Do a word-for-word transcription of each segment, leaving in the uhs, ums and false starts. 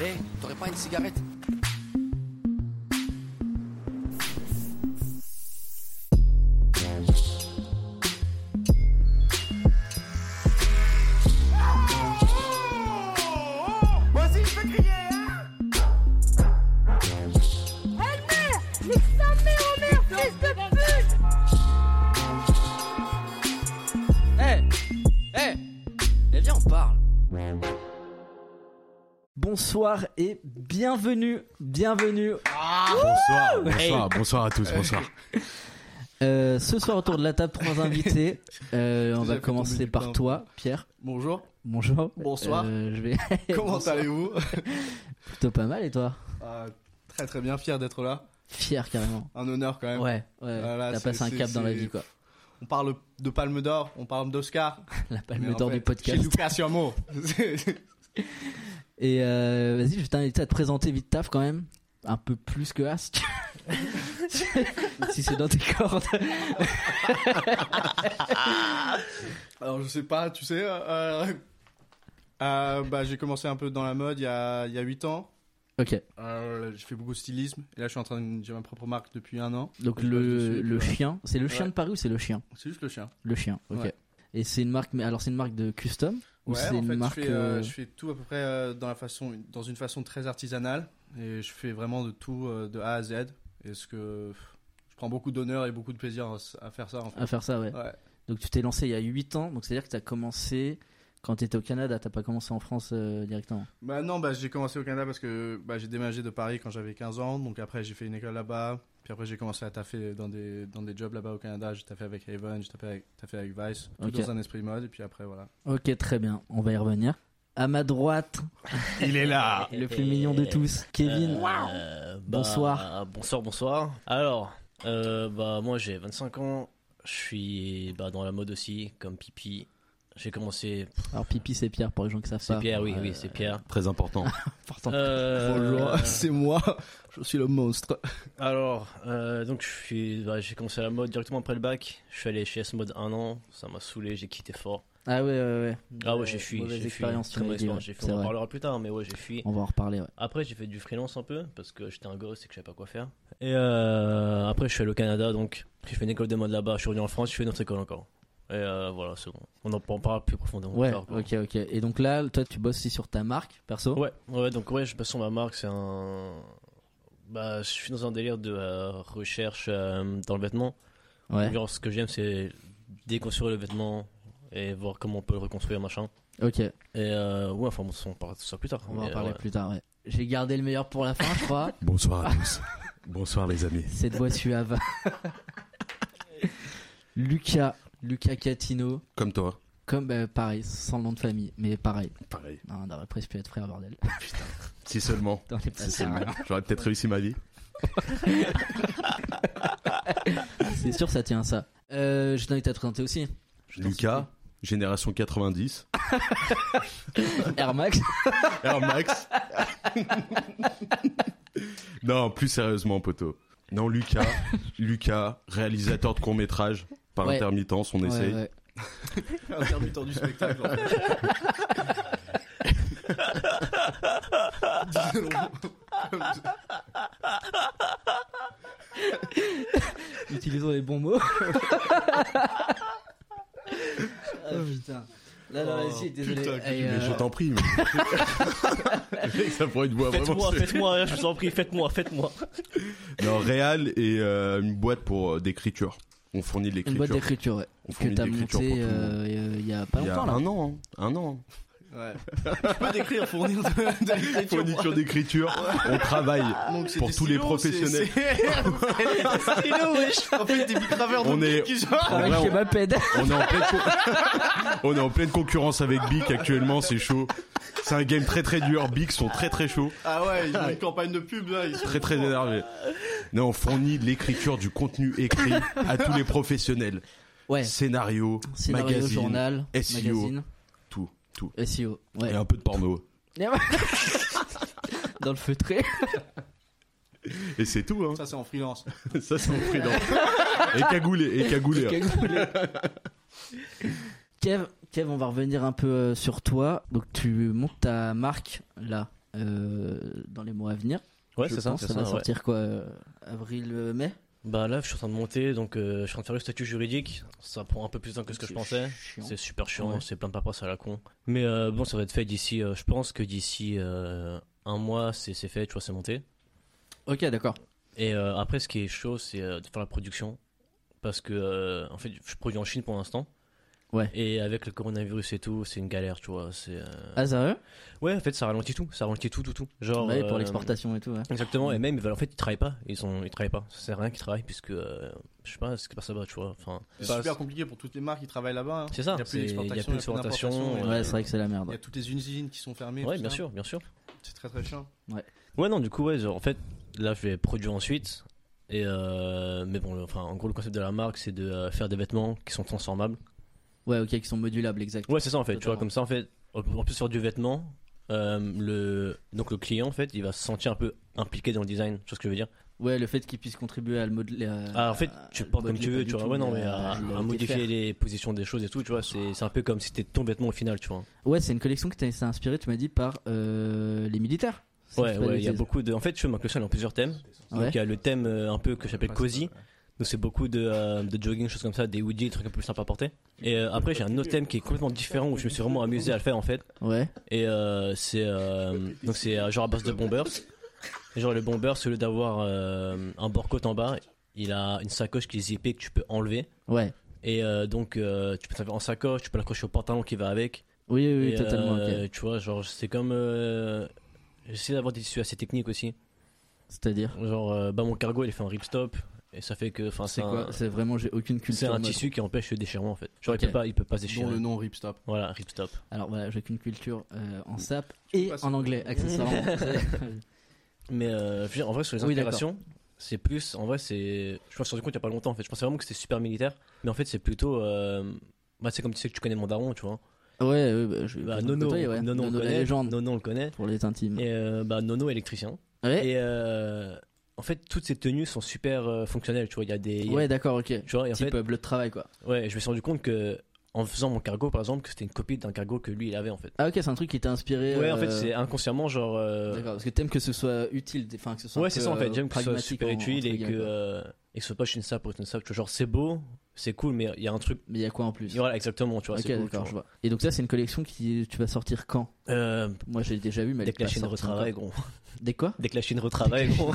Hé, hey, t'aurais pas une cigarette? Bonsoir et bienvenue, bienvenue. Ah, bonsoir, bonsoir, hey. bonsoir à tous, bonsoir. Euh, ce soir autour de la table, trois invités. Euh, on va commencer par toi, Pierre. Bonjour. Bonjour. Bonsoir. Euh, je vais. Comment Bonsoir. allez-vous? Plutôt pas mal et toi? euh, Très très bien, fier d'être là. Fier carrément. Un honneur quand même. Ouais, ouais. Voilà, t'as passé un cap dans la vie quoi. On parle de Palme d'Or, on parle d'Oscar. La Palme d'Or fait, du podcast. Chez Lucas Siamo. Et euh, vas-y, je vais t'inviter à te présenter vite taf quand même. Un peu plus que As. Si c'est dans tes cordes. Alors je sais pas, tu sais, euh, euh, bah j'ai commencé un peu dans la mode il y a il y a huit ans. Ok. Euh, j'ai fait beaucoup de stylisme et là je suis en train de j'ai ma propre marque depuis un an. Donc, Donc le le chien, c'est le chien ouais. de Paris ou c'est le chien? C'est juste le chien. Le chien. Ok. Ouais. Et c'est une marque, mais alors c'est une marque de custom? Ou ouais, c'est en une fait, marque je fais, euh, je fais tout à peu près euh, dans la façon, dans une façon très artisanale, et je fais vraiment de tout euh, de A à Z. Et ce que je prends beaucoup d'honneur et beaucoup de plaisir à faire ça. En fait. À faire ça, ouais. ouais. Donc tu t'es lancé il y a huit ans, donc c'est à dire que t'as commencé quand t'étais au Canada, t'as pas commencé en France euh, directement? Bah non, bah j'ai commencé au Canada parce que bah j'ai déménagé de Paris quand j'avais quinze ans, donc après j'ai fait une école là-bas. Puis après j'ai commencé à taffer dans des dans des jobs là-bas au Canada. J'ai taffé avec Haven, j'ai taffé avec, taffé avec Vice, tout okay. dans un esprit mode. Et puis après voilà. Ok, très bien, on va y revenir. À ma droite, il est là, le plus mignon de tous, Kevin. Euh, bah, bonsoir. Bonsoir, bonsoir. Alors, euh, bah moi j'ai vingt-cinq ans, je suis bah dans la mode aussi, comme Pipi. J'ai commencé. Alors Pipi c'est Pierre pour les gens qui savent c'est pas. C'est Pierre, oui, euh... oui, c'est Pierre. Très important. important. Euh... Bonjour, c'est moi. Je suis le monstre. Alors, euh, donc je suis, bah, j'ai commencé la mode directement après le bac. Je suis allé chez S-Mode un an, ça m'a saoulé, j'ai quitté fort. Ah ouais, ouais, ouais. Ah ouais, j'ai fui. Mauvaise j'ai expérience, fui. Très mauvaise expérience. J'ai fui. On en parlera plus tard, mais ouais, j'ai fui. On va en reparler, ouais. Après, j'ai fait du freelance un peu, parce que j'étais un gosse et que je savais pas quoi faire. Et euh, après, je suis allé au Canada, donc j'ai fait une école de mode là-bas. Je suis revenu en France, je fais une autre école encore. Et euh, voilà, c'est bon. On en parlera plus profondément. Ouais, tard, ok, ok. Et donc là, toi, tu bosses aussi sur ta marque, perso? Ouais, ouais, donc ouais, je bosse sur ma marque, c'est un... Bah, je suis dans un délire de euh, recherche euh, dans le vêtement. Ouais. Genre, ce que j'aime, c'est déconstruire le vêtement et voir comment on peut le reconstruire, machin. Ok. Et euh, ouais, enfin, on en parlera de ça plus tard. On va en mais, parler ouais. plus tard, ouais. J'ai gardé le meilleur pour la fin, je crois. Bonsoir à tous. Bonsoir les amis. Cette voix suave. Lucas, Lucas Catino. Comme toi. Comme, bah, pareil, sans le nom de famille, mais pareil. Pareil. Non, on aurait presque pu être frère, bordel. Putain. Si seulement. Dans les si seulement. J'aurais peut-être réussi ma vie. C'est sûr, ça tient à ça. Euh, je t'invite à te présenter aussi. Lucas, génération quatre-vingt-dix. Air Max. Air Max. Non, plus sérieusement, poteau. Non, Lucas, Lucas, réalisateur de court-métrage par ouais. intermittence, on ouais, essaye. Ouais. Intermittent du spectacle, en fait. Utilisons les bons mots. Ah putain. Là, non, vas-y, désolé. Putain, hey, mais euh... je t'en prie. Mais... ça pourrait être voix faites-moi, vraiment. Faites-moi, je vous en prie, faites-moi, faites-moi. Non, réal et euh, une boîte pour euh, d'écriture. On fournit de l'écriture. Une boîte d'écriture, ouais. On que t'as monté il euh, y a pas il y longtemps a là. Un an, hein. un an. Ouais. Tu peux décrire, fournir de, de l'écriture. Fourniture d'écriture. Ouais. On travaille donc, pour tous stylos, les professionnels. C'est, c'est... stylo, wesh. En fait, des bicraveurs on de est, qui on, on, on, on est en pleine, co- on est en pleine concurrence avec Bic actuellement, c'est chaud. C'est un game très très dur. Bic sont très très chauds. Ah ouais, ils ont une campagne de pub là. Ils sont très très énervés. Non, on fournit de l'écriture, du contenu écrit à tous les professionnels. Ouais. Scénario, Scénario magazine, journal, S E O, magazine. tout, tout. S E O, ouais. Et un peu de porno. Dans le feutré. Et c'est tout, hein. Ça, c'est en freelance. Ça, c'est en freelance. Et cagoulé, et cagoulé. Et cagoulé. Kev, Kev, on va revenir un peu sur toi. Donc, tu montes ta marque, là. euh, dans les mois à venir. Ouais, Je c'est ça, pense. c'est Ça ça. va ouais. sortir quoi euh, avril, euh, mai. Bah là, je suis en train de monter, donc euh, je suis en train de faire le statut juridique. Ça prend un peu plus de temps que ce que je C'est pensais. chiant. C'est super chiant, Ouais. c'est plein de paperasse à la con. Mais euh, bon, ça va être fait d'ici. euh, je pense que d'ici euh, un mois, c'est c'est fait, tu vois, c'est monté. Ok, d'accord. Et euh, après, ce qui est chaud, c'est euh, de faire la production. Parce que, euh, en fait, je produis en Chine pour l'instant. Ouais. Et avec le coronavirus et tout, c'est une galère, tu vois. C'est, euh... Ah, sérieux? Ouais, en fait, ça ralentit tout. Ça ralentit tout, tout, tout. Genre, Ouais, pour euh, l'exportation et tout. Ouais. Exactement. Et même, ils veulent- en fait, ils travaillent pas. Ils, sont... ils travaillent pas. Ça sert à rien qu'ils travaillent, puisque, euh, je sais pas ce qui passe là-bas, tu vois. Enfin, C'est pas- super compliqué pour toutes les marques qui travaillent là-bas. hein. C'est ça, Il n'y a plus c'est- il y a d'exportation, plus d'exportation, d'importation, Ouais, et- c'est vrai que c'est la merde. Il y a toutes les usines qui sont fermées. Ouais, tout bien ça. sûr, bien sûr. C'est très très chiant. Ouais, non, du coup, ouais, genre, en fait, là, je vais produire ensuite. Et euh, mais bon, le- enfin, en gros, le concept de la marque, c'est de euh, faire des vêtements qui sont transformables. Ouais, ok, qui sont modulables, exact. Ouais, c'est ça, en fait. Tu vois, Totalement. comme ça, en fait, en en plus sur du vêtement, euh, le donc le client, en fait, il va se sentir un peu impliqué dans le design. Tu vois ce que je veux dire? Ouais, le fait qu'ils puissent contribuer à le modeler. à- Ah, en fait, à- tu à le portes comme modeler tu pas veux, du tu vois. tout, Ouais, non, mais à- à, à le à modifier faire. les positions des choses et tout, tu vois. C'est c'est un peu comme si c'était ton vêtement au final, tu vois. Ouais, c'est une collection qui t'a été inspirée, tu m'as dit, par euh, les militaires. Si Ouais, je dis pas de ouais, il y a bêtises. beaucoup de. En fait, tu vois, ma collection elle est en plusieurs thèmes. Ouais. Donc, il y a le thème euh, un peu que j'appelle Ouais, cozy. c'est- Donc, c'est beaucoup de, euh, de jogging, choses comme ça, des hoodies, des trucs un peu plus sympas à porter. Et euh, après, j'ai un autre thème qui est complètement différent où je me suis vraiment amusé à le faire en fait. Ouais. Et euh, c'est euh, donc c'est euh, genre à base de bombers. Et genre le bomber, au lieu d'avoir euh, un bord-côte en bas, il a une sacoche qui est zippée que tu peux enlever. Ouais. Et euh, donc euh, tu peux t'en faire en sacoche, tu peux l'accrocher au pantalon qui va avec. Oui, oui, oui, Et, totalement, euh, ok. Tu vois, genre c'est comme euh, j'essaie d'avoir des tissus assez techniques aussi. C'est-à-dire. Genre euh, bah mon cargo il est fait en ripstop et ça fait que enfin C'est c'est quoi un, C'est vraiment, j'ai aucune culture. c'est un mode. tissu qui empêche le déchirement en fait. Genre Ok. il peut pas il peut pas se Dont déchirer. le nom Ripstop. Voilà, ripstop. Alors voilà, j'ai aucune culture euh, en sap peux et passer. en anglais, accessoirement. Mais euh, je veux dire, en vrai, sur les Oui, d'accord. inspirations, c'est plus. En vrai, c'est. Je me suis rendu compte il y a pas longtemps en fait. Je pensais vraiment que c'était super militaire. Mais en fait, c'est plutôt. Euh... Bah, c'est comme tu sais que tu connais mon daron, tu vois. ouais, ouais, bah, je Bah, je Nono, côtoie, ouais. Nono, on le Nono, la connaît. légende Nono, on le connaît. pour les intimes. Et euh, bah, Nono, électricien. Ouais, Et euh, en fait, toutes ces tenues sont super euh, fonctionnelles, tu vois. Il y a des. il y a- ouais, d'accord, ok. Tu vois, et en Type fait, euh, bleu de travail, quoi. ouais, je me suis rendu compte que. En faisant mon cargo, par exemple, que c'était une copie d'un cargo que lui, il avait en fait. Ah, ok, c'est un truc qui t'a inspiré. Ouais, en fait, euh, c'est inconsciemment, genre. euh, D'accord, parce que t'aimes que ce soit utile, enfin que ce soit. un Ouais, c'est peu, ça en fait. euh, J'aime que ce soit pragmatique super en- utile entre et que, guillemets, quoi. euh, et que ce soit pas juste une sape pour être une sape. Tu vois, genre, c'est beau, c'est cool, mais il y a un truc. Mais il y a quoi en plus? Voilà, exactement, tu vois. Ok, c'est cool, d'accord, tu je vois. vois. Et donc ça, c'est une collection qui tu vas sortir quand? Euh, Moi, j'ai déjà vu, mais elle dès est que la pas Chine sortie retravaille, encore. gros. Dès quoi? Dès que la Chine retravaille, gros.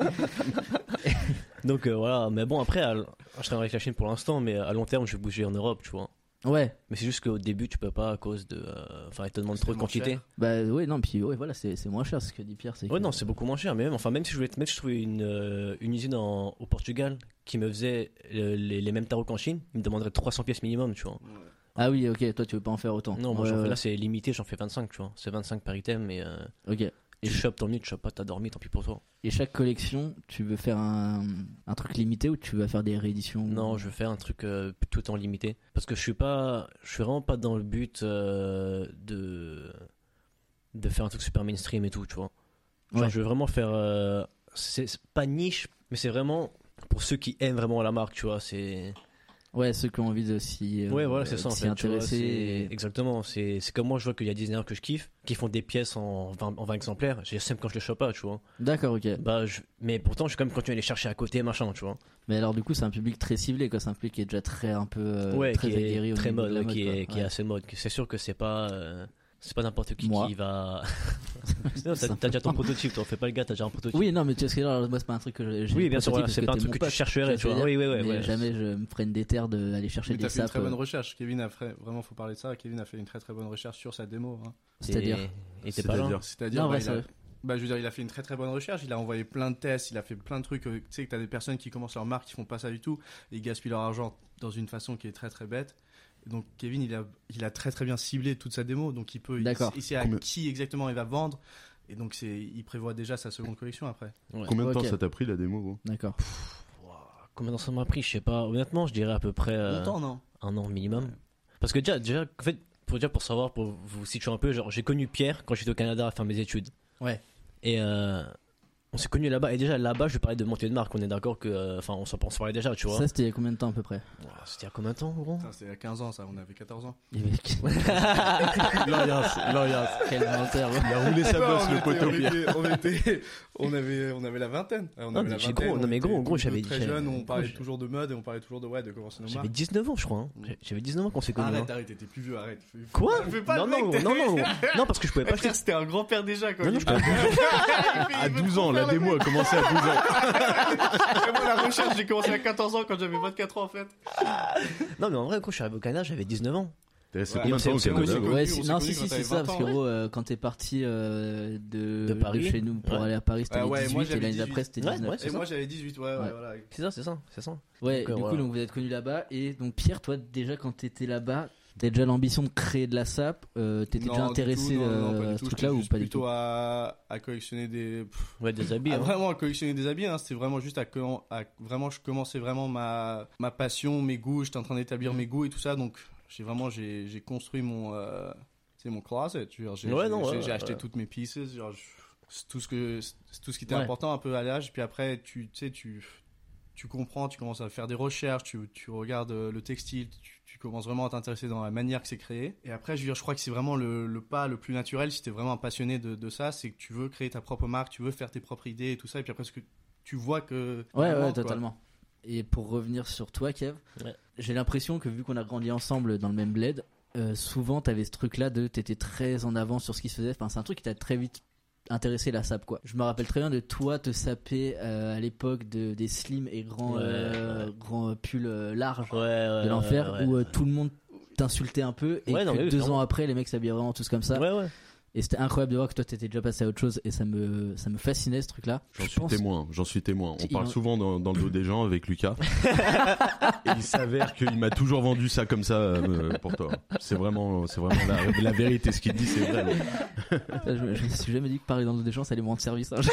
Donc euh, voilà, mais bon, après, à l- je travaille avec la Chine pour l'instant, mais à long terme, je vais bouger en Europe, tu vois. Ouais. Mais c'est juste qu'au début, tu peux pas à cause de. euh, Enfin, ils te demandent C'est trop de tellement quantité. cher. Bah ouais, non, puis ouais, voilà, c'est c'est moins cher, c'est ce que dit Pierre. c'est Ouais, que- non, c'est beaucoup moins cher, mais même, enfin, même si je voulais, même si je trouvais une, euh, une usine en- au Portugal qui me faisait euh, les, les mêmes tarots qu'en Chine, il me demanderait trois cents pièces minimum, tu vois. Ah oui, ok, toi tu veux pas en faire autant. Non, moi Ouais, j'en fais ouais. là, c'est limité, j'en fais vingt-cinq, tu vois. C'est vingt-cinq par item, mais euh, Ok. tu chopes ton nuit, tu chopes pas, t'as dormi, tant pis pour toi. Et chaque collection, tu veux faire un, un truc limité ou tu vas faire des rééditions? Non, je fais un truc euh, tout le temps limité. Parce que je suis pas. Je suis vraiment pas dans le but euh, de. de faire un truc super mainstream et tout, tu vois. Genre, Ouais. je veux vraiment faire. euh, c'est c'est pas niche, mais c'est vraiment pour ceux qui aiment vraiment la marque, tu vois. C'est. Ouais, ceux qui ont envie de s'y euh, Ouais, voilà, c'est ça en s'y fait. tu vois, intéresser. c'est- et- Exactement. C'est c'est comme moi, je vois qu'il y a des designers que je kiffe, qui font des pièces en vingt, en vingt exemplaires. J'ai même quand je les chope pas, tu vois. D'accord, ok. Bah, je- mais pourtant, je suis quand même continué à les chercher à côté, machin, tu vois. Mais alors du coup, c'est un public très ciblé, quoi. C'est un public qui est déjà très un peu euh, Ouais, très qui aguerri est au très niveau mode, de la ouais, qui, mode, est, quoi. qui est Ouais. assez mode. C'est sûr que c'est pas, euh, c'est pas n'importe qui Moi. qui va. Non, t'as, t'as déjà ton prototype, toi. Fais pas le gars, t'as déjà un prototype. Oui, non, mais tu vois ce que là, moi c'est pas un truc que j'ai. Oui, bien sûr, voilà, c'est pas un truc que tu chercherais, tu vois. Oui, oui, oui. Mais ouais. jamais je me ferais une déterre d'aller chercher Mais des t'as fait une sapes. très bonne euh, recherche. Kevin a fait, vraiment, faut parler de ça. Kevin a fait une très très bonne recherche sur sa démo. hein. C'est-à-dire. Et t'es pas là. C'est-à-dire C'est-à-dire, Non, bah, ouais, il c'est a- vrai. bah, je veux dire, il a fait une très très bonne recherche. Il a envoyé plein de tests. Il a fait plein de trucs. euh, Tu sais que t'as des personnes qui commencent leur marque, qui font pas ça du tout, et ils gaspillent leur argent dans une façon qui est très très bête. Et donc Kevin, il a, il a très très bien ciblé toute sa démo, donc il peut, il, D'accord. il sait à Combien- qui exactement il va vendre. Et donc c'est, il prévoit déjà sa seconde collection après. Ouais. Combien de Ok. temps ça t'a pris la démo, gros? D'accord. Ouah, combien de temps ça m'a pris? Je sais pas. Honnêtement, je dirais à peu près euh, Longtemps, non? un an minimum. Parce que déjà, déjà, en fait, pour dire, pour savoir, pour vous situer un peu, genre, j'ai connu Pierre quand j'étais au Canada à faire mes études. Ouais. Et euh, on s'est connus là-bas. Et déjà là-bas, je lui parlais de montée de marque. On est d'accord que. Enfin, on s'en parlait déjà, tu vois. Ça, c'était il y a combien de temps à peu près? C'était il y a combien de temps, gros? C'était il y a quinze ans, ça. On avait quatorze ans. L'orias, l'orias. Quel menteur. Il a roulé sa bosse, on le était- poteau. on était, on était, on avait, on avait la vingtaine. On Non, avait mais la j'ai vingtaine, gros- non, on mais était gros, gros, tous j'avais- très j'avais- jeunes, on parlait gros, toujours de mode et on parlait toujours de ouais, de commencer nos J'avais marques. dix-neuf ans, je crois. Hein. J'avais dix-neuf ans quand on s'est connus. Arrête, hein. arrête, t'étais plus vieux, arrête. Fais- Quoi? Fais pas Non, le non, mec, non, non, non, non, parce que je pouvais pas acheter. Frère, c'était un grand-père déjà, quoi. Non, non, je pouvais À douze ans, la démo a commencé à douze ans. Moi, la recherche, j'ai commencé à quatorze ans quand j'avais vingt-quatre ans, en fait. Non, mais en vrai, quand je suis arrivé au Canada, j'avais dix-neuf ans. T'es resté Ouais, combien on de s'est- temps au on s'est Canada, connus, gros Ouais, on si, s'est non, connus si, quand si, t'avais c'est ça, vingt parce ans, que ouais. gros, euh, quand t'es parti euh, de, De Paris. chez nous pour Ouais. aller à Paris, c'était Ah ouais, moi, dix-huit, et j'avais l'année dix-huit. d'après, c'était Ouais, dix-neuf. ouais, Et c'est moi, j'avais dix-huit, ouais, ouais, Ouais. voilà. C'est ça, c'est ça, c'est ça. Ouais, Donc, euh, du coup, voilà. donc vous êtes connus là-bas. Et donc, Pierre, toi, déjà, quand t'étais là-bas, t'avais déjà l'ambition de créer de la S A P, euh, t'étais Non, déjà du intéressé tout, non, non, euh, pas du à tout, ce j'étais truc-là ou juste pas du plutôt tout? à, à collectionner des. Pff, Ouais, des habits. à hein. vraiment à collectionner des habits, hein. C'était vraiment juste à, co- à. Vraiment, je commençais vraiment ma, ma passion, mes goûts. J'étais en train d'établir mes goûts et tout ça. Donc, j'ai vraiment j'ai, j'ai construit mon. Euh, c'est mon closet. Tu vois, j'ai, Ouais, j'ai, non, j'ai, ouais, j'ai acheté ouais. toutes mes pieces. Genre, je- c'est tout ce que c'est tout ce qui était Ouais. important un peu à l'âge. Puis après, tu tu sais, tu tu comprends, tu commences à faire des recherches, tu, tu regardes euh, le textile, tu, tu commences vraiment à t'intéresser dans la manière que c'est créé. Et après, je veux dire, je crois que c'est vraiment le, le pas le plus naturel, si t'es vraiment un passionné de, de ça, c'est que tu veux créer ta propre marque, tu veux faire tes propres idées et tout ça, et puis après, ce que tu vois que... Ouais, vraiment, ouais, quoi. totalement. Et pour revenir sur toi, Kev, Ouais. j'ai l'impression que vu qu'on a grandi ensemble dans le même bled, euh, souvent t'avais ce truc-là de t'étais très en avant sur ce qui se faisait. Enfin, c'est un truc qui t'a très vite intéressé, la sape, quoi. Je me rappelle très bien de toi te saper euh, à l'époque de, des slim et grands, Ouais, euh, ouais. grands pulls euh, larges Ouais, ouais. de l'enfer, ouais, ouais. où euh, tout le monde t'insultait un peu et Ouais, non, que mais oui, deux clairement. ans après, les mecs s'habillaient vraiment tous comme ça. Ouais, ouais. Et c'était incroyable de voir que toi t'étais déjà passé à autre chose et ça me, ça me fascinait ce truc-là. J'en Je suis pense- témoin, j'en suis témoin. On Il parle en- souvent dans, dans le dos des gens avec Lucas. Et il s'avère qu'il m'a toujours vendu ça comme ça euh, pour toi. C'est vraiment, c'est vraiment la, la vérité. Ce qu'il dit, c'est vrai. Ça, je, je me suis jamais dit que parler dans le dos des gens, ça allait me rendre service. hein.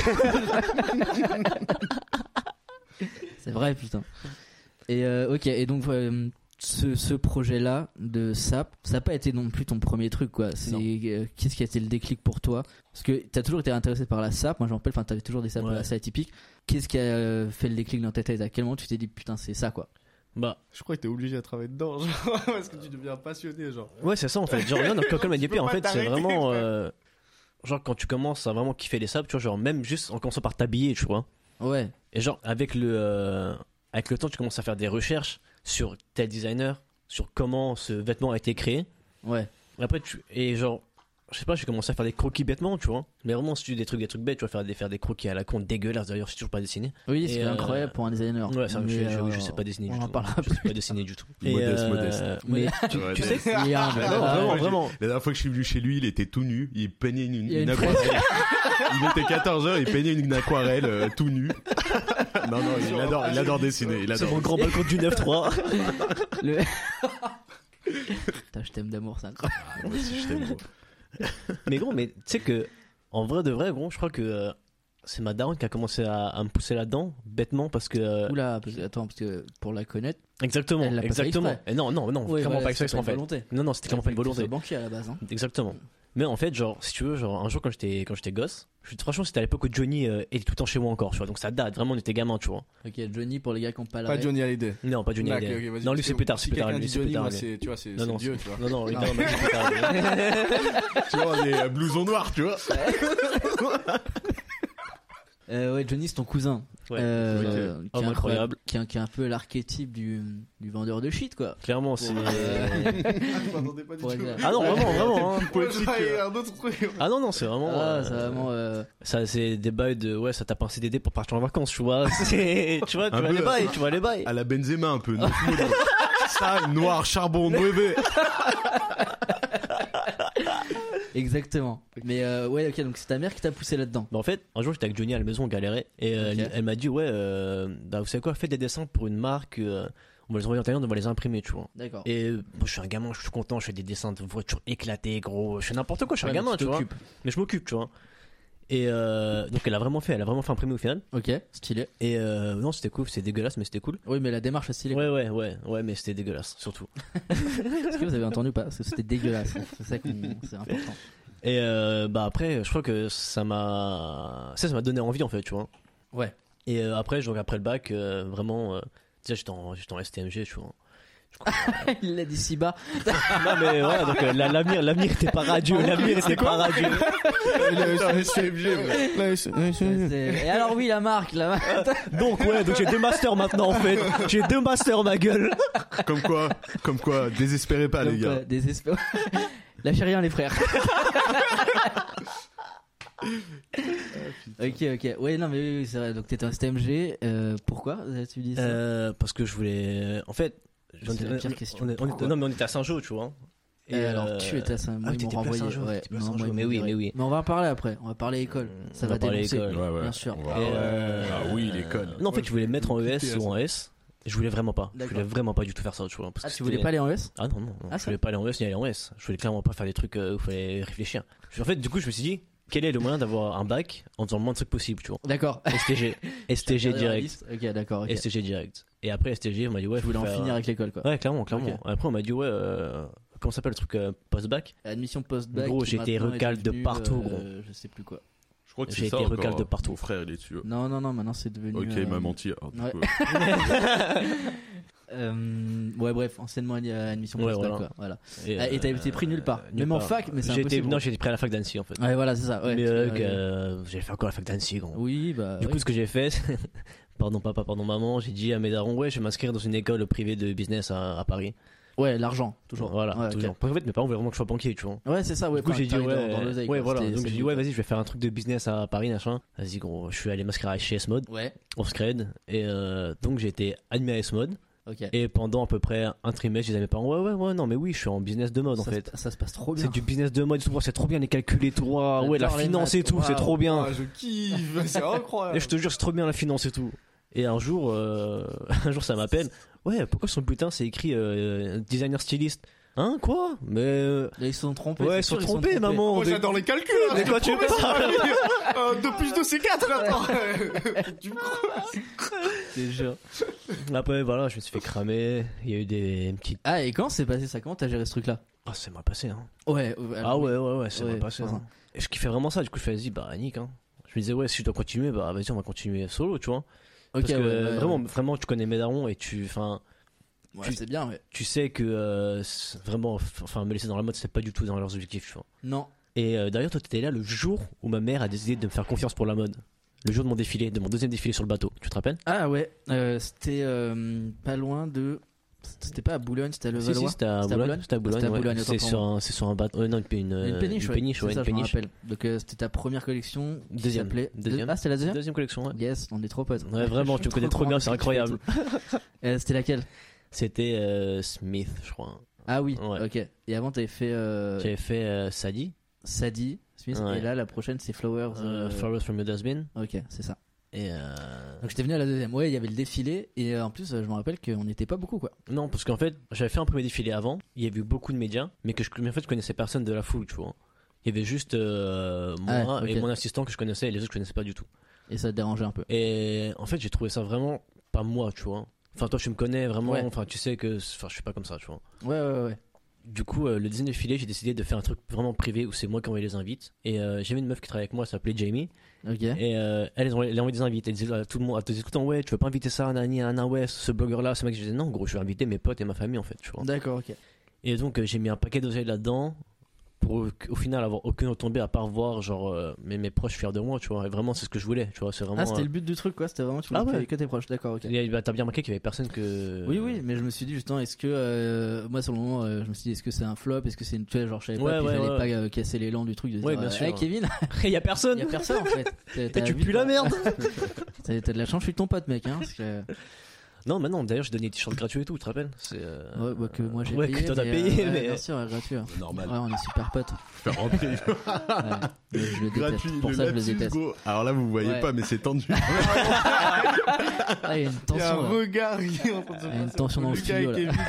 C'est vrai, putain. Et euh, ok, et donc euh, ce, ce projet-là de S A P, ça n'a pas été non plus ton premier truc, quoi. C'est Non. euh, qu'est-ce qui a été le déclic pour toi? Parce que t'as toujours été intéressé par la S A P. Moi, j'en rappelle, enfin, t'avais toujours des S A P Ouais. assez atypiques. Qu'est-ce qui a euh, fait le déclic dans ta tête? À quel moment tu t'es dit putain, c'est ça, quoi? Bah, Je crois que t'es obligé à travailler dedans, genre, parce que tu deviens passionné, genre. ouais, c'est ça en fait. Genre, non, donc, comme l'a dit Tu peux Pierre, en pas fait, c'est t'arrêter, vraiment. frère. euh, genre, quand tu commences à vraiment kiffer les sapes, tu vois, genre, même juste en commençant par t'habiller, tu vois. Ouais. Et genre, avec le, euh, avec le temps, tu commences à faire des recherches sur tel designer, sur comment ce vêtement a été créé. Ouais. Après, tu. Et genre. Je sais pas, j'ai commencé à faire des croquis bêtement, tu vois. Mais vraiment, si tu des trucs, des trucs bêtes, tu vas faire des, faire des croquis à la con dégueulasses. D'ailleurs, je suis toujours pas dessiné. Oui, c'est Et, euh, incroyable pour un designer. Ouais, ça, je, Mais, je, euh, je sais pas dessiner on du en tout. parlera Je sais pas dessiner du tout. Modeste, modeste. Mais tu, Ouais, tu ouais. sais que. il y a un- Non, Ah, vraiment, ouais, vraiment. La dernière fois que je suis venu chez lui, il était tout nu. Il peignait une, une, Il y a une aquarelle. Il était quatorze heures, il peignait une aquarelle euh, tout nu. Non, non, il adore, il adore dessiner. Il C'est adore. mon grand balcon du neuf trois. Le... Putain, je t'aime d'amour, c'est incroyable. Moi aussi, je t'aime, gros. Mais gros, mais tu sais que, en vrai de vrai, gros, je crois que euh, c'est ma daronne qui a commencé à, à me pousser là-dedans, bêtement, parce que. euh, Oula, parce que, attends, parce que pour la connaître, exactement, Elle l'a pas fait exactement. exprès. Et non, non, non, ouais, clairement voilà, pas exprès, c'est en fait. une volonté. Non, non, c'était clairement pas une volonté. C'est banquier à la base. Hein. Exactement. Mais en fait, genre, si tu veux, genre, un jour quand j'étais, quand j'étais gosse, je- franchement, c'était à l'époque où Johnny euh, était tout le temps chez moi encore, tu vois. Donc ça date, vraiment, on était gamin, tu vois. Ok, Johnny pour les gars qui ont pas la Pas ref. Johnny Hallyday. Non, pas Johnny. Ah, Hallyday. ok, ok, vas-y, non, lui, parce c'est que plus tard, si c'est plus tard. quelqu'un Lui, dit c'est plus Johnny, tard. moi, lui. c'est, tu vois, c'est, Non, c'est non, Dieu, c'est- tu vois. non, non, évidemment, mais c'est plus tard. lui. Tu vois, des euh, blousons noirs, tu vois. Euh, ouais, Johnny, c'est ton cousin. Ouais. Euh, Ok. qui, est Homme incroyable, incroyable. qui, est, qui est un peu l'archétype du, du vendeur de shit, quoi. Clairement, c'est. Je m'attendais pas du Pour tout. être- Ah non, vraiment, vraiment. hein. Ouais, je croyais un autre truc. Ah non, non, c'est vraiment. Ah, euh, c'est vraiment. Euh... Ça, c'est des bails de. Ouais, ça tape un C D D pour partir en vacances, tu vois. C'est- Tu vois, tu Un vois peu- les bails, tu vois les bails. À la Benzema, un peu. neuf mots, gros. Sale, noir, charbon, nueve. Exactement. Mais euh, ouais, ok, donc c'est ta mère qui t'a poussé là-dedans. Bah en fait, un jour j'étais avec Johnny à la maison, on galérait, et euh, Ok. elle, elle m'a dit ouais, euh, bah vous savez quoi, faites des dessins pour une marque, euh, on va les envoyer en Thaïlande, on va les imprimer, tu vois. D'accord. Et euh, moi je suis un gamin, je suis content, je fais des dessins de voitures éclatées, gros, je fais n'importe quoi, je suis Ouais, un mais gamin, tu tu vois. t'occupes. Mais je m'occupe, tu vois. Et euh, donc elle a vraiment fait, elle a vraiment fait imprimer au final. Ok, stylé. Et euh, non, c'était cool, c'était dégueulasse, mais c'était cool. Oui, mais la démarche est stylée. Ouais, ouais, ouais, ouais, mais c'était dégueulasse, surtout. Est-ce que vous avez entendu ou pas? Parce que c'était dégueulasse. C'est ça qu'on... c'est important. Et euh, bah après, je crois que ça m'a, ça, ça m'a donné envie en fait, tu vois. Ouais. Et euh, après, donc après le bac, euh, vraiment, euh, déjà j'étais en, j'étais en S T M G, tu vois. Il l'a dit si bas. Non mais voilà, donc euh, la- l'avenir, l'avenir était pas radieux, l'avenir était pas radieux. Et alors oui, la marque, la marque. Donc ouais, donc j'ai deux masters maintenant en fait. J'ai deux masters ma gueule. Comme quoi, comme quoi, désespérez pas, les Donc, gars. euh, désespéré. Lâchez rien, les frères. Ok, ok. Ouais, non, mais oui, oui, c'est vrai. Donc, t'étais en S T M G. Euh, pourquoi tu dis ça Euh, parce que je voulais, en fait, C'est j'en- la pire on- question. on est- on est- Pourquoi non mais on était à Saint-Jean, tu vois. Et alors, tu étais à Saint, moi, ah, ils t'étais m'ont pas à renvoyé. Saint-Jean, Ouais, t'étais pas à non, Saint-Jean, moi, ils mais m'ont oui, viré. mais oui. Mais on va en parler après. On va parler école. Ça On va va parler dénoncer. école. Ouais, ouais. Bien sûr. On va- Et, euh, Ah oui, l'école. Non, en fait, je voulais mettre en E S Putain, ou en S. Je voulais vraiment pas. Je D'accord. voulais vraiment pas du tout faire ça, tu vois. Parce Ah, que tu voulais c'était- pas aller en E S Ah non, non, non. Ah, je ça voulais pas aller en S ni aller en S. Je voulais clairement pas faire des trucs euh, où il fallait réfléchir. En fait, du coup, je me suis dit, quel est le moyen d'avoir un bac en faisant le moins de trucs possible, tu vois. D'accord. S T G. S T G Regardez la direct. liste. Ok, d'accord. ok. S T G direct. Et après S T G, on m'a dit, ouais, Je voulais faut en faire- finir avec l'école, quoi. Ouais, clairement, clairement. Ok. Après, on m'a dit, ouais, euh, comment ça s'appelle le truc euh, post-bac? Admission post-bac. Gros, qui j'ai été maintenant est recal de devenu, partout, euh, gros. Je sais plus quoi. Je crois que J'ai c'est ça été encore. recal de partout. Mon frère, il est dessus. Non, non, non, maintenant c'est devenu. Ok, il euh, m'a menti. alors, du ouais. coup, euh, ouais, bref, enseignement et admission Ouais, post-bac, voilà. quoi. Voilà. Et, Ah, et t'as été pris nulle part. Même en fac, mais c'est J'ai été, impossible. non, j'ai été pris à la fac d'Annecy, en fait. Ouais, voilà, c'est ça. Ouais. mais euh, Ouais. que, euh, j'ai fait encore la fac d'Annecy, gros. Oui, bah. Du oui. coup, ce que j'ai fait, pardon papa, pardon maman, j'ai dit à mes darons, ouais, je vais m'inscrire dans une école privée de business à, à Paris. Ouais, l'argent, toujours. Voilà, Ouais, ok. toujours. Parce qu'en fait, mes parents voulaient vraiment que je sois banquier, tu vois. Ouais, c'est ça, ouais. Du coup, enfin, j'ai dit, t'arrives ouais, dans, dans l'oseille, ouais, quoi. voilà. C'était- Donc, c'est j'ai dit, le ouais, but. vas-y, je vais faire un truc de business à Paris, machin. Vas-y, gros, je suis allé m'inscrire chez S-Mode, Ouais, off-scred. Et euh, donc, j'ai été admis à S-Mode. ok. Et pendant à peu près un trimestre, je disais à mes parents, ouais, ouais, ouais, non, mais oui, je suis en business de mode, en ça, fait. se- ça se passe trop bien. C'est du business de mode, c'est trop bien les calculs et tout. Ah, ouais, la J'adore les finance et maths. tout, c'est Waouh. trop bien. Ah, je kiffe, c'est incroyable. Et je te jure, c'est trop bien la finance et tout. Et un jour, euh, un jour, ça m'appelle. Ouais, pourquoi sur le bulletin c'est écrit euh, designer styliste? Hein, quoi? Mais euh, Là, ils se sont trompés. ouais, c'est ils sont sûr, trompés, maman. Moi De- j'adore les calculs. De quoi tu parles? deux plus deux c'est quatre, attends. Tu me crois? C'est sûr. Après, voilà, je me suis fait cramer. Il y a eu des petites. Ah, et quand c'est passé ça? Comment t'as géré ce truc-là? Ah, c'est mal passé, hein. Ouais. ouais, alors, Ah ouais, ouais, ouais, c'est Ouais, mal passé. je pense, Hein. Et je kiffais vraiment ça. Du coup, je fais, vas-y, bah, nique, hein. Je me disais, ouais, si je dois continuer, bah, vas-y, on va continuer solo, tu vois. Ok, Parce que ouais, ouais, vraiment, ouais. vraiment, tu connais mes darons et tu, enfin, Ouais, tu- c'est bien, ouais. tu sais que euh, c'est vraiment, enfin, me laisser dans la mode, c'est pas du tout dans leurs objectifs, tu vois. Non. Et euh, d'ailleurs, toi, t'étais là le jour où ma mère a décidé de me faire confiance pour la mode. Le jour de mon défilé, de mon deuxième défilé sur le bateau. Tu te rappelles? Ah ouais, euh, c'était euh, pas loin de. C'était pas à Boulogne, c'était à Si, Levallois. si, c'était à Boulogne. C'était à Boulogne. C'était à ouais. Boulogne, C'est autant sur pour un, c'est sur un bateau. euh, non, une, une, Une péniche, une ouais. péniche, C'est ouais, ça, une je me péniche. rappelle. Donc euh, c'était ta première collection qui Deuxième. s'appelait. Deuxième. Ah, c'était la deuxième. Deuxième collection, ouais. Yes, on est trop potes. Ouais, vraiment, tu me connais trop bien, c'est incroyable. Euh, c'était laquelle? C'était euh, Smith, je crois. Ah oui, Ouais. ok. Et avant t'avais fait euh, J'avais fait euh, Sadie, Sadie Smith, Ouais. et là la prochaine c'est Flowers. euh, euh, Flowers from Your Dustbin. Ok, c'est ça. Et euh... Donc j'étais venu à la deuxième. Ouais, il y avait le défilé et euh, en plus euh, je me rappelle qu'on n'était pas beaucoup quoi. non, parce qu'en fait, j'avais fait un premier défilé avant. Il y avait eu beaucoup de médias, mais que je, mais en fait, je connaissais personne de la foule, tu vois. Il y avait juste euh, moi Ah, ok. et mon assistant que je connaissais, et les autres je connaissais pas du tout. Et ça te dérangeait un peu. Et en fait, j'ai trouvé ça vraiment pas moi, tu vois. Enfin, toi, tu me connais vraiment. Ouais. Enfin, tu sais que, enfin, je suis pas comme ça, tu vois. Ouais, ouais, ouais. Du coup, euh, le deuxième défilé, j'ai décidé de faire un truc vraiment privé où c'est moi qui envoyais les invites. Et euh, j'avais une meuf qui travaillait avec moi, elle s'appelait Jamie. Ok. Et euh, elle, elle envoyait des invites. Elle disait à tout le monde, elle te disait tout le temps, ouais, tu veux pas inviter ça, Nani, Anna, ouais, ce blogueur-là, ce mec. Je disais, non, gros, je vais inviter mes potes et ma famille, en fait, tu vois. D'accord, ok. Et donc, euh, j'ai mis un paquet d'oseille là-dedans pour au, au final avoir aucune retombée à part voir, genre, euh, mes, mes proches fiers de moi, tu vois. Et vraiment, c'est ce que je voulais, tu vois. C'est vraiment. Ah, c'était euh, le but du truc quoi, c'était vraiment tu voulais Ah ouais. que- que tes proches, d'accord, ok. il y a- bah, t'as bien remarqué qu'il y avait personne que. Oui, oui, mais je me suis dit justement, est-ce que euh, moi sur le moment, euh, je me suis dit, est-ce que c'est un flop, est-ce que c'est une, tu vois, genre je savais pas, Ouais, puis ouais, j'allais ouais. pas euh, casser l'élan du truc de Ouais, dire, bien euh, sûr. hey, Kevin, Il y a personne. y a personne en fait. T'as- Et t'as tu vu, pues la quoi. merde. T'as t'as de la chance, je suis ton pote, mec. Hein, parce que... Non, mais non, d'ailleurs, je donnais des t-shirts gratuits et tout, tu te rappelles? C'est. euh, Ouais, bah, que moi j'ai Ouais, payé. que toi, t'as mais, payé, euh, ouais, mais- bien sûr, ouais, gratuit. hein. Normal. Ouais, on est super potes. Faire rentrer. Ouais, mais je le déteste. Gratuit. Pour le ça, je le lapsus, déteste. gros. Alors là, vous voyez Ouais. pas, mais c'est tendu. Ah, il y a une Il y a un tension. là. regard qui est en train de se Il y a une passer tension entre dans le Lucas studio, et là. Kevin,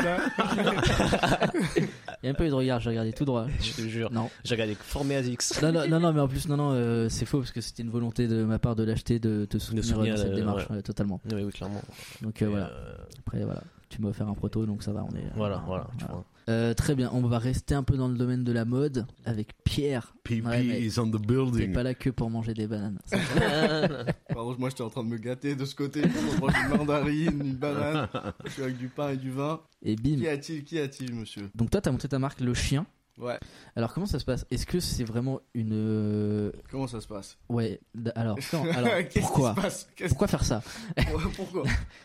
là. Il y a même pas eu de regard, j'ai regardé tout droit. Je te jure. Non. J'ai regardé formé Azix. Non, non, non, non, mais en plus, non, non, euh, c'est faux parce que c'était une volonté de ma part de l'acheter, de te soutenir soutenir, dans cette euh, démarche, ouais. ouais, totalement. Oui, oui, clairement. Donc euh, Et, voilà. euh, Après, voilà. Tu m'as offert un proto, donc ça va, on est. Voilà, voilà. Tu voilà. vois. Euh, très bien, on va rester un peu dans le domaine de la mode avec Pierre. P P Ouais, mais is on the T'es building. pas là que pour manger des bananes. Pardon, moi j'étais en train de me gâter de ce côté. Je mange une mandarine, une banane. Je suis avec du pain et du vin. Et bim. Qui a-t-il, qui a-t-il, monsieur? Donc toi, t'as monté ta marque Le Chien. Ouais. Alors comment ça se passe? Est-ce que c'est vraiment une euh, Comment ça se passe? ouais d- alors, non, alors Qu'est-ce pourquoi qui se passe? Qu'est-ce- pourquoi faire ça? Pourquoi?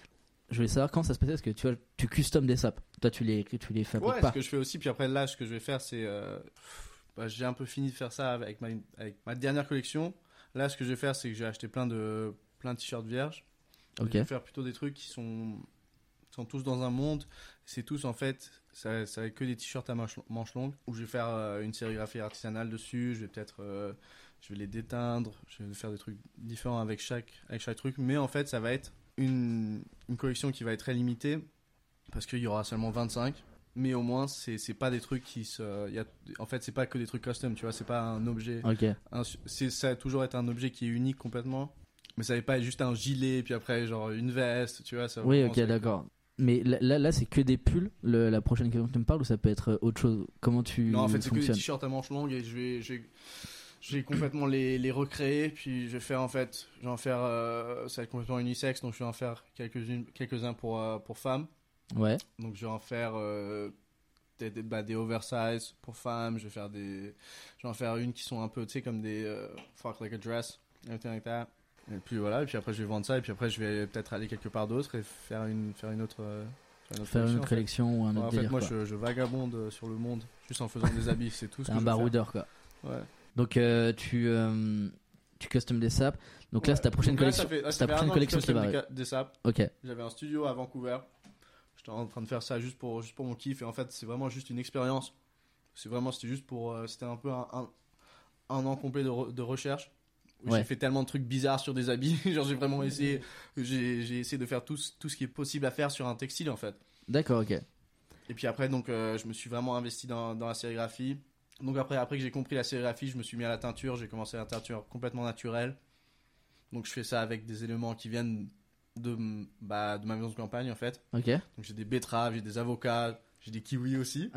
Je voulais savoir comment ça se passait parce que tu vois, tu custom des sapes. Toi, tu les tu les fabriques Ouais, pas. ce que je fais aussi. Puis après, là, ce que je vais faire, c'est. euh, bah, j'ai un peu fini de faire ça avec ma, avec ma dernière collection. Là, ce que je vais faire, c'est que j'ai acheté plein de, plein de t-shirts vierges. Ok. Je vais faire plutôt des trucs qui sont, sont tous dans un monde. C'est tous, en fait, ça, ça va être que des t-shirts à manches manches longues. Où je vais faire euh, une sérigraphie artisanale dessus. Je vais peut-être. euh, je vais les déteindre. Je vais faire des trucs différents avec chaque, avec chaque truc. Mais en fait, ça va être une, une collection qui va être très limitée. Parce qu'il y aura seulement vingt-cinq. Mais au moins, c'est, c'est pas des trucs qui se. Il y a, en fait, c'est pas que des trucs custom, tu vois. C'est pas un objet. Ok. Un, c'est, ça va toujours être un objet qui est unique complètement. Mais ça va pas être juste un gilet, puis après, genre une veste, tu vois. Ça va Oui, vraiment ok, être- d'accord. Mais là, là, là, c'est que des pulls. Le, la prochaine question que tu me parles, ou ça peut être autre chose? Comment tu Non, en fait, c'est que des fonctionnes? t-shirts à manches longues et je vais, je vais, je vais complètement les, les recréer. Puis je vais faire, en fait, je vais en faire. euh, ça va être complètement unisexe, donc je vais en faire quelques-unes, quelques-uns pour, euh, pour femmes. Ouais. Donc je vais en faire euh, des, des, bah, des oversize pour femmes. Je vais faire des, je vais en faire une qui sont un peu, tu sais, comme des euh, fuck like a dress, everything like that. Et puis voilà. Et puis après je vais vendre ça. Et puis après je vais peut-être aller quelque part d'autre et faire une, faire une autre. euh, faire une autre Faire une autre en fait. collection ou un Ouais, autre en fait, délire. moi quoi. je, je vagabonde euh, sur le monde juste en faisant des habits. C'est tout ce T'es que un je veux faire. baroudeur, quoi. Ouais. Donc euh, tu euh, tu custom des sapes. Donc là, Ouais. c'est ta prochaine Donc là, collection. ça fait- là, c'est ça ta fait un prochaine an que je collection qui custom va des, arriver. ca- des sapes. Ok. J'avais un studio à Vancouver. J'étais en train de faire ça juste pour, juste pour mon kiff. Et en fait, c'est vraiment juste une expérience. C'est vraiment, c'était juste pour. euh, c'était un peu un, un, un an complet de, re- de recherche. Où Ouais. J'ai fait tellement de trucs bizarres sur des habits. Genre, j'ai vraiment essayé. J'ai, j'ai essayé de faire tout, ce- tout ce qui est possible à faire sur un textile, en fait. D'accord, ok. Et puis après, donc, euh, je me suis vraiment investi dans, dans la sérigraphie. Donc après, après que j'ai compris la sérigraphie, je me suis mis à la teinture. J'ai commencé la teinture complètement naturelle. Donc je fais ça avec des éléments qui viennent de, m- bah, de ma maison de campagne, en fait. Ok. Donc j'ai des betteraves, j'ai des avocats, j'ai des kiwis aussi.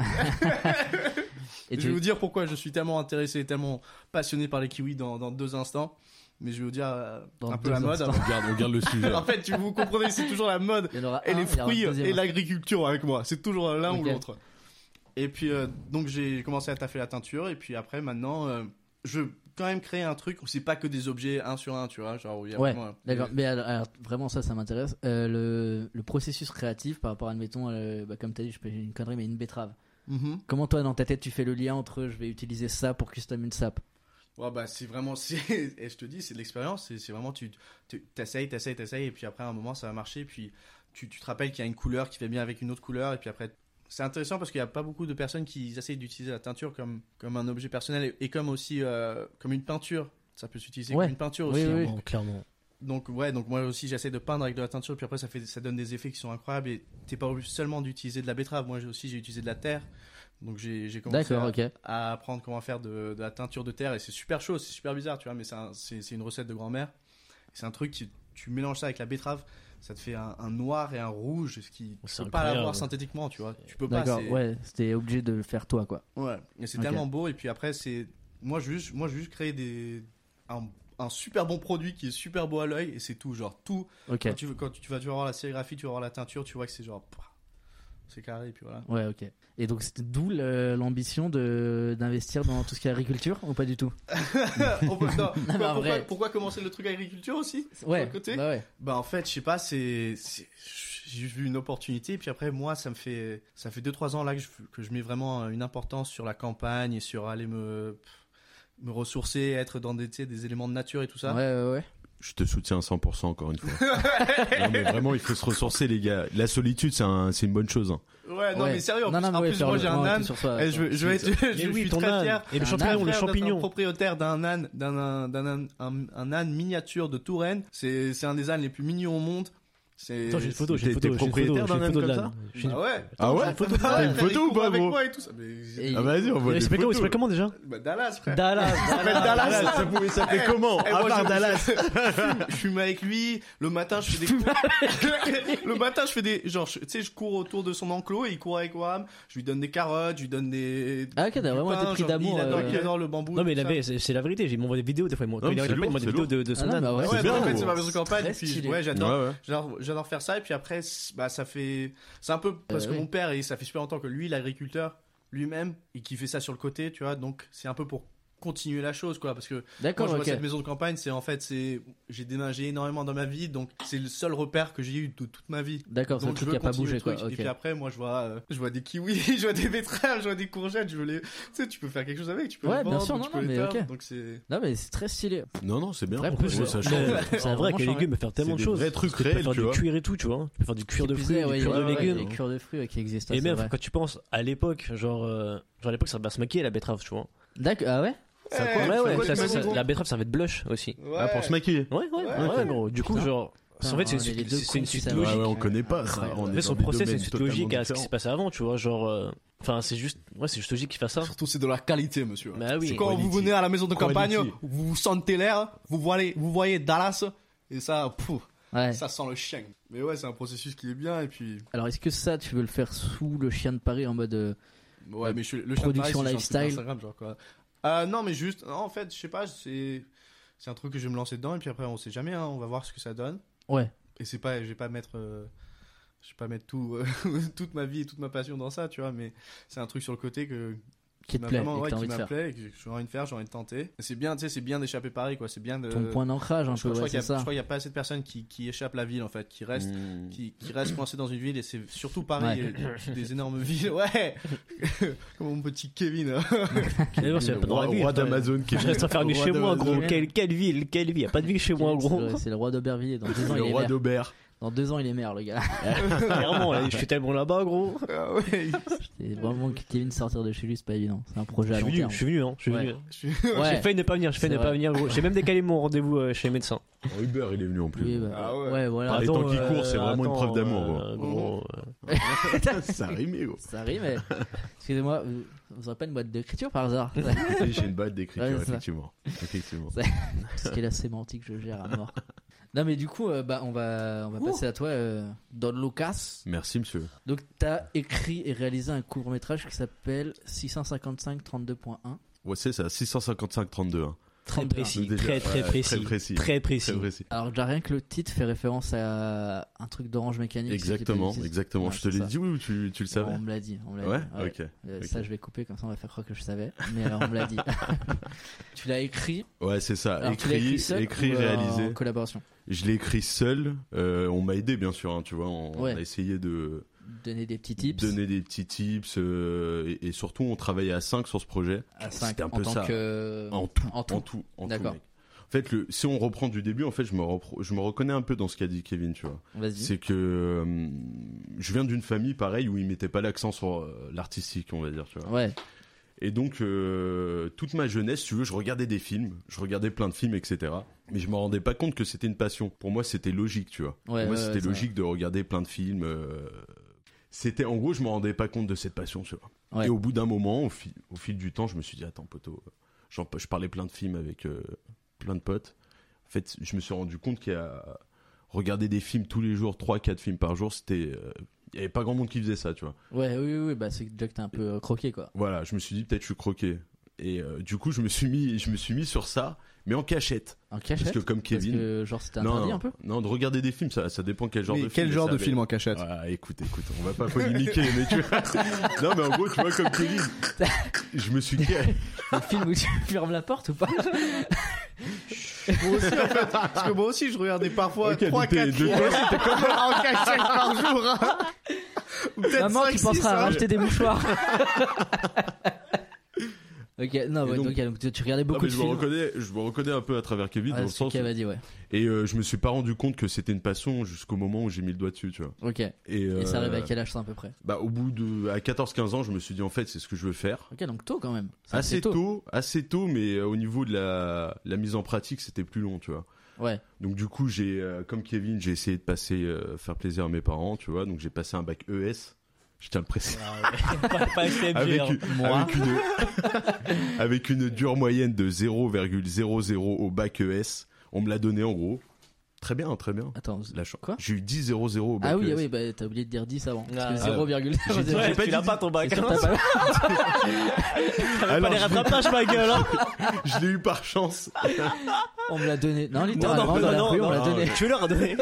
Et Je tu vais vous dire pourquoi je suis tellement intéressé, tellement passionné par les kiwis dans, dans deux instants. Mais je vais vous dire euh, Dans un peu deux la mode. instants. On garde, on garde le sujet. En fait, tu vous comprenez, c'est toujours la mode il y en aura et un, les il y aura un fruits deuxième. et l'agriculture avec moi. C'est toujours l'un Ok. ou l'autre. Et puis, euh, donc j'ai commencé à taffer la teinture. Et puis après, maintenant, euh, je veux quand même créer un truc où c'est pas que des objets un sur un, tu vois. Genre où il y a Ouais, vraiment, D'accord. Mais alors, alors, vraiment, ça, ça m'intéresse. Euh, le, le processus créatif par rapport à, admettons, euh, bah, comme tu as dit, je peux une connerie, mais une betterave. Mhm. Comment toi, dans ta tête, tu fais le lien entre je vais utiliser ça pour custom une sape? Ouais, bah, c'est vraiment, c'est, et je te dis, c'est de l'expérience, c'est, c'est vraiment, tu, tu t'essayes, t'essayes, t'essayes, et puis après, à un moment, ça va marcher, puis tu, tu te rappelles qu'il y a une couleur qui fait bien avec une autre couleur, et puis après, c'est intéressant parce qu'il n'y a pas beaucoup de personnes qui essayent d'utiliser la teinture comme, comme un objet personnel, et, et comme aussi, euh, comme une peinture. Ça peut s'utiliser Ouais. comme une peinture Oui, aussi. oui, hein. oui. Clairement, clairement. Donc, ouais, donc moi aussi, j'essaie de peindre avec de la teinture, puis après, ça fait, ça donne des effets qui sont incroyables, et t'es pas obligé seulement d'utiliser de la betterave. Moi j'ai aussi, j'ai utilisé de la terre. Donc j'ai, j'ai commencé D'accord, à, ok. à apprendre comment faire de, de la teinture de terre et c'est super chaud, c'est super bizarre, tu vois, mais c'est, un- c'est, c'est une recette de grand-mère. C'est un truc qui tu mélanges ça avec la betterave, ça te fait un, un noir et un rouge, ce qui tu C'est peux pas incroyable. l'avoir synthétiquement, tu vois. Tu peux pas. D'accord, c'est- ouais, c'était obligé de le faire toi, quoi. Ouais. Et c'est Ok. tellement beau et puis après c'est moi je veux juste, moi je veux juste créer des un, un super bon produit qui est super beau à l'œil et c'est tout, genre tout. Ok. Quand tu veux- quand tu, tu vas tu vas voir la sérigraphie, tu vas voir la teinture, tu vois que c'est genre pah, c'est carré et puis voilà. Ouais, ok. Et donc, c'était d'où le- l'ambition de, d'investir dans tout ce qui est agriculture ou pas du tout? On peut- non, mais en pourquoi, vrai. pourquoi commencer le truc agriculture aussi? Ouais, de côté bah ouais. Bah en fait, je sais pas, c'est, c'est- j'ai juste vu une opportunité et puis après moi ça me fait ça fait deux trois ans là que je, que je mets vraiment une importance sur la campagne et sur aller me me ressourcer, être dans des tu sais, des éléments de nature et tout ça. Ouais, ouais, ouais. Je te soutiens à cent pour cent encore une fois. Non, mais vraiment, il faut se ressourcer, les gars. La solitude, c'est un, c'est une bonne chose. Hein. Ouais, non Ouais. mais sérieux, en Non, plus, non, mais en ouais, plus faire moi le j'ai un point et âne. tout sur soi, Et je, je, vais être- je, Mais oui, suis ton très âne. fier. Et le Un champignon, âne, le Frère d'être un champignon. propriétaire d'un âne, d'un âne, d'un âne, un, un âne miniature de Touraine. C'est, c'est un des ânes les plus mignons au monde. C'est... Attends, j'ai une photo, j'ai une T'es- photo, t'es j'ai une photo, propriétaire j'ai une d'un photo de âne l'âne. comme J'ai une- Ah ouais. Ah ouais? J'ai une photo, T'as une ouais, photo il ou pas, court avec gros? moi et tout ça. Mais... Et- Ah vas-y, on voit Il des s'appelle comment, il photos. s'appelle comment déjà? Bah, Dallas, frère. Dallas. Il s'appelle Dallas. Dallas, ça pouvait s'appeler Eh, comment? eh, À moi, part je- Dallas. Je fume avec lui. Le matin, je fais des. Le matin, je fais des. Genre, je- tu sais, je cours autour de son enclos et il court avec Wam. Je lui donne des carottes, je lui donne des. Ah, ok, t'as du vraiment pain, été pris genre, d'amour, Il adore, euh, il adore le bambou. Non, mais il tout ça. avait, c'est c'est la vérité, il m'envoie des vidéos des fois. Quand Non, il mais arrive c'est pas, il m'envoie lourd, des vidéos c'est de, de son Ah non, âne. bah ouais. Ouais, C'est bah, bien, en fait, gros. c'est ma maison de campagne. Très Et puis, stylé. ouais, j'adore. Ouais, ouais. J'adore, j'adore faire ça. Et puis après, c'est- bah, ça fait. C'est un peu parce Euh, que oui. mon père, et ça fait super longtemps que lui, l'agriculteur, lui-même, et qui fait ça sur le côté, tu vois. Donc, c'est un peu pour continuer la chose, quoi. Parce que moi, D'accord, je vois ok. cette maison de campagne, c'est en fait, c'est. J'ai déménagé énormément dans ma vie, donc c'est le seul repère que j'ai eu de toute ma vie. D'accord, c'est le Donc, je truc veux qui a pas continuer bougé, le quoi. truc. Ok. Et puis après, moi, je vois, euh, je vois des kiwis, je vois des betteraves, je vois des courgettes, je veux les. Tu sais, tu peux faire quelque chose avec, tu peux Ouais, les bien vendre, sûr, tu non, peux non, les mais faire, ok. Donc c'est. Non, mais c'est très stylé. Non, non, c'est bien. Vrai En En plus, Ouais, c'est ça change. c'est un vrai Vraiment que les charmé. légumes peuvent faire tellement de C'est des choses. vrais trucs Tu peux réels, faire tu du vois. cuir et tout, tu vois. Tu peux faire du cuir de Qui fruits, plus est, du ouais, cuir il y de a- ouais, légumes. Les cures de fruits ouais, qui existent. Et c'est même vrai. quand tu penses à l'époque, genre, euh, genre à l'époque, ça va se maquiller la betterave, tu vois. D'accord, ah ouais Ça Ouais, quoi, ouais, quoi, ça- tu ça- m'as dit, la betterave, ça va être blush aussi. Ouais. Ah, pour se maquiller. Ouais, ouais, Ouais, ouais, ok. gros. Du coup, Putain. genre, Putain, en fait, c'est on est les une deux suite- c'est une cons qui suite savent. Ouais, logique. ouais, on connaît pas ça. Incroyable. On En est fait, son dans des process, c'est une domaines suite totalement logique à ce qui se différents. passe avant, tu vois. Genre, euh, enfin, c'est juste, ouais, c'est juste logique qu'il fasse ça. Surtout, c'est de la qualité, monsieur. Bah oui. C'est quand Quality. vous venez à la maison de campagne, Quality. vous sentez l'air, vous voyez, vous voyez Dallas, et ça, pouf, Ouais. ça sent le chien. Mais ouais, c'est un processus qui est bien, et puis. Alors, est-ce que ça, tu veux le faire sous le chien de Paris en mode. euh, Ouais, mais je suis, le Production chien de Paris, c'est lifestyle. sur Instagram, genre quoi. Euh, non, mais juste, non, en fait, je sais pas, c'est, c'est un truc que je vais me lancer dedans, et puis après, on sait jamais, hein, on va voir ce que ça donne. Ouais. Et c'est pas, je vais pas mettre, euh, je vais pas mettre tout, euh, toute ma vie et toute ma passion dans ça, tu vois, mais c'est un truc sur le côté que, Qui te m'a plaît vraiment, et que ouais, t'as qui envie de faire. m'appelait, et que j'ai envie de faire, j'ai envie de tenter. Et c'est bien, tu sais, c'est bien d'échapper Paris, quoi, c'est bien de. Ton point d'ancrage, un je, peu, crois ouais, qu'il y a- c'est ça. je crois qu'il y a pas assez de personnes qui, qui échappent la ville, en fait, qui restent. Mmh. Qui, qui restent coincés dans une ville et c'est surtout Paris, Ouais. euh, des énormes villes, ouais, comme mon petit Kevin. D'ailleurs, c'est Le pas dans roi la ville. roi putain. d'Amazon qui Je reste enfermé Roi chez moi, d'Amazon. gros. Quelle, quelle ville, quelle ville. Y a pas de ville chez moi, C'est gros. le- C'est le roi d'Aubervilliers. Dans deux ans, le il est roi maire. d'Aubert. Dans deux ans, il est maire, le gars. Clairement, là, je suis tellement là-bas, gros. Ah ouais, C'est vraiment que Kevin sortir de chez lui, c'est pas évident. C'est un projet Je à suis long venu, terme. je suis venu, hein. Je suis Ouais. venu. je suis- Ouais. J'ai failli ne pas venir, j'ai failli C'est ne pas vrai. venir, gros. J'ai même décalé mon rendez-vous euh, chez le médecin. En Uber, il est venu en plus. Oui, bah, Ah ouais. ouais, voilà. Par les temps qui courent, c'est vraiment une preuve d'amour, gros. euh, gros, Ça rime, gros. Ça arrive, mais. Excusez-moi, vous vous aurez pas une boîte d'écriture par hasard J'ai une batte d'écriture, Ouais, c'est ça. effectivement. Effectivement. Parce que la sémantique, je gère à mort. Non, mais du coup, euh, bah, on va, on va passer à toi, euh, Don Lucas. Merci, monsieur. Donc, t'as écrit et réalisé un court-métrage qui s'appelle six cent cinquante-cinq trente-deux point un. Ouais, c'est ça, six cent cinquante-cinq trente-deux. Hein. Très précis, Déjà, très très ouais, précis. Très précis. Très précis. Très précis. Alors, déjà, rien que le titre fait référence à un truc d'Orange Mécanique. Exactement, c'est qui t'a dit- exactement. Ouais, je te c'est l'ai ça. dit, oui, ou tu, tu le savais? On me l'a dit. On me l'a Ouais, dit. ok. Euh, ok. Ça, je vais couper, comme ça, on va faire croire que je savais. Mais alors, on me l'a dit. Tu l'as écrit. Ouais, c'est ça. Alors, tu l'as écrit, écrit seul écrit, ou, euh, réalisé. en collaboration. Je l'ai écrit seul. Euh, on m'a aidé, bien sûr. Hein, tu vois, on, Ouais. on a essayé de Donner des petits tips. donner des petits tips euh, et, et surtout, on travaillait à cinq sur ce projet. à cinq C'était un en peu tant ça. que. En tout, en en tout. tout, en tout, D'accord. mec. En fait, le, si on reprend du début, en fait, je me, repro- je me reconnais un peu dans ce qu'a dit Kevin, tu vois. Vas-y. C'est que euh, je viens d'une famille pareil où ils mettaient pas l'accent sur euh, l'artistique, on va dire, tu vois. Ouais. Et donc euh, toute ma jeunesse, si tu veux, je regardais des films, je regardais plein de films, et cetera. Mais je me rendais pas compte que c'était une passion. Pour moi, c'était logique, tu vois. Ouais, Pour moi, ouais, c'était ouais, logique de regarder plein de films. euh, C'était, en gros, je me rendais pas compte de cette passion, tu vois. Ouais. Et au bout d'un moment, au, fi- au fil du temps, je me suis dit, attends, poteau, genre, je parlais plein de films avec euh, plein de potes. En fait, je me suis rendu compte qu'il y a regarder des films tous les jours, trois quatre films par jour, c'était, euh, il y avait pas grand monde qui faisait ça, tu vois. Ouais, oui, oui, oui, bah c'est déjà que t'es un peu euh, croqué, quoi. Voilà, je me suis dit peut-être je suis croqué. Et euh, du coup, je me suis mis, je me suis mis sur ça, mais en cachette. En cachette. Parce que comme Parce Kevin, que, genre, c'était non, interdit non, un peu. non, de regarder des films, ça, ça dépend quel genre Mais de film. quel genre ça de avait- film en cachette? Ah, écoute, écoute, on va pas polémiquer, mais tu vois. Non, mais en gros, tu vois, comme Kevin, je me suis dit, Un film où tu fermes la porte ou pas? Moi aussi, en fait. Parce que moi aussi, je regardais parfois Ok, trois t'es- quatre de- films en cachette par jour. Hein. Ou peut-être Maman, cinq, tu six, penseras à hein. racheter des mouchoirs. Ok, non, Et ouais, donc- donc, donc, tu- tu regardais Non, beaucoup mais de je me films. reconnais, je me reconnais un peu à travers Kevin Ouais, dans le c'est ce sens. qu'elle m'a dit, ouais. Et euh, je me suis pas rendu compte que c'était une passion jusqu'au moment où j'ai mis le doigt dessus, tu vois. Ok. Et Et, ça euh, arrive à quel âge, ça, à peu près? Bah, au bout de, à quatorze quinze ans, je me suis dit, en fait, c'est ce que je veux faire. Ok, donc tôt quand même. C'est Assez tôt. assez tôt, mais euh, au niveau de la, la mise en pratique, c'était plus long, tu vois. Ouais. Donc du coup, j'ai, euh, comme Kevin, j'ai essayé de passer, euh, faire plaisir à mes parents, tu vois. Donc j'ai passé un bac E S. Je tiens à le préciser. Ah, ouais. pas, pas S M G, Avec, hein. une, Moi. avec, une, avec une dure moyenne de zéro virgule zéro zéro au bac E S. On me l'a donné en gros. Très bien, très bien. Attends, La ch- quoi? J'ai eu dix virgule zéro zéro au bac Ah oui, E S. ah oui, bah t'as oublié de dire dix avant. Parce Ah, que ah, zéro virgule zéro j'ai dit- zéro. j'ai Ouais, pas tu dit l'as dix. pas ton bac. Est-ce que hein. t'as pas- T'avais Alors, pas les je- rattrapages, ma gueule, hein. Je l'ai eu par chance. On me l'a donné. Non, Non, littéralement, non, dans la non, rue, on non, l'a non, donné. Tu leur as donné.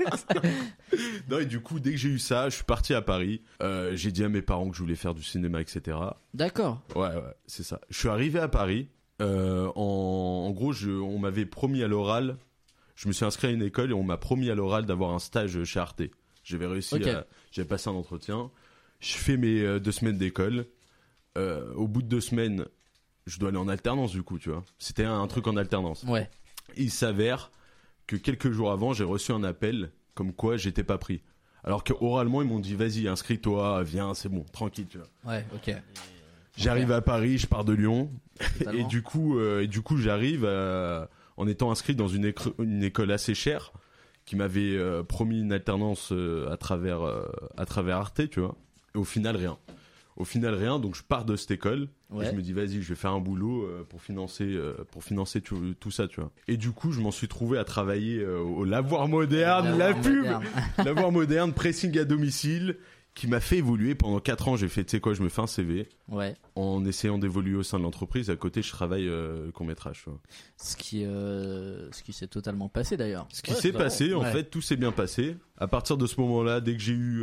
Non, et du coup, dès que j'ai eu ça, je suis parti à Paris. Euh, j'ai dit à mes parents que je voulais faire du cinéma, et cetera. D'accord. Ouais, ouais, c'est ça. Je suis arrivé à Paris. Euh, en, en gros, je, on m'avait promis à l'oral. Je me suis inscrit à une école et on m'a promis à l'oral d'avoir un stage chez Arte. J'avais réussi Ok. à. J'avais passé un entretien. Je fais mes euh, deux semaines d'école. Euh, au bout de deux semaines, je dois aller en alternance, du coup, tu vois. C'était un, un truc en alternance. Ouais. Il s'avère que quelques jours avant, j'ai reçu un appel comme quoi j'étais pas pris. Alors qu'oralement, ils m'ont dit vas-y, inscris-toi, viens, c'est bon, tranquille, tu vois. Ouais, ok. J'arrive à Paris, je pars de Lyon, et Totalement. du coup, euh, et du coup, j'arrive euh, en étant inscrit dans une, écre- une école assez chère qui m'avait euh, promis une alternance euh, à travers euh, à travers Arte, tu vois. Et au final, rien. Au final, rien. Donc, je pars de cette école et Ouais. je me dis vas-y, je vais faire un boulot euh, pour financer euh, pour financer tout, tout ça, tu vois. Et du coup, je m'en suis trouvé à travailler euh, au lavoir moderne, la Lavoir pub, moderne. lavoir moderne, pressing à domicile, qui m'a fait évoluer pendant quatre ans. J'ai fait, tu sais quoi, je me fais un C V. Ouais. En essayant d'évoluer au sein de l'entreprise, à côté, je travaille euh, court-métrage. tu vois. Ce qui, euh, ce qui s'est totalement passé d'ailleurs. Ce qui Ouais, s'est c'est passé, en Ouais. fait, tout s'est bien passé. À partir de ce moment-là, dès que j'ai eu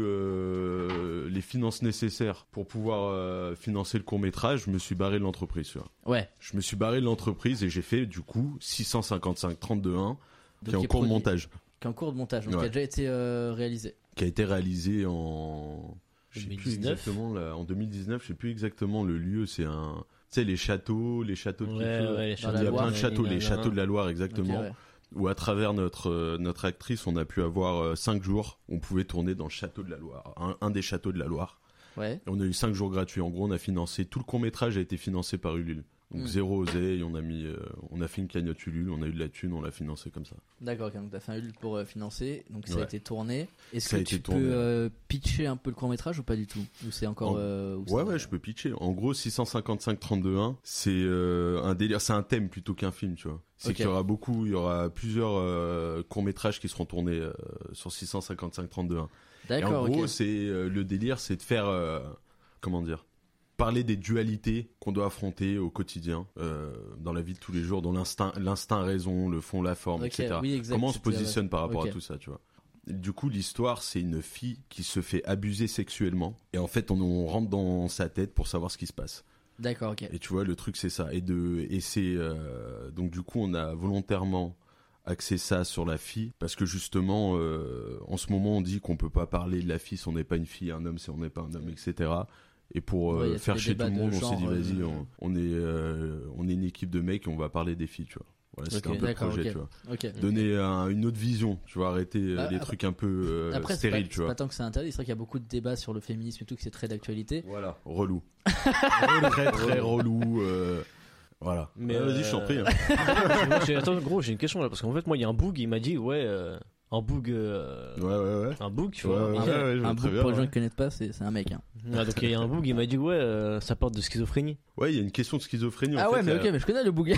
euh, les finances nécessaires pour pouvoir euh, financer le court-métrage, je me suis barré de l'entreprise. tu vois. Ouais. Je me suis barré de l'entreprise et j'ai fait, du coup, six cent cinquante-cinq trente-deux un, qui est en qui est cours de produit- montage, Qui est en cours de montage, donc Ouais. qui a déjà été euh, réalisé. qui a été réalisé en... Je sais deux mille plus dix-neuf. exactement, là, en deux mille dix-neuf, je sais plus exactement le lieu, c'est un... Tu sais, les châteaux, les châteaux de Ouais, quelque chose. ouais, les Dans châteaux. la Il y a Loire, plein de châteaux, les nanana. châteaux de la Loire, exactement. Ok, ouais. Où à travers notre euh, notre actrice, on a pu avoir euh, cinq jours. On pouvait tourner dans le château de la Loire, un, un des châteaux de la Loire. Ouais. Et on a eu cinq jours gratuits. En gros, on a financé tout le court métrage a été financé par Ulule. Donc Mm. zéro oseille, on a mis, euh, on a fait une cagnotte Ulule, on a eu de la thune, on l'a financé comme ça. D'accord, ok, donc t'as fait un Ulule pour euh, financer, donc ça a Ouais. été tourné. Est-ce Ça que a été tu tourné. peux euh, pitcher un peu le court métrage ou pas du tout? Ou c'est encore. En- euh, ou Ouais, c'est- ouais, je peux pitcher. En gros, six cent cinquante-cinq trente-deux un, c'est euh, un délire, c'est un thème plutôt qu'un film, tu vois. C'est Ok. qu'il y aura beaucoup, il y aura plusieurs euh, courts métrages qui seront tournés euh, sur six cent cinquante-cinq trente-deux un. Et en D'accord, gros, ok. c'est euh, le délire, c'est de faire, euh, comment dire, parler des dualités qu'on doit affronter au quotidien, euh, dans la vie de tous les jours, dans l'instinct, l'instinct raison, le fond, la forme, Ok, et cetera. oui, exact, Comment on se c'était- positionne par rapport ok. à tout ça, tu vois. Et du coup, l'histoire, c'est une fille qui se fait abuser sexuellement, et en fait, on, on rentre dans sa tête pour savoir ce qui se passe. D'accord, ok. Et tu vois, le truc, c'est ça. Et de, et c'est euh, donc du coup, on a volontairement axé ça sur la fille parce que justement, euh, en ce moment, on dit qu'on peut pas parler de la fille si on n'est pas une fille, un homme si on n'est pas un homme, et cetera. Et pour euh, Ouais, y a tous faire les chier tout le débats de monde, on s'est genre, dit euh, vas-y, on, on est, euh, on est une équipe de mecs et on va parler des filles, tu vois. Voilà, c'était Ok, un peu le d'accord, projet, ok. tu vois. Ok. Donner un- une autre vision, tu vois, arrêter euh, Bah, les après- trucs un peu euh, Après, c'est stériles, pas, tu c'est vois. pas tant que c'est interdit, c'est vrai qu'il y a beaucoup de débats sur le féminisme et tout, que c'est très d'actualité. Voilà, relou. très très relou. euh, Voilà. Mais, Ouais, Vas-y, je t'en euh, prie. hein. Moi, j'ai- Attends, gros, j'ai une question là, parce qu'en fait, moi, il y a un bug, il m'a dit, ouais, euh, un bug, euh, Ouais, ouais, ouais. un bug, tu Ouais, vois. ouais, Un, ouais, ouais, je vois un très book, bien, pour les gens ouais. qui connaissent pas, c'est c'est un mec. Hein. Ouais, donc il y a un bug, il m'a dit, ouais, euh, ça porte de schizophrénie. Ouais, il y a une question de schizophrénie. en Ah fait, ouais, mais il y a- ok, mais je connais le book.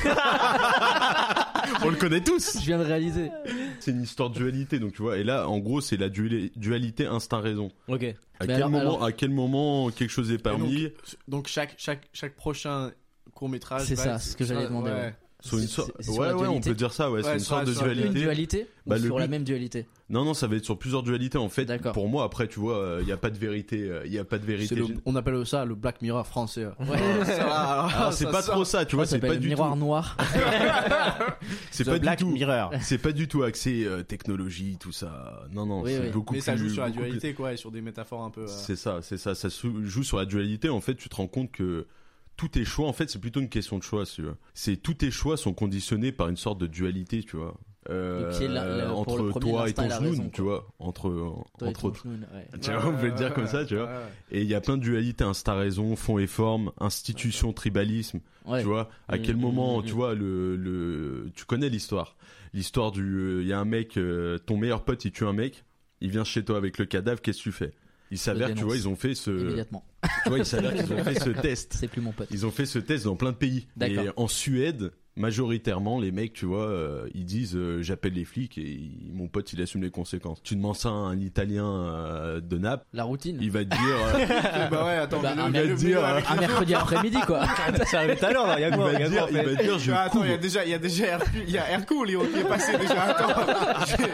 On le connaît tous. Je viens de réaliser. C'est une histoire de dualité, donc tu vois. Et là, en gros, c'est la duali- dualité instinct-raison. Ok. À Mais quel alors- moment, alors- à quel moment quelque chose est Et permis donc, donc chaque, chaque, chaque prochain court-métrage. C'est va ça, être- c'est ce que j'allais demander, ouais. sur une C'est- sorte. c'est sur Ouais, la ouais, on dualité peut dire ça. Ouais, c'est Ouais, une sur sorte la- de sur la- dualité. Une dualité Bah, ou le sur la but- même dualité? Non, non, ça va être sur plusieurs dualités. En fait, D'accord. pour moi, après, tu vois, il n'y a pas de vérité. Il n'y a pas de vérité. C'est le- gén- on appelle ça le Black Mirror français. Ouais. Alors, c'est pas trop ça, tu vois. Ouais, ça C'est pas s'appelle du Miroir tout. Noir. C'est The pas Black du tout. Mirror. C'est pas du tout axé euh, technologie, tout ça. Non, non, Oui, c'est oui. beaucoup Mais ça plus- joue sur la beaucoup plus- dualité, quoi, et sur des métaphores un peu. euh, C'est ça, c'est ça. Ça se joue sur la dualité. En fait, tu te rends compte que tous tes choix, en fait, c'est plutôt une question de choix, si tu veux. C'est tous tes choix sont conditionnés par une sorte de dualité, tu vois. Euh, Donc, qui est la- la- pour le entre premier, toi et l'instinct ton et la genoun, raison, tu quoi. vois, entre Toi et entre ton autres. chenoun, ouais. Tu vois, on peut le dire comme ça, tu vois. Ouais, ouais. Et il y a plein de dualités, instinct raison, fond et forme, institution, tribalisme, Ouais. tu vois. À Mmh, quel mmh, moment, mmh, tu mmh. vois, le le tu connais l'histoire. L'histoire du il y a un mec euh, ton meilleur pote, il tue un mec, il vient chez toi avec le cadavre, qu'est-ce que tu fais? Il s'avère que tu dénonce. vois, ils ont fait ce Immédiatement. tu vois, il s'avère qu'ils ont fait ce test. C'est plus mon pote. Ils ont fait ce test dans plein de pays. D'accord. Et en Suède, majoritairement, les mecs, tu vois, euh, ils disent euh, j'appelle les flics et il- mon pote, il assume les conséquences. Tu demandes ça à un Italien euh, de Naples, La routine. il va te dire euh, Bah ouais, attends, Bah, mais un le- mec le- dire, le- avec Un les mercredi après-midi, quoi. Ça arrive tout à l'heure, là. Il y a il quoi, va il y a dire, quoi, en il fait va dire je Ah, attends, il y a couvre. déjà, il y a déjà Hercule, il y a Hercule Léo, qui est passé déjà. Attends, j'ai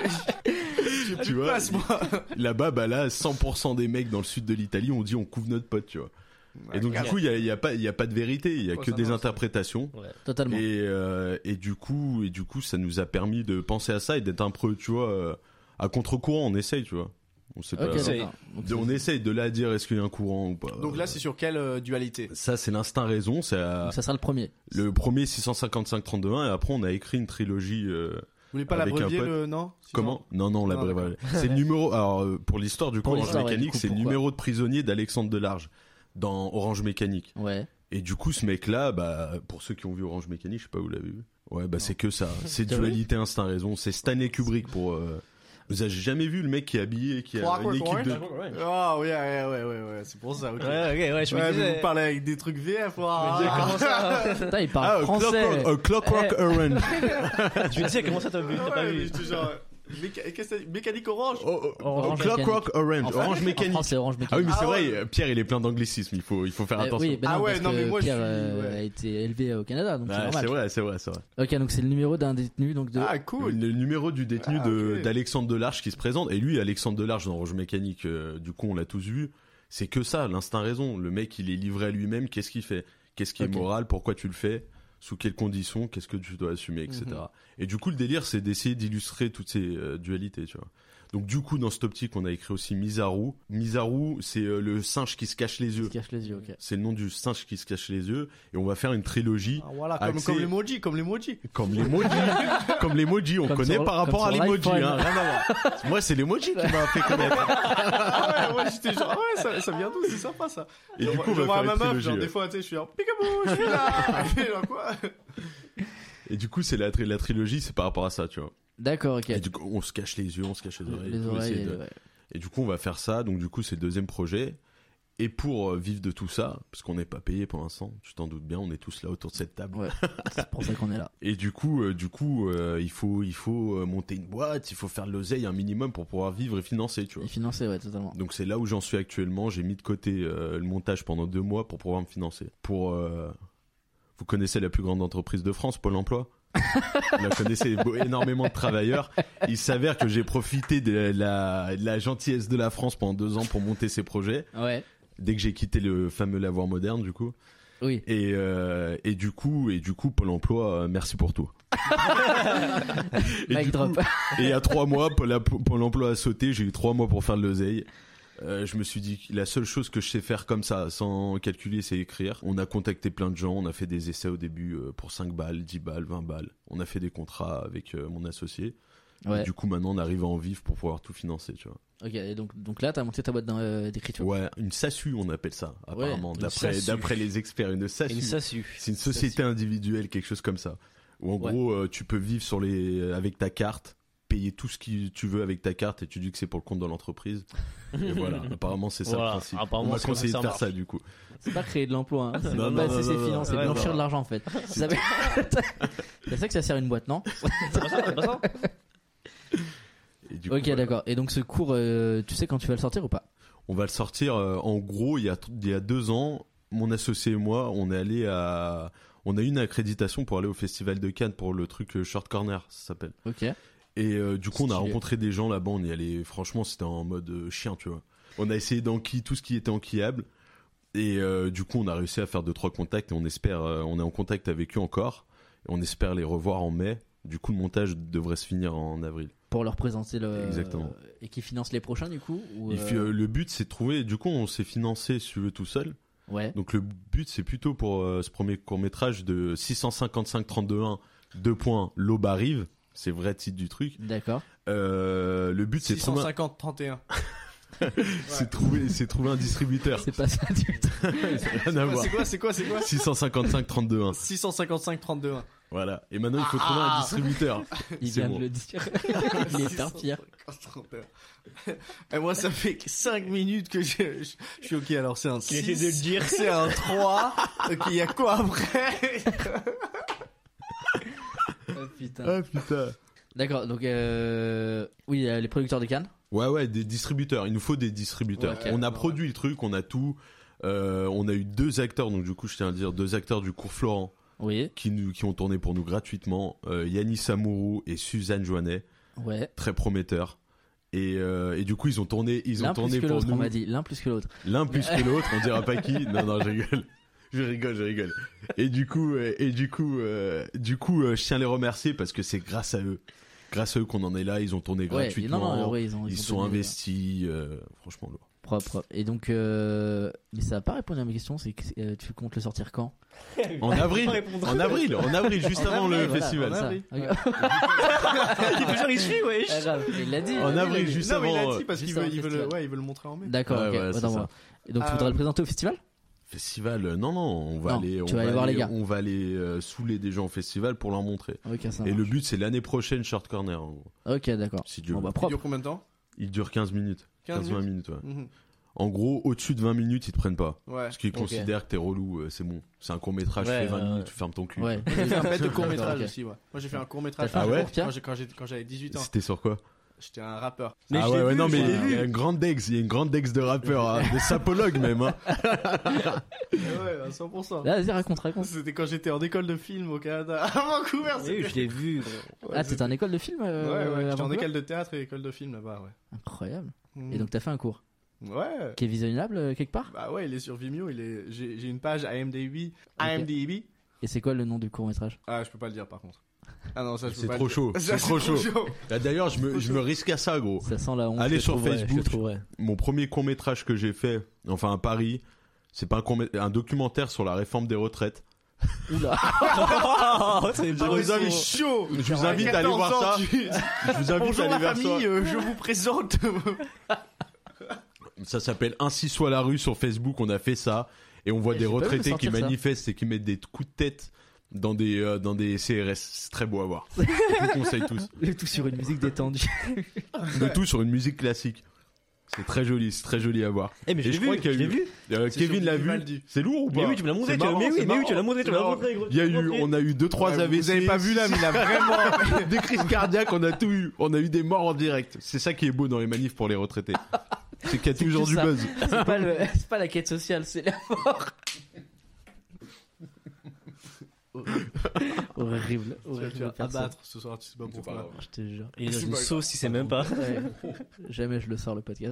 j'ai plus Tu de vois, place, moi. Là-bas, bah là, cent pour cent des mecs dans le sud de l'Italie ont dit on couvre notre pote, tu vois. Et donc, du coup, il y a, il y a pas, il y a pas de vérité, il y a Ouais, que ça des va, ça. interprétations. Ouais. Totalement. Et, euh, et du coup, et du coup, ça nous a permis de penser à ça et d'être un peu, tu vois, euh, à contre-courant. On essaye, tu vois. On sait pas. Ok, c'est- d'accord. Donc, De- on essaye de là à dire est-ce qu'il y a un courant ou pas. Donc là, c'est sur quelle euh, dualité? Ça, c'est l'instinct raison. C'est à- donc ça sera le premier. le premier six cent cinquante-cinq trente-deux et après on a écrit une trilogie. euh, Vous voulez pas Avec un l'abrévier, pote. le non? Sinon- Comment Non, non, la Non, vraie- d'accord. vraie- c'est le numéro. Alors euh, pour l'histoire du coup, Pour Orange l'histoire, ouais, Mécanique, du coup, c'est le pourquoi numéro de prisonnier d'Alexandre Delarge dans Orange Mécanique. Ouais. Et du coup, ce mec-là, bah, pour ceux qui ont vu Orange Mécanique, je sais pas où vous l'avez vu. Ouais, bah c'est que ça. C'est T'as vu dualité instinct raison. C'est Stanley Kubrick pour. Euh... Vous avez jamais vu le mec qui est habillé, qui a Clockwork une équipe de. Orange Ah ouais, ouais, ouais, ouais, ouais, c'est pour ça. Ok. Ouais, ok, ouais, je me Ouais, mais disais. vous parlez avec des trucs V F, ouah. Je me disais, comment ça Putain, il parle Ah, a français. Clockwork, a Clockwork Eh. Orange. Je me disais, comment ça t'as vu? T'as Ah pas ouais, mais vu? j'étais genre, méca- qu'est-ce que t'as dit Mécanique orange? Oh, oh, Orange Clockwork Orange. En Orange En Mécanique. France, c'est Orange Ah oui, Mécanique. mais c'est Ah vrai, ouais. Pierre, il est plein d'anglicismes. Il faut, il faut faire Euh, attention. oui, ben Ah non, ouais, parce non, mais que moi, je Pierre suis- euh, ouais. a été élevé au Canada, donc Bah, c'est c'est normal. vrai, c'est vrai, c'est vrai. Ok, donc c'est le numéro d'un détenu, donc de. Ah, cool. Le numéro du détenu Ah, de- ok. d'Alexandre Delarge qui se présente. Et lui, Alexandre Delarge dans Orange Mécanique, euh, du coup, on l'a tous vu. C'est que ça, l'instinct raison. Le mec, il est livré à lui-même. Qu'est-ce qu'il fait? Qu'est-ce qui Ok. est moral? Pourquoi tu le fais? Sous quelles conditions? Qu'est-ce que tu dois assumer, et cetera. Et du coup, le délire, c'est d'essayer d'illustrer toutes ces euh, dualités, tu vois. Donc, du coup, dans cette optique, on a écrit aussi Misaru. Misaru, c'est euh, le singe qui se cache les Il se yeux. cache les yeux, ok. C'est le nom du singe qui se cache les yeux. Et on va faire une trilogie Ah, voilà, comme, Axé- comme l'emoji, comme l'emoji. comme l'emoji. Comme l'emoji, on Comme connaît sur- par rapport à comme sur l'emoji, l'iPhone. hein, rien à voir. Moi, c'est l'emoji qui m'a fait connaître. Ah ouais, ouais, j'étais genre, ah ouais, ça, ça vient d'où? C'est sympa, ça. Et Genre, du coup, on je va vois faire ma une meuf, trilogie. genre, ouais. des fois, tu sais, je suis genre, Picaboo, je suis là. Et genre, quoi? Et du coup, c'est la, tri- la trilogie, c'est par rapport à ça, tu vois. D'accord, ok. Et du coup, on se cache les yeux, on se cache les oreilles. Les pour oreilles, essayer de- ouais. Et du coup, on va faire ça. Donc, du coup, c'est le deuxième projet. Et pour euh, vivre de tout ça, parce qu'on n'est pas payé pour l'instant, tu t'en doutes bien, on est tous là autour de cette table. Ouais, c'est pour ça qu'on est là. Et du coup, euh, du coup, euh, il faut, il faut euh, monter une boîte, il faut faire de l'oseille un minimum pour pouvoir vivre et financer, tu vois. Et financer, ouais, totalement. Donc c'est là où j'en suis actuellement. J'ai mis de côté euh, le montage pendant deux mois pour pouvoir me financer. Pour, euh, vous connaissez la plus grande entreprise de France, Pôle Emploi. Vous la connaissez, beau- énormément de travailleurs. Il s'avère que j'ai profité de la, de la gentillesse de la France pendant deux ans pour monter ces projets. Ouais. Dès que j'ai quitté le fameux lavoir moderne, du coup. Oui. Et, euh, et du coup, et du coup, Pôle Emploi, euh, merci pour tout. et, Mic du drop. coup, et il y a trois mois, Pôle, Pôle Emploi a sauté. J'ai eu trois mois pour faire de l'oseille. Euh, je me suis dit que la seule chose que je sais faire comme ça, sans calculer, c'est écrire. On a contacté plein de gens. On a fait des essais au début euh, pour cinq balles, dix balles, vingt balles. On a fait des contrats avec euh, mon associé. Ouais. Et du coup, maintenant, on arrive à en vivre pour pouvoir tout financer, tu vois. Ok, et donc, donc là, t'as monté ta boîte d'in- euh, d'écriture. Ouais, une S A S U, on appelle ça, apparemment, une d'après, S A S U. d'après les experts. Une S A S U. Une SASU. C'est une société individuelle, quelque chose comme ça. Où en Ouais. gros, euh, tu peux vivre sur les, avec ta carte, payer tout ce que tu veux avec ta carte et tu dis que c'est pour le compte de l'entreprise. Et voilà, apparemment c'est ça Voilà, le principe. apparemment, On m'a c'est comme conseillé ça de que faire ça ça marche. du coup. C'est pas créer de l'emploi, hein. C'est Non, bah, non, c'est non, ses non, finances, c'est ouais, blanchir voilà. de l'argent en fait. Ça veut- C'est ça que ça sert une boîte, non? C'est pas ça, c'est pas ça. Et du coup, Ok, voilà. d'accord. Et donc ce cours, euh, tu sais quand tu vas le sortir ou pas? On va le sortir. euh, en gros, il y a il y a deux ans, mon associé et moi, on est allé à, on a eu une accréditation pour aller au Festival de Cannes pour le truc euh, Short Corner, ça s'appelle. Ok. Et euh, du coup, on a Stylé. rencontré des gens là-bas. On y allait. Franchement, c'était en mode euh, chien, tu vois. On a essayé d'enquiller tout ce qui était enquillable. Et euh, du coup, on a réussi à faire deux trois contacts. Et on espère, euh, on est en contact avec eux encore. Et on espère les revoir en mai. Du coup, le montage devrait se finir en avril. Pour leur présenter le. Exactement. Et qui finance les prochains du coup ou, Il euh, fait- euh, le but, c'est de trouver. Du coup, on s'est financé, si tu veux, tout seul. Ouais. Donc le but, c'est plutôt pour euh, ce premier court métrage de six cent cinquante-cinq trente-deux un deux points. L'aube arrive. C'est le vrai titre du truc. D'accord. Euh, le but c'est de six cent trouver, cinquante trente et un. c'est de trouver, c'est de trouver un distributeur. C'est pas ça du tout. Rien à voir. C'est quoi, c'est quoi, c'est quoi six cent cinquante-cinq trente-deux un. six cent cinquante-cinq trente-deux un. Voilà. Et maintenant il faut trouver un distributeur. Il C'est vient bon. de le dire. Il est parti. Et moi, ça fait que cinq minutes que je, je, je suis ok. Alors, c'est un Qu'il six, essaie de le dire. c'est un trois. Ok, il y a quoi après? Oh, putain. Ah putain. D'accord, donc euh... oui, euh, les producteurs de Cannes. Ouais, ouais, des distributeurs. Il nous faut des distributeurs. Ouais, on a ouais. produit le truc, on a tout. Euh, on a eu deux acteurs, donc du coup, je tiens à dire deux acteurs du cours Florent Oui. qui nous, qui ont tourné pour nous gratuitement. Euh, Yanis Amourou et Suzanne Joannet, Ouais. très prometteurs. Et, euh, et du coup, ils ont tourné, ils ont L'un tourné plus que pour l'autre, nous. on m'a dit. L'un plus que l'autre. L'un plus que l'autre, on dira pas qui. Non, non, je rigole. Je rigole, je rigole. Et du coup, euh, et du coup, euh, du coup, euh, je tiens à les remercier parce que c'est grâce à eux, grâce à eux qu'on en est là. Ils ont tourné Ouais. gratuitement. Non, non, ouais, ils ont. ils ont sont donné, investis, euh, franchement lourd. euh, Propre, propre. Et donc, euh... mais ça a pas répondu à ma question. C'est que euh, tu comptes le sortir quand? En avril, en avril, en avril, juste En avant avril, le voilà, festival. ça. En avril. Ok. Il fait genre, il suit, wesh. Ah, grave, il l'a dit. En il l'a avril, dit. juste Non, mais il avant. a dit parce juste qu'il veut, avant le il veut le, festival. ouais, il veut le montrer en mai. D'accord. Ouais, ok. ouais, c'est Attends, ça. moi. Et donc, tu Euh, voudrais le présenter au festival? Festival, euh, non, non, on va Non, aller, on tu vas va aller voir les gars. on va aller euh, saouler des gens au festival pour leur montrer. Ok, ça Et marche. le but, c'est l'année prochaine, Short Corner, en gros. Ok, d'accord. Si Dieu Bon, veut. bah, Il propre. dure combien de temps? Il dure quinze minutes. quinze quinze vingt minutes, ouais. Mhm. En gros, au-dessus de vingt minutes, ils te prennent pas. Ouais. Parce qu'ils Ok. considèrent que t'es relou, euh, c'est bon. C'est un court-métrage, Ouais, fait vingt ouais, minutes, ouais. tu fermes ton cul. Ouais. J'ai fait un bête de court-métrage Ok. aussi, ouais. Moi, j'ai fait un court-métrage. T'as fait un quand Ah court, tiens j'ai- quand j'ai- quand j'avais dix-huit ans. C'était sur quoi? J'étais un rappeur. Mais Ah je ouais, l'ai ouais, vu, non, mais je l'ai il y a vu. une grande dex, il y a une grande dex de rappeurs, hein, de sapologues même. Hein. Ouais, à cent pour cent. Là, vas-y, raconte, raconte. C'était quand j'étais en école de film au Canada. À Vancouver, Oui, c'était- je l'ai vu, gros. Ah, t'étais en école de film? euh, Ouais, ouais, à j'étais en Vancouver école de théâtre et école de film là-bas, ouais. Incroyable. Mhm. Et donc, t'as fait un cours Ouais. qui est visionnable euh, quelque part? Bah ouais, il est sur Vimeo, il est... j'ai j'ai une page I M D B. I M D B. Et c'est quoi le nom du court métrage? Ah, je peux pas le dire par contre. Ah non, ça je peux C'est pas trop le dire. chaud, Ça, c'est trop chaud. chaud. Là, d'ailleurs, je me, je me risque à ça, gros. Ça sent la honte. Allez je sur trouverais. Facebook. Je le trouverai. Mon premier court-métrage que j'ai fait, enfin à Paris, c'est pas un, court un documentaire sur la réforme des retraites. Oula. C'est Ah beau. ouais, c'est chaud. Je vous invite à aller voir ça. quatorze ans, tu- Je vous invite Bonjour à la aller voir famille, ça. euh, je vous présente. Ça s'appelle Ainsi soit la rue sur Facebook. On a fait ça et on voit Eh, des j'ai pas vu retraités qui sortir ça. manifestent et qui mettent des coups de tête dans des euh, dans des C R S. C'est très beau à voir. Je vous conseille tous. Le tout sur une musique détendue. Le tout sur une musique classique. C'est très joli, c'est très joli à voir. Eh, mais je Et l'ai je crois vu, qu'il y a je l'ai eu- vu. Euh, C'est Kevin sur l'a vu. Vivaldi. C'est lourd ou pas? Mais oui, tu me l'as montré, C'est tu l'as- marrant, mais oui, c'est mais oui, marrant. tu l'as montré, tu C'est l'as marrant. montré, gros. Il y a tu l'as eu, montré. on a eu deux trois Ouais, A V C. Vous avez pas vu là, mais il a vraiment. Des crises cardiaques, on a tout eu. On a eu des morts en direct. C'est ça qui est beau dans les manifs pour les retraités. C'est qu'il y a C'est toujours que du ça. buzz. C'est pas, le... c'est pas la quête sociale, c'est la mort. Horrible, Tu vas horrible. te faire personne. abattre ce soir, tu sais pas pourquoi. Je te jure. Il est dans C'est une pas sauce, il sait même pas. Ouais. Jamais je le sors le podcast.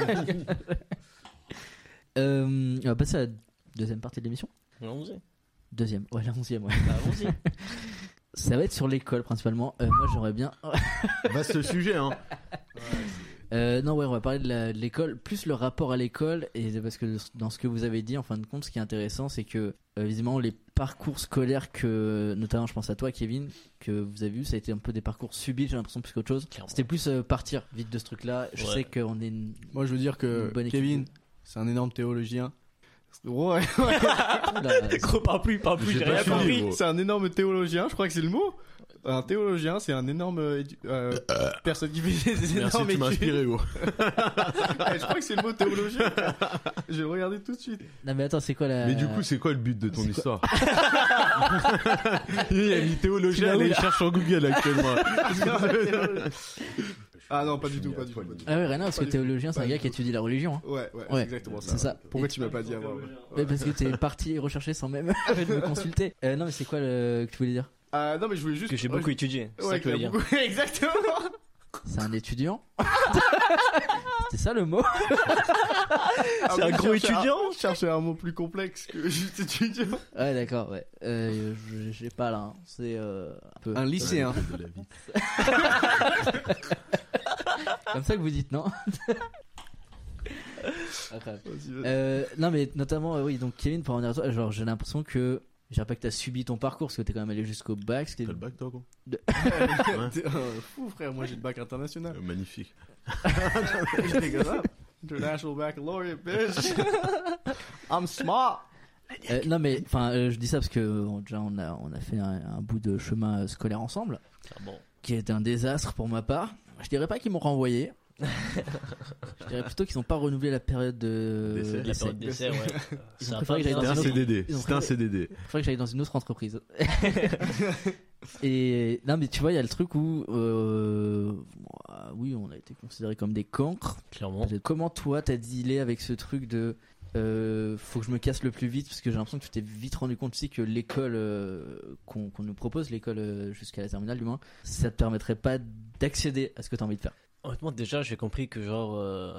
euh, on va passer à la deuxième partie de l'émission. Allons-y. Deuxième, ouais, la onzième, ouais. Bah, allons-y. Ça va être sur l'école principalement. Euh, moi j'aurais bien. Vaste sujet, hein. Euh, non, ouais, on va parler de la- de l'école, plus le rapport à l'école, et c'est parce que dans ce que vous avez dit, en fin de compte, ce qui est intéressant, c'est que euh, visiblement les parcours scolaires que, notamment, je pense à toi, Kevin, que vous avez eu, ça a été un peu des parcours subis, j'ai l'impression plus qu'autre chose. Clairement. C'était plus euh, partir vite de ce truc-là. Je Ouais. sais qu'on est. Une... Moi, je veux dire que Une bonne équipe. Kevin, c'est un énorme théologien. Ouais, Oula, Gros, parle plus, parle plus, J'ai j'ai pas rien fini, compris. gros. c'est un énorme théologien, je crois que c'est le mot. Un théologien, c'est un énorme euh, édu- euh, personne qui fait des Merci, énormes tu m'as études. inspiré, gros. Ouais, je crois que c'est le mot théologien. Je vais le regarder tout de suite. Non, mais attends, c'est quoi la. Mais du coup, c'est quoi le but de ton c'est histoire? Il a mis théologien, Tu l'as il où, là cherche sur Google actuellement. Ah non, pas du tout, pas du tout. pas du tout. Ah ouais, rien, parce Pas que du théologien, c'est un Pas gars du qui étudie la religion. Hein. Ouais, ouais, Ouais, c'est exactement ça. c'est ça. Pourquoi Et- tu m'as pas dit avant? Ouais. Ouais, parce que t'es parti rechercher sans même me consulter. Euh, non, mais c'est quoi le que tu voulais dire? Ah non, mais je voulais juste. Que j'ai ouais, beaucoup étudié. C'est ça Ouais, que je voulais qu'il y a dire. beaucoup- Exactement. C'est un étudiant? C'était ça le mot? Ah, C'est un mais gros je cherchais un- étudiant. Je cherchais un mot plus complexe que juste étudiant. Ouais, d'accord, ouais. Euh, je- j'ai pas là, hein. C'est euh, un peu. Un lycéen. De la vie. Comme ça que vous dites, non? Incroyable. Vas-y, vas-y. Euh, non, mais notamment, euh, oui, donc Kevin, pour en revenir à toi, genre, j'ai l'impression que Je dirais pas que t'as subi ton parcours, parce que t'es quand même allé jusqu'au bac. T'as le bac, toi, gros? T'es un fou, frère. Moi, j'ai le bac international. Euh, Magnifique. International baccalaureate, bitch. I'm smart. Euh, non mais enfin euh, je dis ça parce que euh, déjà on a on a fait un, un bout de chemin euh, scolaire ensemble Ah bon. qui a été un désastre pour ma part. Je dirais pas qu'ils m'ont renvoyé. Je dirais plutôt qu'ils n'ont pas renouvelé la période de D'essai. La d'essai. période d'essai, ouais. Ils Ça ont a préféré pas que j'aille bien dans C'était un un autre- C D D. ils ont C'était un fait- C D D. Il faudrait que j'aille dans une autre entreprise. Et non mais tu vois il y a le truc où euh, oui on a été considérés comme des cancres. Clairement. Peut-être. Comment toi t'as dealé avec ce truc de euh, faut que je me casse le plus vite parce que j'ai l'impression que tu t'es vite rendu compte aussi que l'école euh, qu'on, qu'on nous propose, l'école euh, jusqu'à la terminale du moins, ça te permettrait pas d'accéder à ce que t'as envie de faire. Honnêtement, déjà, j'ai compris que genre, euh,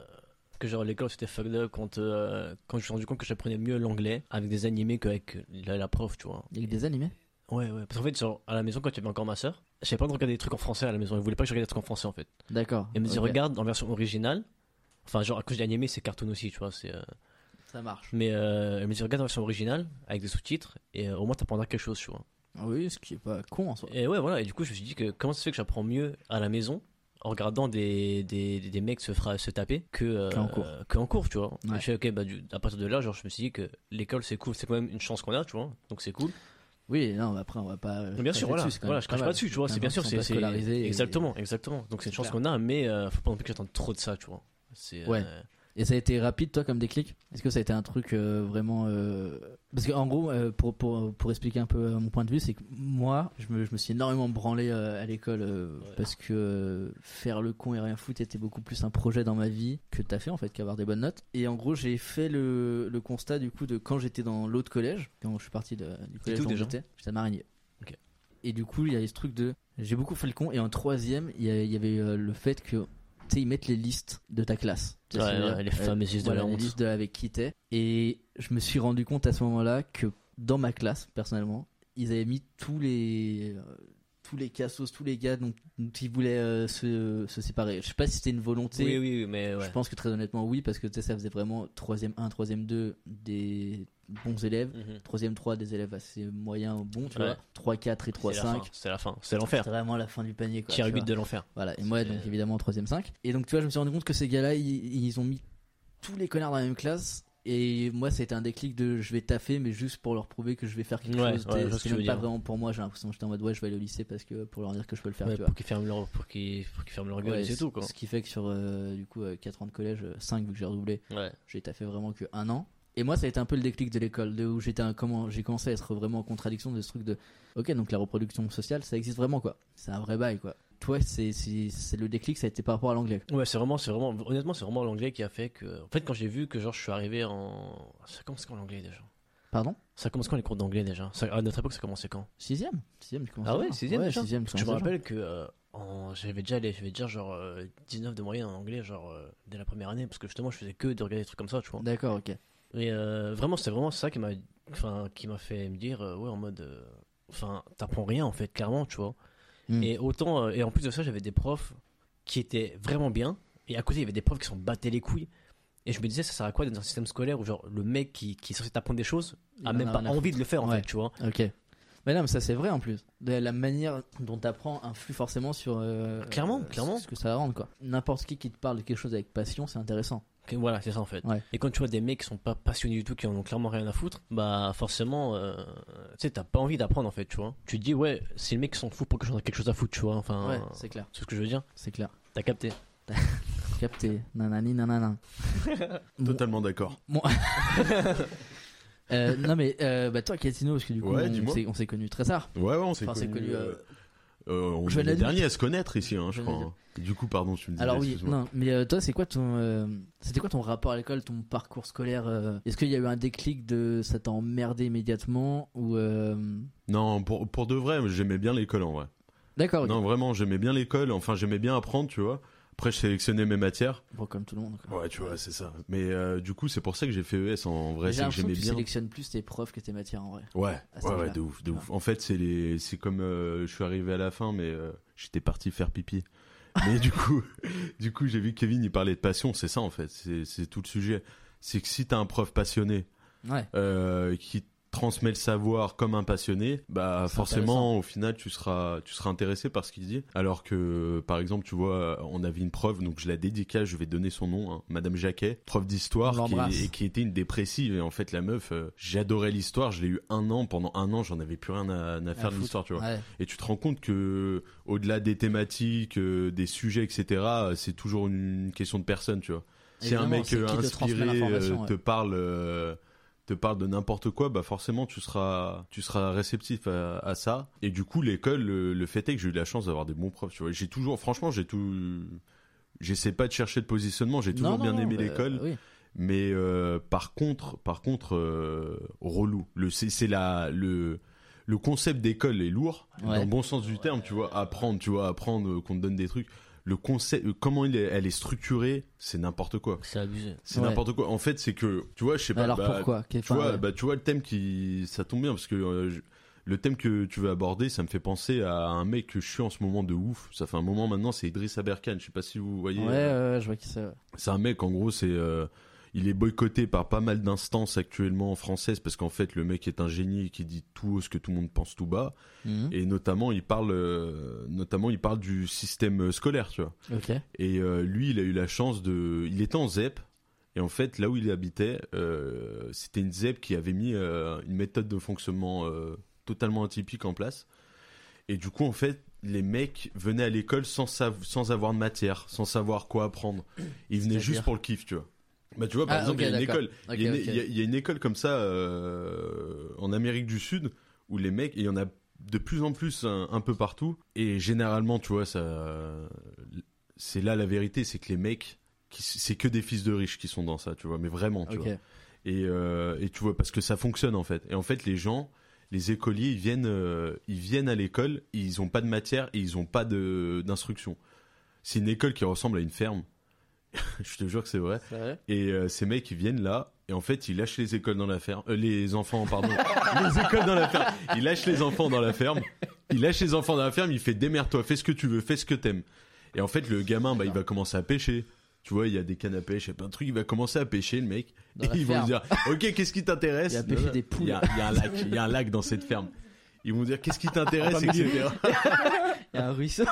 que genre l'école c'était fucked up quand, euh, quand je me suis rendu compte que j'apprenais mieux l'anglais avec des animés qu'avec la, la prof, tu vois. Il y a des animés. Ouais, ouais. Parce qu'en fait, genre, à la maison, quand il y avait encore ma soeur, je savais pas de regarder des trucs en français à la maison. Elle voulait pas que je regarde des trucs en français en fait. D'accord. Elle me dit, Ok. regarde en version originale. Enfin, genre, à cause de l'animé, c'est cartoon aussi, tu vois. C'est, euh, Ça marche. Mais euh, elle me dit, regarde en version originale avec des sous-titres et euh, au moins t'apprendras quelque chose, tu vois. Oui, ce qui est pas con en soi. Et ouais, voilà. Et du coup, je me suis dit que comment ça se fait que j'apprends mieux à la maison en regardant des, des, des mecs se, fra- se taper que, euh, Qu'en cours. euh, qu'en cours, tu vois. Ouais. Et je fais, ok, bah, du, à partir de là, genre, je me suis dit que l'école, c'est cool. C'est quand même une chance qu'on a, tu vois. Donc, c'est cool. Oui, non, mais après on va pas. Mais bien sûr, voilà. Dessus, c'est quand voilà même je crache mal. pas dessus, tu vois. Plein C'est bien de sûr, gens c'est. sont pas c'est- scolarisés et- Exactement, exactement. Donc, c'est une C'est chance clair. qu'on a, mais euh, faut pas non plus que j'attende trop de ça, tu vois. C'est, Ouais. euh, Et ça a été rapide, toi, comme déclic? Est-ce que ça a été un truc euh, vraiment... euh, Parce qu'en gros, euh, pour, pour, pour expliquer un peu euh, mon point de vue, c'est que moi, je me, je me suis énormément branlé euh, à l'école euh, Ouais. parce que euh, faire le con et rien foutre était beaucoup plus un projet dans ma vie que t'as fait, en fait, qu'avoir des bonnes notes. Et en gros, j'ai fait le, le constat, du coup, de quand j'étais dans l'autre collège, quand je suis parti de, du collège où, où déjà j'étais, j'étais à Marigny. Ok. Et du coup, il y avait ce truc de... J'ai beaucoup fait le con, et en troisième, il y, a- il y avait euh, le fait que... Tu sais, ils mettent les listes de ta classe. Tu sais Ouais, ce que je veux ouais, dire les fameuses listes de voilà, la les honte. listes de avec qui t'es. Et je me suis rendu compte à ce moment-là que dans ma classe, personnellement, ils avaient mis tous les euh, tous les cassos, tous les gars dont, dont ils voulaient euh, se, se séparer. Je sais pas si c'était une volonté. Oui, oui, oui, mais ouais. Je pense que très honnêtement oui, parce que tu sais, ça faisait vraiment troisième un, troisième deux des bons élèves, Mhm. troisième trois des élèves assez moyens bons, tu Ouais. vois, trois quatre et trois C'est la fin, cinq. C'est la fin, c'est l'enfer. C'était vraiment la fin du panier, quoi. Tier tu huit vois. de l'enfer. Voilà, et moi C'est- donc évidemment en troisième cinq. Et donc tu vois, je me suis rendu compte que ces gars-là, ils, ils ont mis tous les connards dans la même classe. Et moi, c'était un déclic de je vais taffer, mais juste pour leur prouver que je vais faire quelque Ouais, chose. ouais, je vois ce que c'est tu même veux pas dire. vraiment pour moi, j'ai l'impression que j'étais en mode ouais, je vais aller au lycée parce que pour leur dire que je peux le faire, Ouais, tu vois. pour qu'ils ferment leur, pour qu'ils, pour qu'ils ferment leur gueule, Ouais, et c'est tout, quoi. Ce qui fait que sur euh, du coup euh, quatre ans de collège, euh, cinq vu que j'ai redoublé, Ouais. j'ai taffé vraiment que un an. Et moi, ça a été un peu le déclic de l'école, de où j'étais un, comment j'ai commencé à être vraiment en contradiction de ce truc de ok, donc la reproduction sociale, ça existe vraiment quoi. C'est un vrai bail quoi. Toi, c'est c'est c'est le déclic, ça a été par rapport à l'anglais. Ouais, c'est vraiment, c'est vraiment, honnêtement, c'est vraiment l'anglais qui a fait que, en fait, quand j'ai vu que genre je suis arrivé en, ça commence quand l'anglais déjà? Pardon? Ça commence quand les cours d'anglais déjà? Ça, à notre époque, ça commençait quand? Sixième, sixième. tu commences Ah à ouais, voir. sixième ouais, déjà? sixième. tu Parce que je me commences déjà. rappelle que euh, en- j'avais déjà, allé- j'avais déjà genre euh, dix-neuf de moyenne en anglais, genre euh, dès la première année, parce que justement, je faisais que de regarder des trucs comme ça, tu vois. D'accord, ok. Et euh, vraiment, c'était vraiment ça qui m'a, enfin, qui m'a fait me dire, euh, ouais, en mode, euh, enfin, t'apprends rien en fait, clairement, tu vois. Hmm. Et autant, euh, et en plus de ça, j'avais des profs qui étaient vraiment bien, et à côté, il y avait des profs qui s'en battaient les couilles. Et je me disais, ça sert à quoi d'être dans un système scolaire où genre le mec qui, qui est censé t'apprendre des choses Il a en même a pas rien à envie de le faire en Ouais. fait, tu vois. Ok. Mais non, mais ça c'est vrai en plus. De la manière dont t'apprends influe forcément sur. euh, Clairement, euh, clairement. Ce que ça va rendre quoi. N'importe qui qui te parle de quelque chose avec passion, c'est intéressant. Ok, voilà, c'est ça en fait. Ouais. Et quand tu vois des mecs qui sont pas passionnés du tout, qui en ont clairement rien à foutre, bah forcément, euh, tu sais, t'as pas envie d'apprendre en fait, tu vois. Tu te dis, ouais, c'est le mec qui s'en fout pour que j'en ai quelque chose à foutre, tu vois. Enfin, Ouais, c'est clair. c'est ce que je veux dire. C'est clair. T'as capté. Capté. Nanani nanana. Bon, Totalement d'accord. euh, non mais euh, bah toi Catino, parce que du coup Ouais, on dis-moi. s'est on s'est connus très tard. Ouais, ouais, on s'est Enfin, c'est connus. connu. euh, euh, euh, on jeune est les adulte. derniers à se connaître ici, hein, je Jeune crois. adulte. hein. Du coup, pardon, tu me disais. Alors oui, excuse-moi. non, mais euh, toi, c'est quoi ton, euh, c'était quoi ton rapport à l'école, ton parcours scolaire euh, Est-ce qu'il y a eu un déclic de ça t'a emmerdé immédiatement ou euh... Non, pour, pour de vrai, j'aimais bien l'école en vrai. D'accord. ok. Non, vraiment, j'aimais bien l'école. Enfin, j'aimais bien apprendre, tu vois. Après, je sélectionnais mes matières. Bon, comme tout le monde. quoi. Ouais, tu vois, c'est ça. Mais euh, du coup, c'est pour ça que j'ai fait E S en vrai. J'ai C'est que l'impression que j'aimais tu bien. sélectionnes plus tes profs que tes matières en vrai. Ouais, à cet ouais, ouais, âge-là. de ouf, de Ouais. ouf. En fait, c'est les, c'est comme euh, je suis arrivé à la fin, mais euh, j'étais parti faire pipi. Mais du coup, du coup, j'ai vu que Kevin il parlait de passion. C'est ça en fait. C'est, c'est tout le sujet. C'est que si t'as un prof passionné, Ouais. euh, qui transmet le savoir comme un passionné, bah C'est forcément au final tu seras tu seras intéressé par ce qu'il dit. Alors que par exemple tu vois, on avait une prof, donc je la dédicace, je vais donner son nom, hein, Madame Jacquet, prof d'histoire qui, est, et qui était une dépressive, et en fait la meuf, euh, j'adorais l'histoire, je l'ai eu un an, pendant un an j'en avais plus rien à, à faire À de foutre. l'histoire, tu vois. Ouais. Et tu te rends compte que au-delà des thématiques, euh, des sujets, et cetera, c'est toujours une question de personne, tu vois. Si un Évidemment, mec c'est euh, qui te transmet inspiré l'information, euh, ouais. te parle euh, te parle de n'importe quoi, bah forcément tu seras tu seras réceptif à, à ça. Et du coup l'école, le, le fait est que j'ai eu la chance d'avoir des bons profs, tu vois. J'ai toujours, franchement, j'ai tout, j'essaie pas de chercher de positionnement, j'ai toujours Non, non, bien non, aimé bah, l'école. oui. Mais euh, par contre, par contre, euh, relou. Le c'est, c'est la le le concept d'école est lourd, Ouais. dans le bon sens du terme, tu vois. Apprendre, tu vois, apprendre euh, qu'on te donne des trucs. Le concept, euh, comment il est, elle est structurée, c'est n'importe quoi. C'est abusé. C'est Ouais. n'importe quoi. En fait, c'est que, tu vois, je sais pas. Alors bah, pourquoi Qu'est- Tu enfin, vois, ouais. bah tu vois le thème qui, ça tombe bien parce que euh, je- le thème que tu veux aborder, ça me fait penser à un mec que je suis en ce moment de ouf. Ça fait un moment maintenant, c'est Idriss Aberkan. Je sais pas si vous voyez. Ouais, euh, ouais, ouais, je vois qui c'est. Ouais. C'est un mec, en gros, c'est, euh, il est boycotté par pas mal d'instances actuellement françaises parce qu'en fait, le mec est un génie qui dit tout haut ce que tout le monde pense tout bas. Mhm. Et notamment, il parle, euh, notamment, il parle du système scolaire, tu vois. Ok. Et euh, lui, il a eu la chance de, il était en Z E P. Et en fait, là où il habitait, euh, c'était une Z E P qui avait mis euh, une méthode de fonctionnement euh, totalement atypique en place. Et du coup, en fait, les mecs venaient à l'école sans, sav- sans avoir de matière, sans savoir quoi apprendre. Ils venaient C'est-à-dire juste pour le kiff, tu vois. Bah, tu vois, par Ah, exemple, ok, il y a une d'accord. école, Ok, il y a une- ok. il y a- il y a une école comme ça euh, en Amérique du Sud où les mecs, et il y en a de plus en plus un, un peu partout. Et généralement, tu vois, ça, c'est là la vérité, c'est que les mecs, qui, c'est que des fils de riches qui sont dans ça, tu vois, mais vraiment, tu Ok. vois. Et, euh, et tu vois, parce que ça fonctionne en fait. Et en fait, les gens, les écoliers, ils viennent, euh, ils viennent à l'école, ils ont pas de matière et ils ont pas de d'instruction. C'est une école qui ressemble à une ferme. Je te jure que c'est vrai. C'est vrai. Et euh, ces mecs, ils viennent là, et en fait, ils lâchent les écoles dans la ferme, euh, les enfants, pardon, les écoles dans la ferme. Ils lâchent les enfants dans la ferme. Il lâche les enfants dans la ferme. Il fait démerde-toi, fais ce que tu veux, fais ce que t'aimes. Et en fait, le gamin, bah, il va commencer à pêcher. Tu vois, il y a des cannes à pêche, il y a plein de trucs. Il va commencer à pêcher, le mec. Dans et la ils vont ferme. lui dire, ok, qu'est-ce qui t'intéresse? Il a pêché Non, non. des poules. Il y a, il y a un lac, il y a un lac dans cette ferme. Ils vont dire, qu'est-ce qui t'intéresse, et cetera. Il y a un ruisseau.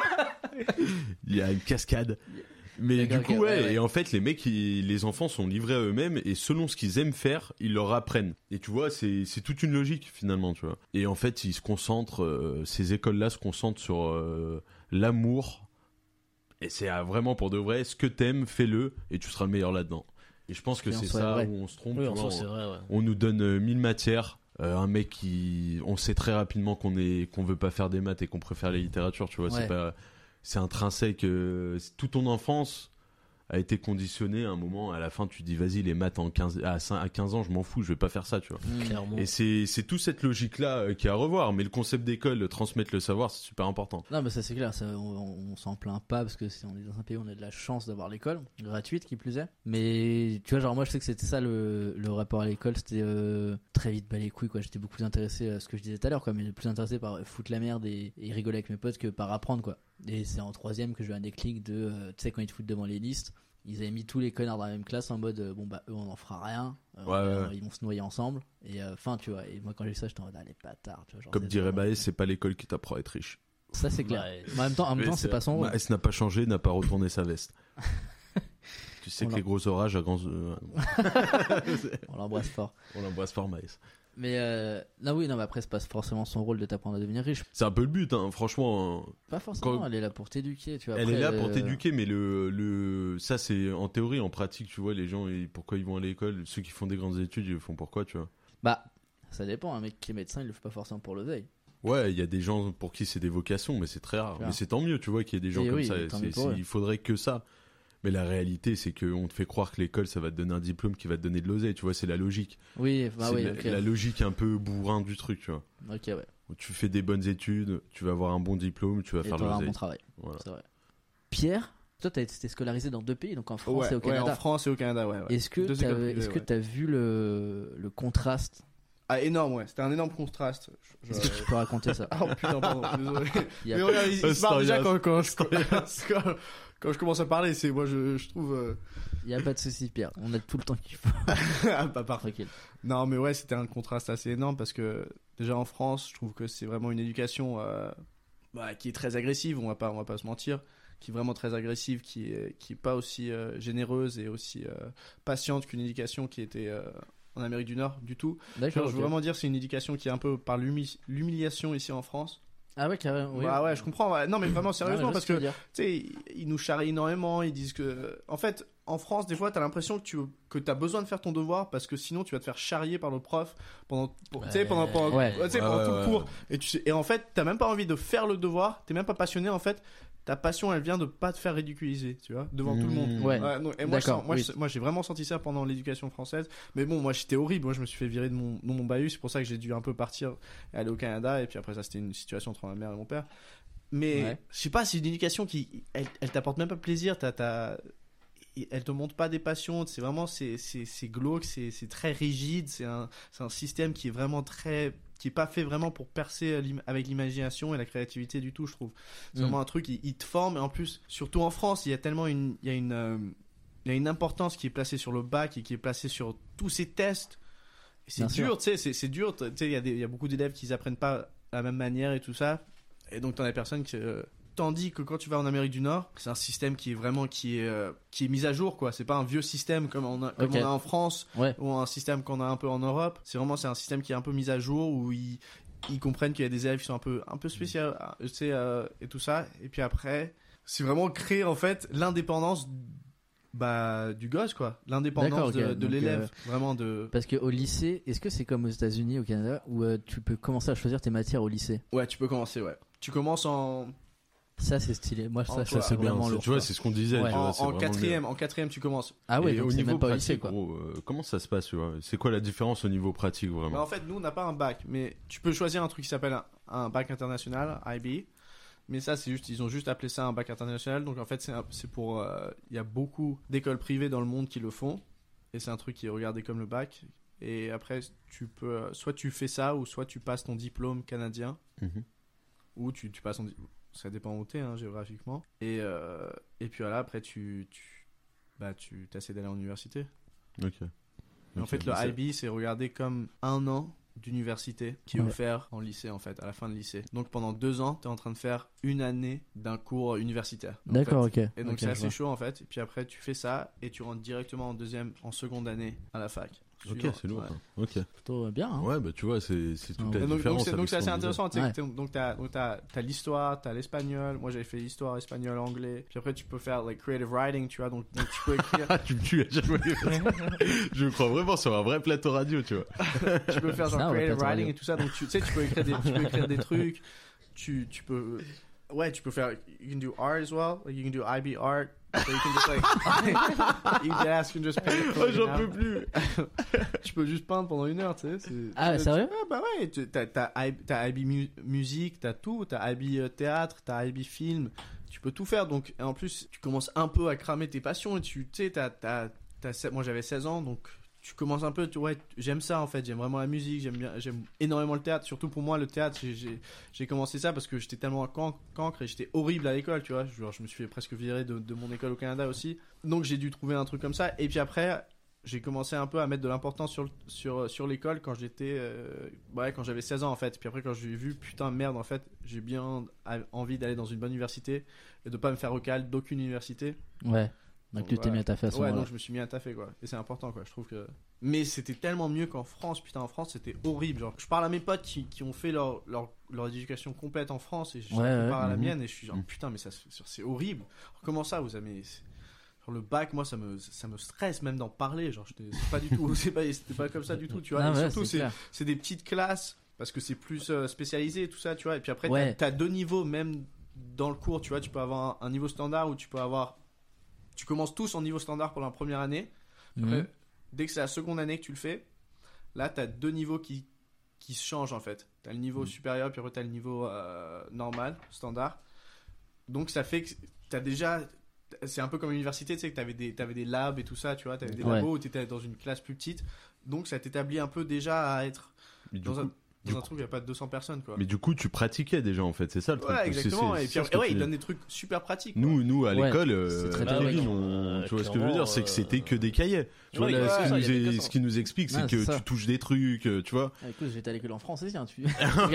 Il y a une cascade. Mais D'accord, du coup, ok, ouais, ouais, ouais. et en fait, les mecs, ils- les enfants sont livrés à eux-mêmes et selon ce qu'ils aiment faire, ils leur apprennent. Et tu vois, c'est, c'est toute une logique finalement, tu vois. Et en fait, ils se concentrent, euh, ces écoles-là se concentrent sur euh, l'amour. Et c'est euh, vraiment pour de vrai, ce que t'aimes, fais-le et tu seras le meilleur là-dedans. Et je pense que Et en c'est soi, ça ouais. où on se trompe. Oui, tu en vois, soi, c'est on, vrai, ouais. on nous donne euh, mille matières. Euh, un mec qui, on sait très rapidement qu'on est, qu'on veut pas faire des maths et qu'on préfère la littérature, tu vois. Ouais. C'est pas, c'est intrinsèque. Euh, c'est- toute ton enfance a été conditionnée à un moment. À la fin, tu dis, vas-y, les maths en quinze, à cinq- à quinze ans, je m'en fous, je vais pas faire ça, tu vois. Mm. Clairement. Et c'est, c'est toute cette logique-là euh, qui est à revoir. Mais le concept d'école, transmettre le savoir, c'est super important. Non, mais ça c'est clair, ça, on, on s'en plaint pas parce que c'est, on est dans un pays où on a de la chance d'avoir l'école, gratuite qui plus est. Mais tu vois, genre moi je sais que c'était ça le, le rapport à l'école, c'était euh, très vite bas les couilles quoi. J'étais beaucoup plus intéressé à ce que je disais tout à l'heure quoi, mais plus intéressé par foutre la merde et, et rigoler avec mes potes que par apprendre quoi. Et c'est en troisième que j'ai eu un déclic de, euh, tu sais, quand ils te foutent devant les listes. Ils avaient mis tous les connards dans la même classe en mode euh, bon bah eux on en fera rien, euh, Ouais, on- ouais, ouais. ils vont se noyer ensemble et enfin tu vois, et moi quand j'ai vu ça j'étais en mode ah les bâtards tu vois, genre, Comme c'est dirait vraiment- Baez, c'est pas l'école qui t'apprend à être riche. ça c'est clair. Ouais. Mais en même temps, en même Mais temps c'est pas son rôle. Maes n'a pas changé, n'a pas retourné sa veste. Tu sais On que l'a- les gros orages à grands. euh, On l'embrasse fort. on l'embrasse fort, Maes. Mais euh, non, oui, non, mais après, c'est pas forcément son rôle de t'apprendre à devenir riche. C'est un peu le but, hein, franchement. euh, Pas forcément, Quand- elle est là pour t'éduquer, tu vois. Elle Après, est là pour euh, t'éduquer, mais le, le, ça c'est en théorie, en pratique, tu vois, les gens, ils- pourquoi ils vont à l'école? Ceux qui font des grandes études, ils le font pourquoi, tu vois? Bah, ça dépend. Un mec qui est médecin, il le fait pas forcément pour l'oseille. Ouais, il y a des gens pour qui c'est des vocations, mais c'est très rare. Clair. Mais c'est tant mieux, tu vois, qu'il y ait des gens Et comme oui, ça. tant C'est- mieux pour c'est- eux. il faudrait que ça. Mais la réalité, c'est qu'on te fait croire que l'école, ça va te donner un diplôme qui va te donner de l'oseille, tu vois, c'est la logique. Oui, bah c'est oui, la, ok. la logique un peu bourrin du truc, tu vois. Ok, ouais. Tu fais des bonnes études, tu vas avoir un bon diplôme, tu vas Et faire de t'auras un l'oseille. bon travail, Voilà. c'est vrai. Pierre, toi, t'as été scolarisé dans deux pays, donc en France Ouais, et au ouais, Canada. en France et au Canada, ouais. ouais. Est-ce que Deux t'as écoles privées, est-ce que ouais. t'as vu le, le contraste Ah, énorme, ouais. C'était un énorme contraste. Je- Est-ce que tu peux raconter ça? Oh putain, pardon, désolé. Il y a- Mais regarde, il, il Euh, se marre déjà Storia. quand, quand, je, quand, quand je commence à parler. C'est moi, je, je trouve. Euh... Il y a pas de souci, Pierre. On a tout le temps qu'il faut. ah, pas parfait. Tranquille. Non, mais ouais, c'était un contraste assez énorme parce que déjà en France, je trouve que c'est vraiment une éducation euh, bah, qui est très agressive. On va pas, on va pas se mentir, qui est vraiment très agressive, qui est, qui est pas aussi euh, généreuse et aussi euh, patiente qu'une éducation qui était euh, en Amérique du Nord du tout. D'accord. Genre, je veux ok. vraiment dire, c'est une éducation qui est un peu par l'humi- l'humiliation ici en France. Ah ouais, carrément. Oui. Bah ouais, je comprends. Ouais. Non, mais vraiment Ah, sérieusement, je parce sais que ce tu sais, ils- ils nous charrient énormément. Ils disent que, en fait, en France, des fois, t'as l'impression que tu que t'as besoin de faire ton devoir parce que sinon, tu vas te faire charrier par le prof pendant, pour- tu sais, pendant, pendant, Ouais. tu sais, Ouais, pendant ouais, tout ouais. le cours. Et tu sais, et en fait, t'as même pas envie de faire le devoir. T'es même pas passionné. En fait, ta passion, elle vient de pas te faire ridiculiser, tu vois, devant tout le monde. Mmh. Ouais. non, et moi, je D'accord, sens- moi, oui. je- moi, j'ai vraiment senti ça pendant l'éducation française. Mais bon, moi, j'étais horrible. Moi, je me suis fait virer de mon, de mon bahut. C'est pour ça que j'ai dû un peu partir et aller au Canada. Et puis après, ça, c'était une situation entre ma mère et mon père. Mais Ouais. je sais pas, c'est une éducation qui, elle, elle t'apporte même pas plaisir. T'as, t'as, elle te montre pas des passions. C'est vraiment, c'est, c'est, c'est glauque, c'est, c'est très rigide. C'est un, c'est un système qui est vraiment très, qui est pas fait vraiment pour percer l'im- avec l'imagination et la créativité du tout, je trouve. C'est Mm. vraiment un truc, il, il te forme. Et en plus, surtout en France, il y a tellement une, il y a une, euh, il y a une importance qui est placée sur le bac et qui est placée sur tous ces tests. Et c'est Bien sûr. dur, tu sais, c'est, c'est dur. Tu sais, il y a des, il y a beaucoup d'élèves qui apprennent pas de la même manière et tout ça. Et donc, t'en as personne qui. euh, Tandis que quand tu vas en Amérique du Nord, c'est un système qui est vraiment qui est euh, qui est mis à jour, quoi. C'est pas un vieux système comme on a, comme Ok. on a en France Ouais. ou un système qu'on a un peu en Europe. C'est vraiment c'est un système qui est un peu mis à jour où ils, ils comprennent qu'il y a des élèves qui sont un peu un peu spéciaux, tu sais, euh, et tout ça. Et puis après, c'est vraiment créer en fait l'indépendance bah du gosse, quoi. L'indépendance D'accord, ok. de, de Donc, l'élève, vraiment de. Parce qu'au lycée, est-ce que c'est comme aux États-Unis, au Canada, où euh, tu peux commencer à choisir tes matières au lycée? Ouais, tu peux commencer, ouais. Tu commences en Ça, c'est stylé. Moi, En ça, toi, ça, C'est c'est bien, vraiment c'est- lourd. tu vois, quoi. c'est ce qu'on disait. Ouais. tu vois, en, c'est en vraiment quatrième, bien. en quatrième, tu commences. Ah ouais, Et donc au c'est niveau même pas au pratique, lycée, quoi. gros, euh, comment ça se passe, tu vois C'est quoi la différence au niveau pratique, Mais vraiment en fait, nous, on n'a pas un bac, mais tu peux choisir un truc qui s'appelle un, un bac international, I B. Mais ça, c'est juste, ils ont juste appelé ça un bac international. Donc en fait, c'est, un- c'est pour, euh, il y a beaucoup d'écoles privées dans le monde qui le font, et c'est un truc qui est regardé comme le bac. Et après, tu peux, euh, soit tu fais ça, ou soit tu passes ton diplôme canadien, Mhm. ou tu, tu passes ton, di- ça dépend où t'es, hein, géographiquement. Et euh, et puis voilà, après tu, tu, bah tu essaies d'aller en université. Ok. Et en Ok, fait, le mais ça- I B, c'est regardé comme un an d'université qui est Ouais. offert en lycée, en fait, à la fin de lycée. Donc pendant deux ans, tu es en train de faire une année d'un cours universitaire. en D'accord, fait. ok. Et donc Ok, c'est je assez vois. chaud, en fait. Et puis après, tu fais ça et tu rentres directement en deuxième, en seconde année à la fac. Ok, Suivant. c'est lourd. Ouais. hein. Ok. Plutôt bien, hein. Ouais, bah tu vois, c'est c'est toute Ah la ouais. Et donc, donc différence. c'est, avec donc c'est ce assez qu'on disait. intéressant. tu sais, Ouais. que t'es- Donc t'as, donc t'as, t'as l'histoire, t'as l'espagnol. Moi j'avais fait histoire, espagnol, anglais. Puis après tu peux faire like creative writing, tu vois. Donc, donc tu peux écrire, Ah, tu me tues à chaque fois. Je crois vraiment sur un vrai plateau radio, tu vois. tu peux faire genre Ça, on va creative pas writing travailler. et tout ça. Donc tu tu sais, tu peux écrire des, tu peux écrire des trucs. Tu, tu peux, ouais, tu peux faire. You can do art as well. Like you can do I B art. So you can just like, you just, you can just paint. Oh, j'en peux plus. Tu peux juste peindre pendant une heure, tu sais. c'est- Ah, tu- sérieux? Ah, bah ouais, tu- t'as, t'as, I- t'as I B mu- musique, t'as tout, t'as I B euh, théâtre, t'as I B film, tu peux tout faire. Donc, et en plus, tu commences un peu à cramer tes passions et tu tu sais, t'as, t'as, t'as, se- moi j'avais seize ans, donc tu commences un peu, tu, ouais, j'aime ça en fait, j'aime vraiment la musique, j'aime bien, j'aime énormément le théâtre. Surtout pour moi, le théâtre, j'ai, j'ai, j'ai commencé ça parce que j'étais tellement can- cancre et j'étais horrible à l'école, tu vois. Genre, je me suis fait presque virer de, de mon école au Canada aussi. Donc j'ai dû trouver un truc comme ça. Et puis après, j'ai commencé un peu à mettre de l'importance sur, le- sur, sur l'école quand j'étais euh, ouais, quand j'avais seize ans en fait. Puis après quand j'ai vu putain merde en fait, j'ai bien a- envie d'aller dans une bonne université et de pas me faire recal d'aucune université. Ouais. Donc tu t'es Ouais. mis à ta fait à ce Ouais, moment-là. donc je me suis mis à taffer quoi. Et c'est important quoi, je trouve que mais c'était tellement mieux qu'en France, putain en France, c'était horrible genre. Je parle à mes potes qui, qui ont fait leur, leur leur éducation complète en France et je Ouais, ouais, compare à la mhm. mienne et je suis genre Mhm. putain mais ça se- c'est horrible. Alors, comment ça vous avez c'est- Genre, le bac, moi, ça me, ça me stresse même d'en parler. Genre, j'étais- c'est pas du tout, c'est pas, c'était pas comme ça du tout, tu vois. Ah Et ouais, surtout, c'est c'est, clair. c'est des petites classes parce que c'est plus euh, spécialisé et tout ça, tu vois. Et puis après, Ouais. t'as, t'as deux niveaux même dans le cours, tu vois. Tu peux avoir un, un niveau standard où tu peux avoir, tu commences tous en niveau standard pendant la première année. Après, Mhm. dès que c'est la seconde année que tu le fais, là, t'as deux niveaux qui, qui se changent en fait. T'as le niveau Mhm. supérieur, puis après t'as le niveau euh, normal, standard. Donc ça fait que t'as déjà, c'est un peu comme l'université, tu sais que t'avais des, t'avais des labs et tout ça, tu vois, t'avais des Ouais. labos où t'étais dans une classe plus petite. Donc ça t'établit un peu déjà à être Mais du dans coup, un, du dans un coup- truc où il n'y a pas deux cents personnes, quoi. Mais du coup, tu pratiquais déjà en fait, c'est ça le truc. Ouais, C'est- exactement. c'est- Et c'est puis, ça ce et que ouais, tu il dis. donne des trucs super pratiques. quoi. Nous, nous à Ouais, l'école, c'est euh, très à théorique. Kevin, on- Euh, tu vois ce que je veux clairement, dire, c'est que euh, c'était que des cahiers. Tu vois, Ouais, là, ouais, ce ouais, qu'il il y nous, avait est- que ça. ce qu'il nous explique, c'est Ah, que c'est ça. tu touches des trucs, euh, tu vois. Ah, écoute, j'étais à l'école en France aussi, hein, tu.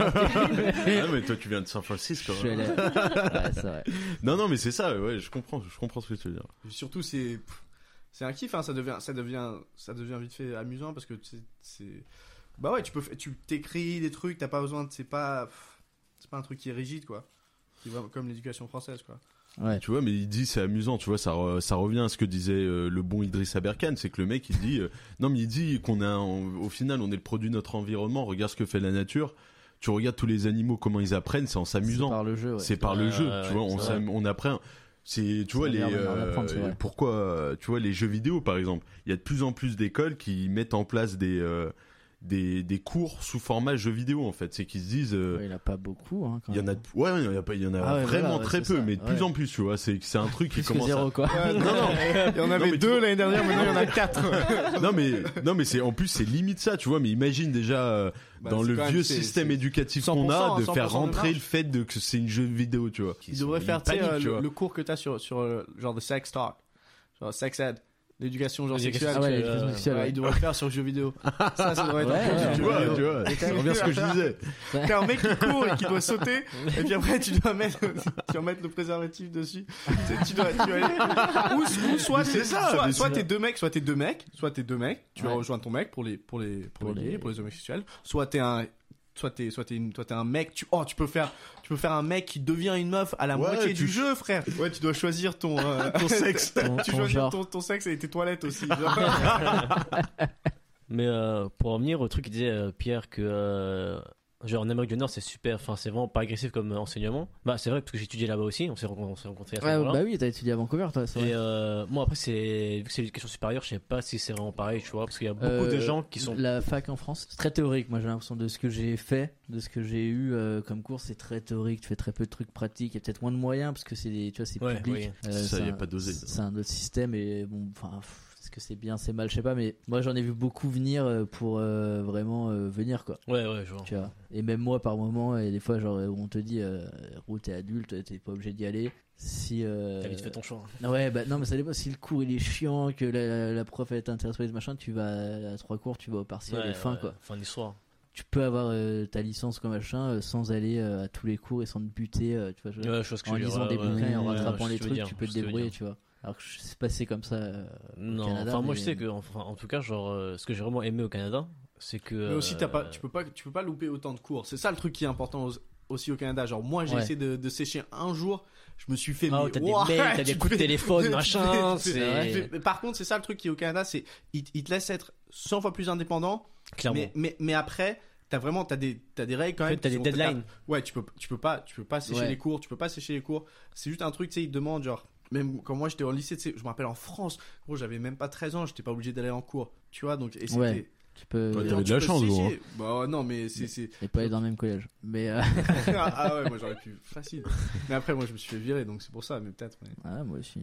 Ah, mais toi, tu viens de San Francisco. Je suis hein. allé. Ouais, c'est vrai. Non, non, mais c'est ça, ouais, je comprends, je comprends ce que tu veux dire. Et surtout, c'est pff, c'est un kiff, hein, ça devient ça devient ça devient vite fait amusant parce que c'est c'est bah ouais, tu peux f- tu t'écris des trucs, t'as pas besoin de c'est pas pff, c'est pas un truc qui est rigide quoi. C'est vraiment comme l'éducation française quoi. Ouais. Tu vois, mais il dit c'est amusant, tu vois, ça, re- ça revient à ce que disait euh, le bon Idriss Aberkan, c'est que le mec il dit, euh, non mais il dit qu'on a, en- au final on est le produit de notre environnement, regarde ce que fait la nature, tu regardes tous les animaux, comment ils apprennent, c'est en C'est s'amusant, par le jeu. Ouais. c'est par Ouais, le jeu, ouais, tu ouais, vois, on, c'est s'am- on apprend, c'est, tu vois, C'est les, la meilleure manière euh, d'apprendre, c'est vrai. pourquoi, euh, tu vois, les jeux vidéo par exemple, il y a de plus en plus d'écoles qui mettent en place des, euh, des, des cours sous format jeux vidéo en fait, c'est qu'ils se disent, euh, Ouais, il a pas beaucoup. Hein, quand il y en a, même. ouais, il y en a pas, il y en a Ah ouais, vraiment voilà, ouais, très c'est peu, ça, mais de plus ouais. en plus, tu vois, c'est, c'est un truc qui Plus que commence à, zéro, quoi. non, non, il y en avait mais tu deux vois- l'année dernière, maintenant il y en a quatre. non mais non mais c'est en plus c'est limite ça, tu vois, mais imagine déjà euh, Bah, dans c'est le quand même- vieux c'est- système c'est éducatif cent pour qu'on cent, a de cent pour faire cent de rentrer marge. le fait de que c'est une jeu vidéo, tu vois. Il devrait faire tu sais, panique, euh, tu le, vois. le cours que t'as sur sur euh, genre de sex talk, genre sex ed, l'éducation genre L'éducation sexuelle. Ah ouais, euh, l'éducation sexuelle, Ouais, ouais. il devrait le faire sur jeu vidéo. Ça, ça devrait être Ouais, un cours ouais, sur tu jeu vois, vidéo. tu vois, ça revient à ce que je disais. T'as un mec qui court et qui doit sauter, et puis après tu dois mettre, tu dois mettre le préservatif dessus. Tu, sais, tu dois, tu dois aller. Ou, ou soit Mais c'est t'es, ça, soit, mais soit c'est t'es deux mecs, soit t'es deux mecs, soit t'es deux mecs, tu vas Ouais. rejoindre ton mec pour les, pour les, pour, Pour les, les- gays, pour les homosexuels. Soit t'es un, soit t'es, soit t'es une, toi t'es un mec, tu, oh, tu peux faire, tu peux faire un mec qui devient une meuf à la Ouais, moitié tu- du jeu, frère. Ouais, tu dois choisir ton, euh, ton sexe. Ton- tu ton choisis genre. ton, ton sexe et tes toilettes aussi. genre. Mais euh, pour en venir au truc qu'il disait euh, Pierre que euh, genre en Amérique du Nord c'est super, enfin c'est vraiment pas agressif comme euh, enseignement. Bah c'est vrai parce que j'ai étudié là-bas aussi, on s'est rencontrés, on s'est rencontrés à ce Ouais, moment-là. bah oui, t'as étudié à Vancouver, toi. C'est vrai. Et euh, moi après c'est vu que c'est l'éducation supérieure, je sais pas si c'est vraiment pareil, tu vois, parce qu'il y a beaucoup Euh, de gens qui sont La fac en France, c'est très théorique. Moi, j'ai l'impression de ce que j'ai fait, de ce que j'ai eu euh, comme cours, c'est très théorique. Tu fais très peu de trucs pratiques. Il y a peut-être moins de moyens parce que c'est des, tu vois, c'est Ouais, public. oui. Euh, Ça, c'est y a un- pas dosé. C'est un autre système et bon, enfin, pff, est-ce que c'est bien, c'est mal, je sais pas. Mais moi, j'en ai vu beaucoup venir euh, pour euh, vraiment euh, venir, quoi. Ouais ouais, je vois. Tu vois. Et même moi, par moment, et des fois, genre, où on te dit, euh, route t'es adulte, t'es pas obligé d'y aller. Si euh... T'as vite fait ton choix. Ouais, bah non, mais ça dépend. Si le cours il est chiant, que la, la prof elle est intéressée par les machins, tu vas à trois cours, tu vas au partiel Ouais, et fin, ouais, quoi. Fin d'histoire. Tu peux avoir euh, ta licence comme machin euh, sans aller euh, à tous les cours et sans te buter, euh, tu vois. je- Ouais, je vois ce que en tu veux dire, lisant ouais, des ouais, bouquins et en ouais, rattrapant je les sais ce que trucs, veux dire, tu peux je te sais ce que veux débrouiller, dire. tu vois. Alors que je- c'est passé comme ça euh, au Non, Canada. enfin moi mais- je sais que enfin, en tout cas genre euh, ce que j'ai vraiment aimé au Canada, c'est que Mais aussi, t'as pas, euh, tu peux pas, tu peux pas louper autant de cours. C'est ça le truc qui est important aux- aussi au Canada. Genre, moi, j'ai Ouais. essayé de, de sécher un jour. Je me suis fait. Ah, mais- t'as des Ouah, mails, t'as tu des coups de fais- téléphone, tu fais- machin, tu fais- c'est- tu fais- mais par contre, c'est ça le truc qui est au Canada, c'est ils, ils te laissent être cent fois plus indépendant. clairement. Mais, mais, mais après, t'as vraiment, t'as des, t'as des règles quand En même. fait, t'as qui des sont- deadlines. Ouais, tu peux, tu peux pas, tu peux pas sécher Ouais. les cours, tu peux pas sécher les cours. C'est juste un truc, tu sais, ils te demandent genre. Même quand moi j'étais au lycée, tu sais, je me rappelle en France, gros, j'avais même pas treize ans, j'étais pas obligé d'aller en cours, tu vois, donc et c'était. Ouais. Tu peux. Toi, Non, t'avais de tu la peux chance, gros, sécher. Bah non, mais c'est, c'est, Et pas aller dans le même collège. Mais euh, ah, ah ouais, moi j'aurais pu facile. Mais après, moi je me suis fait virer, donc c'est pour ça, mais peut-être. Mais, ah, moi aussi.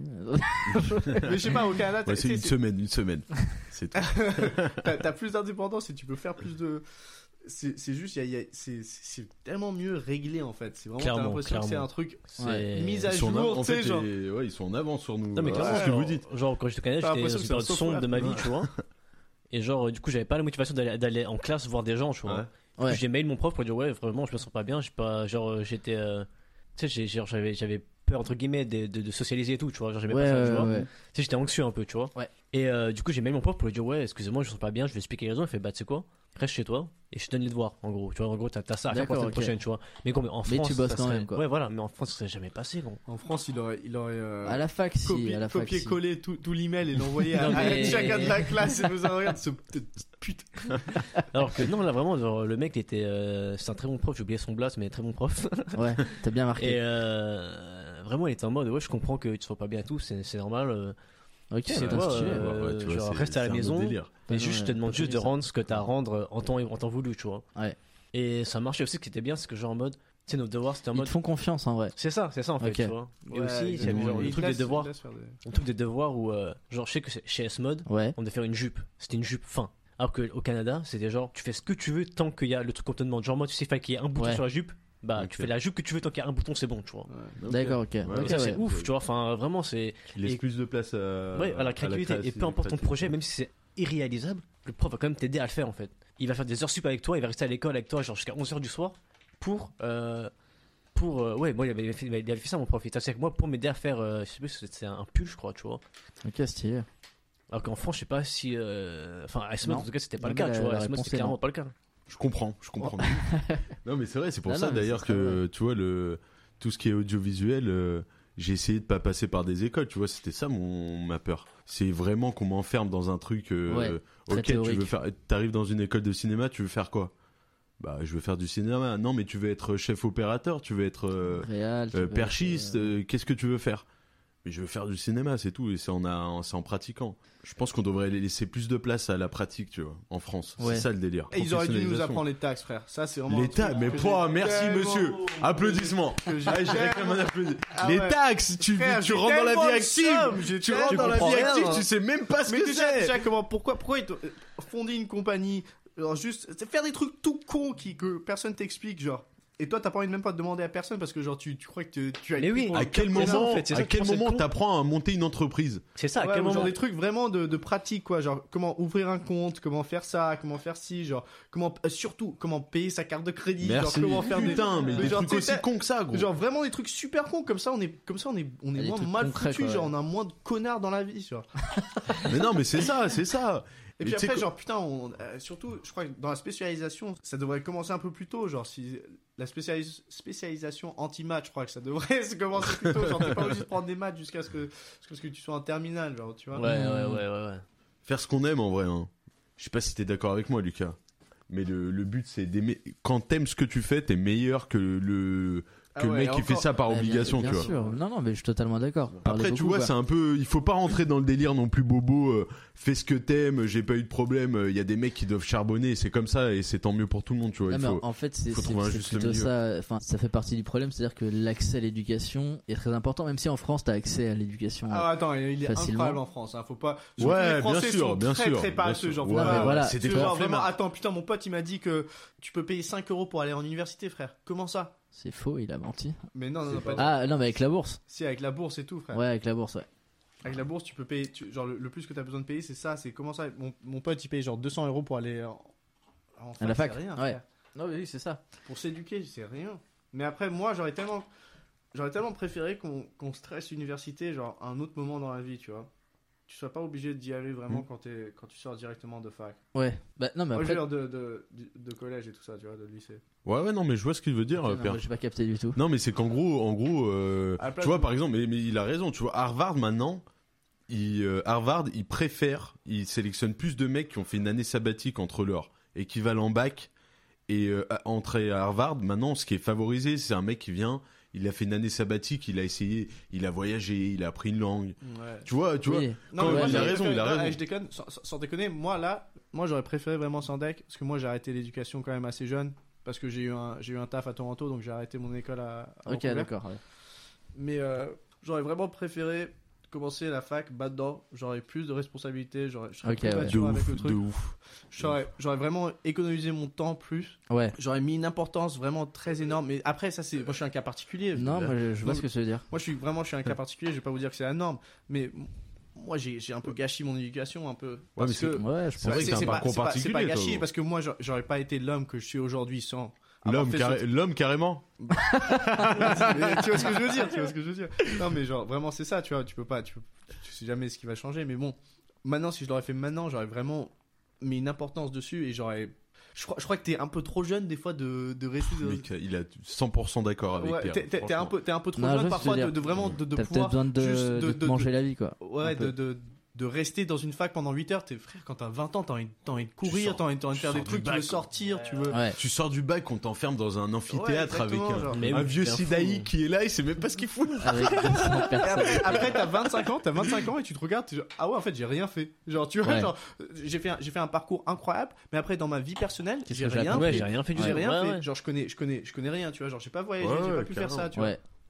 mais je sais pas, au Canada, t'as, Ouais, c'est t'sais, une c'est- semaine, une semaine. C'est tout. t'as, t'as plus d'indépendance et tu peux faire plus de. C'est, c'est juste, il y a, il y a- c'est, c'est, c'est tellement mieux réglé en fait. C'est vraiment, t'as Clairement, l'impression que c'est clairement. un truc C'est mise à Ils sont en, jour, en tu sais, fait, genre. et- ouais, ils sont en avance sur nous. Non mais euh, clairement, c'est ce que genre, vous dites. genre quand j'étais au Canada, T'as j'étais l'impression dans que une période c'est un sombre de ma vie, software. tu vois. Et genre du coup, j'avais pas la motivation d'aller, d'aller en classe voir des gens, tu vois. Ouais. Du Ouais. coup, j'ai mail mon prof pour dire ouais, vraiment, je me sens pas bien, j'ai pas genre euh, j'étais euh, tu sais, j'ai- genre, j'avais j'avais peur entre guillemets de, de, de socialiser et tout, tu vois, genre j'aimais Ouais, pas ça, ouais, tu vois. ouais. Tu sais, j'étais anxieux un peu, tu vois. Ouais. Et euh, du coup, j'ai mail mon prof pour lui dire ouais, excusez-moi, je me sens pas bien, je vais expliquer les raisons. Il fait bah tu sais quoi, reste chez toi et je te donne les devoirs en gros, tu vois. En gros, t'as, t'as ça à faire pour la D'accord, semaine ok. prochaine, tu vois. Mais quoi, mais en Mais France, tu bosses ça quand serait- même, quoi. Ouais, voilà, mais en France, ça serait jamais passé, gros. En France, il aurait, il aurait euh, À la fac, si. copié- à la fac, si. copié-collé tout, tout l'email et l'envoyé à, Non, mais- à chacun de la classe et vous en regarde ce petite pute. Alors que non, là vraiment, genre, le mec il était, euh, c'est un très bon prof. J'ai oublié son blast, mais très bon prof. Ouais, t'as bien marqué. Et euh, vraiment, il était en mode ouais, je comprends que tu sois pas bien et tout, c'est, c'est normal. euh, Ok, tu sais, c'est toi, stylé. euh, Ouais, tu vois, genre, c'est- reste à la c'est un autre maison. délire. Mais Ouais, juste, je ouais, te demande pas juste de terrible, ça. rendre ce que t'as à rendre en temps, en temps voulu, tu vois. Ouais. Et ça marchait aussi. Ce qui était bien, c'est que genre en mode, tu sais, nos devoirs, c'était en Ils mode. te font confiance en vrai. C'est ça, c'est ça en fait, Ok. tu vois. Et Ouais, aussi, il y avait exactement. genre Et le il truc te des laisse- devoirs, il te laisse faire des- le truc des devoirs où, euh, genre, je sais que c'est- chez S-Mode, Ouais. on devait faire une jupe. C'était une jupe fin. Alors qu'au Canada, c'était genre, tu fais ce que tu veux tant qu'il y a le truc qu'on te demande. Genre, moi, tu sais, il qu'il y ait un bouton Ouais. sur la jupe, bah, Ok. tu fais la jupe que tu veux tant qu'il y a un bouton, c'est bon, tu vois. Ouais. D'accord, ok. Ouais, Ok, Et ça, c'est ouais. ouf, tu vois. Enfin, vraiment, c'est. Il laisse Et- plus de place à, Ouais, à la créativité. Et peu importe ton projet, même si c'est irréalisable, le prof va quand même t'aider à le faire, en fait. Il va faire des heures sup avec toi, il va rester à l'école avec toi, genre jusqu'à onze heures du soir, pour. Euh, pour euh, ouais, moi, il avait, fait, il avait fait ça, mon prof. Il était assis avec moi pour m'aider à faire. Euh, je sais plus, c'était un pull, je crois, tu vois. Ok, stylé. Alors qu'en France, je sais pas si. euh, Enfin, à S M O, Non. en tout cas, c'était pas Non, le cas, mais tu la- vois. la À S M O, réponse c'était est clairement non. pas le cas. Je comprends, je comprends. Non, mais c'est vrai, c'est pour Non, ça non, mais d'ailleurs c'est très que tu vois le tout ce qui est audiovisuel, euh, j'ai essayé de pas passer par des écoles. Tu vois, c'était ça mon ma peur. C'est vraiment qu'on m'enferme dans un truc. euh, Ouais, très ok, tu théorique. veux faire. T'arrives dans une école de cinéma, tu veux faire quoi? Bah, je veux faire du cinéma. Non, mais tu veux être chef opérateur, tu veux être euh, Réal, tu euh, veux être, perchiste. euh, euh, Qu'est-ce que tu veux faire? Mais je veux faire du cinéma, c'est tout. Et c'est en, a- c'est en pratiquant. Je pense qu'on devrait laisser plus de place à la pratique, tu vois, en France. Ouais. C'est ça le délire. Et ils auraient dû nous Professionnalisation. apprendre les taxes, frère. Ça, c'est vraiment. un Les taxes, truc mais que quoi, j'ai merci tellement- monsieur. Applaudissements. que j'ai Ah, je réclame un tellement- applaudissement. Ah Les ouais. taxes, tu, Frère, tu j'ai rentres dans la tellement vie de active. somme, j'ai Tu tellement- rentres dans la comprends vie rien, active, hein. tu sais même pas ce Mais que déjà, c'est. déjà, comment, pourquoi, pourquoi ils t'ont fondé une compagnie, genre juste, c'est faire des trucs tout cons qui, que personne t'explique, genre. Et toi, t'as pas envie de même pas de demander à personne parce que genre tu, tu crois que tu, tu as Mais été oui. pour À le quel connard, moment, en fait, c'est ça à que quel je pense, moment c'est con. t'apprends à monter une entreprise? C'est ça, à Ouais, quel ou moment genre des trucs vraiment de, de pratique quoi, genre comment ouvrir un compte, comment faire ça, comment faire ci, genre comment euh, surtout comment payer sa carte de crédit, Merci. genre comment faire des Putain, mais des genre, trucs tu sais, aussi cons que ça, gros. genre vraiment des trucs super cons comme ça on est comme ça on est on est Des moins trucs mal concrets, foutu, quoi, genre ouais. on a moins de connards dans la vie, genre. Mais non, mais c'est ça, c'est ça. Et puis tu sais après, que- genre, putain, on, euh, surtout, je crois que dans la spécialisation, ça devrait commencer un peu plus tôt. Genre, si la spécialis- spécialisation anti-maths, je crois que ça devrait se commencer plus tôt. Genre, t'es pas obligé de prendre des maths jusqu'à ce que, jusqu'à ce que tu sois en terminale, genre, tu vois. Ouais, ouais, ouais, ouais, ouais. Faire ce qu'on aime en vrai. Hein. Je sais pas si t'es d'accord avec moi, Lucas. Mais le, le but, c'est d'aimer. Quand t'aimes ce que tu fais, t'es meilleur que le, que Ah le ouais, mec et qui fait encore- ça par bien- obligation, bien tu vois. sûr. Non, non, mais je suis totalement d'accord. Parlez Après, tu beaucoup, vois, quoi. c'est un peu. Il faut pas rentrer dans le délire non plus bobo. euh, fais ce que t'aimes, j'ai pas eu de problème. Il y a des mecs qui doivent charbonner, c'est comme ça et c'est tant mieux pour tout le monde, tu vois. Non, Il mais faut... en fait, c'est faut c'est- trouver un c'est juste plutôt milieu. ça. Enfin, ça fait partie du problème, c'est-à-dire que l'accès à l'éducation est très important, même si en France, t'as accès à l'éducation. Ah, attends, il est Facilement. incroyable en France, hein. Faut pas. Ouais, les Français bien sûr, sont bien très, sûr, très bien paresseux, sûr. genre. Ouais, faut pas- mais voilà, c'est tu des vois, grands vraiment, flemmards. attends, putain, mon pote, il m'a dit que tu peux payer cinq euros pour aller en université, frère. Comment ça? C'est faux, il a menti. Mais non, non, non, pas. Ah, non, mais avec la bourse. Si, avec la bourse et tout, frère. Ouais, avec la bourse, ouais. Avec la bourse, tu peux payer. tu- genre, le, le plus que tu as besoin de payer, c'est ça. C'est comment ça? Mon, mon pote, il paye genre deux cents euros pour aller en, en À la fac, c'est rien, ouais. frère. Non, mais oui, c'est ça. Pour s'éduquer, c'est rien. Mais après, moi, j'aurais tellement. J'aurais tellement préféré qu'on qu'on stresse l'université, genre, à un autre moment dans la vie, tu vois. Tu sois pas obligé d'y aller vraiment Mm. quand, t'es- quand tu sors directement de fac. Ouais. Bah, non, mais Moi, je après. veux dire de, de, de, de collège et tout ça, tu vois, de lycée. Ouais, ouais, non, mais je vois ce qu'il veut dire, Ok, euh, non, Pierre. moi, j'ai pas capté du tout. Non, mais c'est qu'en gros, en gros, euh, À la place tu vois, de- par exemple, mais, mais il a raison, tu vois, Harvard maintenant, il, euh, Harvard, il préfère, il sélectionne plus de mecs qui ont fait une année sabbatique entre leur équivalent bac et euh, à- entrer à Harvard. Maintenant, ce qui est favorisé, c'est un mec qui vient, il a fait une année sabbatique, il a essayé, il a voyagé, il a appris une langue. Ouais. Tu vois, tu vois. Oui. Quand- mais moi, il a j'aurais raison, il a préféré- raison. ah, je déconne, sans, sans- sans déconner, moi là, moi j'aurais préféré vraiment Sandec, parce que moi j'ai arrêté l'éducation quand même assez jeune, parce que j'ai eu un, j'ai eu un taf à Toronto, donc j'ai arrêté mon école à, à Ok, Vancouver. d'accord. ouais. Mais euh, j'aurais vraiment préféré commencer la fac bas dedans, j'aurais plus de responsabilités, j'aurais, je serais Ok, plus ouais. De mature avec ouf, le de truc. ouf. J'aurais, j'aurais vraiment économisé mon temps plus, Ouais. j'aurais mis une importance vraiment très énorme, mais après ça c'est, moi je suis un cas particulier. Non, moi, je, je vois Non, ce que tu veux dire. Moi, je suis vraiment, je suis un cas particulier. Je vais pas vous dire que c'est la norme, mais m- moi, j'ai, j'ai un peu gâché mon éducation, un peu. Parce mais c'est- que Ouais, je C'est pense. vrai que t'as un pas- parcours c'est pas- c'est pas particulier, gâché toi. parce que moi, j'a- j'aurais pas été l'homme que je suis aujourd'hui sans. avoir L'homme, fait carré- ce- l'homme carrément. Mais tu vois ce que je veux dire, tu vois ce que je veux dire. Non, mais genre vraiment, c'est ça, tu vois. Tu peux pas, tu, peux- tu sais jamais ce qui va changer, mais bon. Maintenant, si je l'aurais fait maintenant, j'aurais vraiment mis une importance dessus et j'aurais. Je crois, je crois que t'es un peu trop jeune des fois de, de rester. De... Mec, il a cent pour cent d'accord avec Ouais, Pierre. t'es, t'es- t'es un franchement. peu, t'es un peu trop Non, je jeune vois ce que parfois tu veux de, dire. de vraiment de, de T'as peut-être pouvoir besoin de, juste de te manger la vie, quoi. Ouais, Un peu. de, de, de rester dans une fac pendant huit heures. T'es frère, quand t'as vingt ans, t'as envie, t'as envie de courir, sors- t'as envie, t'as envie de tu faire des sors du trucs, tu veux bac. sortir, tu veux. Ouais. Tu sors du bac, on t'enferme dans un amphithéâtre Ouais, avec exactement, un, genre. Mais un oui, vieux c'est un Sidaï fou. qui est là, il sait même pas ce qu'il fout. Avec deux cents Et personnes. après, après t'as vingt-cinq ans, t'as vingt-cinq ans et tu te regardes, t'es genre, ah ouais, en fait, j'ai rien fait. Genre, tu vois, Ouais. genre, j'ai fait, un, j'ai fait un parcours incroyable, mais après, dans ma vie personnelle, j'ai que j'ai rien appris Ouais, fait. j'ai rien fait du J'ai tout. rien Ouais, fait. ouais. Genre, je connais, je connais, je connais rien, tu vois. Genre, j'ai pas voyagé, Ouais, j'ai ouais, pas pu faire carrément. ça, tu vois. Ouais.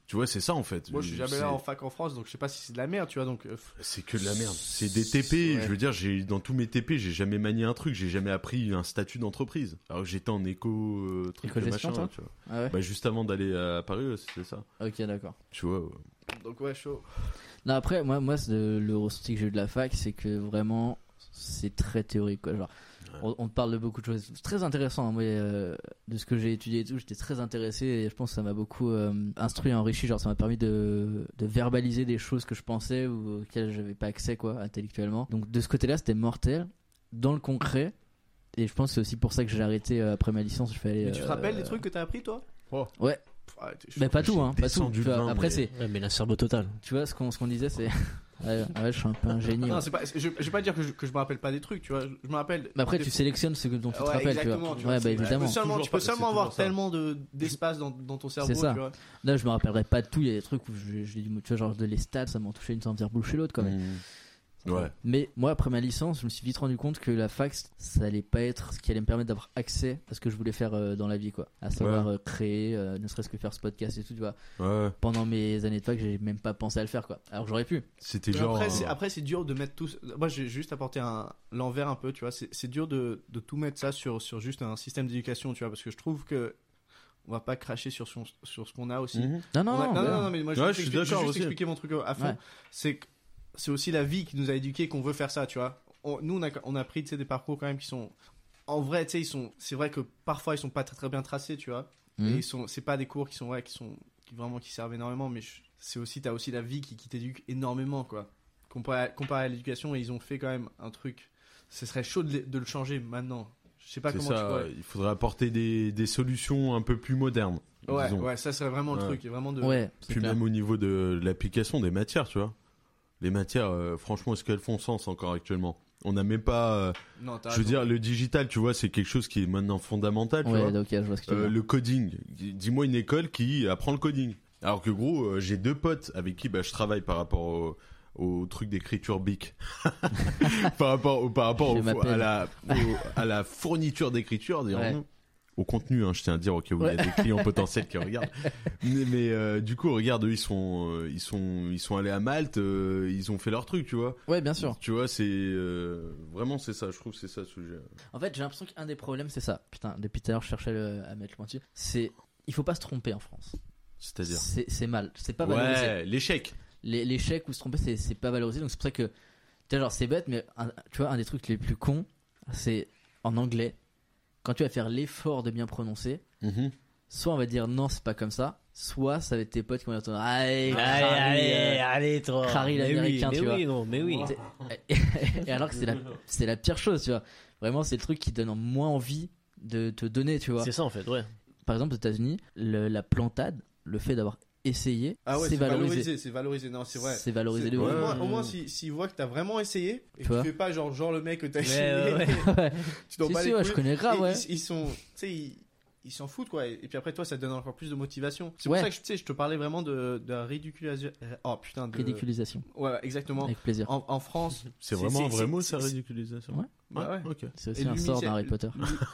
Tu vois, c'est ça en fait. Moi, je suis jamais C'est- là en fac en France, donc je sais pas si c'est de la merde, tu vois. Donc, euh, C'est que de la merde. C'est des T P. Ouais. Je veux dire, j'ai dans tous mes T P, j'ai jamais manié un truc, j'ai jamais appris un statut d'entreprise. Alors que j'étais en éco, euh, truc Éco-gestion, machin, toi tu vois. Ah ouais. Bah juste avant d'aller à Paris, ouais, c'était ça. Ok, d'accord. Tu vois. Ouais. donc ouais, chaud. Non, après, moi, moi c'est de- le ressenti que j'ai eu de la fac, c'est que vraiment, c'est très théorique, quoi. Genre, Ouais. on, on te parle de beaucoup de choses. C'est très intéressant, hein, moi, euh, de ce que j'ai étudié et tout. J'étais très intéressé et je pense que ça m'a beaucoup euh, instruit, enrichi. Genre, ça m'a permis de, de verbaliser des choses que je pensais ou auxquelles j'avais pas accès, quoi, intellectuellement. Donc, de ce côté-là, c'était mortel. Dans le concret, et je pense que c'est aussi pour ça que j'ai arrêté euh, après ma licence. Je fais aller, Mais tu te euh, rappelles les trucs que t'as appris, toi? Ouais. Pff, ouais, t'es chaud. Mais pas tout, hein, pas tout. descendu Tu vois, le vin, après, mais- c'est, Ouais, mais la cerveau total. tu vois, ce qu'on, ce qu'on disait, c'est. Ouais, ouais, je suis un peu un génie. Non, ouais. c'est pas, je, je vais pas dire que je, que je me rappelle pas des trucs, tu vois. Je, je me rappelle. Mais après, des- tu sélectionnes ce que- dont tu te Ouais, rappelles, tu exactement, vois. tu Ouais, vois, bah c'est- évidemment. Tu peux seulement, Toujours tu peux pas- seulement c'est avoir toujours ça. tellement de, d'espace dans, dans ton cerveau, ça. tu vois. Là, je me rappellerai pas de tout. Il y a des trucs où je, je dis, tu vois, genre de les stats, ça m'en touchait une sans dire boucher l'autre, quand même. Mmh. Ouais. Mais moi, après ma licence, je me suis vite rendu compte que la fac, ça allait pas être ce qui allait me permettre d'avoir accès à ce que je voulais faire euh, dans la vie, quoi. À savoir Ouais. euh, créer, euh, ne serait-ce que faire ce podcast et tout, tu vois. Ouais. Pendant mes années de fac, j'ai même pas pensé à le faire, quoi. Alors que j'aurais pu. C'était Mais genre. Après, euh, c'est, après, c'est dur de mettre tout. Moi, j'ai juste apporté un l'envers un peu, tu vois. C'est, c'est dur de, de tout mettre ça sur, sur juste un système d'éducation, tu vois, parce que je trouve que on va pas cracher sur, son, sur ce qu'on a aussi. mmh. Non, non, On a- non. non, bah, non, non, mais moi, je Ouais, vais je suis expliquer- d'accord juste aussi. expliquer mon truc à fond. Ouais. C'est que c'est aussi la vie qui nous a éduqués qu'on veut faire ça, tu vois. On- nous, on a, on a pris, tu sais, des parcours quand même qui sont. En vrai, tu sais, ils sont. C'est vrai que parfois, ils sont pas très, très bien tracés, tu vois. Mhm. Et ils sont. C'est pas des cours qui sont, ouais, qui sont. Qui vraiment qui servent énormément, mais je- c'est aussi. T'as aussi la vie qui, qui t'éduque énormément, quoi. Comparé à, comparé à l'éducation, et ils ont fait quand même un truc. Ce serait chaud de, le- de le changer maintenant. Je sais pas C'est comment ça. tu vois. Il faudrait apporter des, des solutions un peu plus modernes. Ouais, disons. ouais, ça serait vraiment le Ouais. truc. Et vraiment de. Ouais, c'est Puis clair. même au niveau de l'application des matières, tu vois. Les matières, euh, franchement, est-ce qu'elles font sens encore actuellement? On n'a même pas. euh, Non, t'as je veux raison. dire, le digital, tu vois, c'est quelque chose qui est maintenant fondamental, tu Ouais, vois. ok, je vois ce que tu veux Euh, dire. le coding. Dis-moi une école qui apprend le coding. Alors que gros, euh, j'ai deux potes avec qui bah, je travaille par rapport au, au truc d'écriture B I C. par rapport, au, par rapport Je au- m'appelle. à, la, au- à la fourniture d'écriture, dirons-nous. Ouais. Au contenu, hein, je tiens à dire au cas où il y a des clients potentiels qui regardent. Mais, mais, euh, du coup, regarde, eux, ils sont, euh, ils sont, ils sont allés à Malte, euh, ils ont fait leur truc, tu vois. Ouais, bien sûr. Tu vois, c'est euh, vraiment c'est ça. Je trouve que c'est ça le sujet. En fait, j'ai l'impression qu'un des problèmes, c'est ça. Putain, depuis tout à l'heure, je cherchais le- à mettre le point dessus. C'est. Il faut pas se tromper en France. C'est-à-dire. C'est c'est mal. C'est pas valorisé. Ouais, l'échec. Les- L'échec ou se tromper, c'est c'est pas valorisé. Donc c'est pour ça que. Tu sais, genre, c'est bête, mais un- tu vois, un des trucs les plus cons, c'est en anglais. Quand tu vas faire l'effort de bien prononcer, Mhm. soit on va dire non, c'est pas comme ça, soit ça va être tes potes qui vont dire allez, Allez, Harry, allez, euh, allez, toi. Harry Mais l'américain, oui, tu mais vois. oui, non, mais oui. Et alors que c'est la, c'est la pire chose, tu vois. Vraiment, c'est le truc qui donne moins envie de te donner, tu vois. C'est ça en fait, ouais. Par exemple, aux États-Unis, le- la plantade, le fait d'avoir essayé, Ah ouais, c'est c'est valorisé. valorisé. C'est valorisé. Non, c'est vrai. C'est valorisé de C'est- ouf. au, moins, Ouais. au moins, si- s'ils voient que t'as vraiment essayé et Tu que vois. tu fais pas genre, genre le mec que t'as Ouais, essayé, ouais, Ouais. tu t'en Si, bats si, les ouais, couilles. je connais grave, Et ouais. Ils, ils sont, tu sais, ils ils s'en foutent quoi. Et, et puis après toi, ça te donne encore plus de motivation. C'est Ouais. pour ça que je- tu sais, je te parlais vraiment de, de la ridiculisation. Oh putain, de. Ridiculisation. Ouais, exactement. Avec plaisir. En, en France, C'est C'est- vraiment un c'est- vrai c'est- mot, ça, c'est- ridiculisation. Ouais. Bah ouais. Ok. C'est Et aussi un sort l'humilia- d'Harry Potter.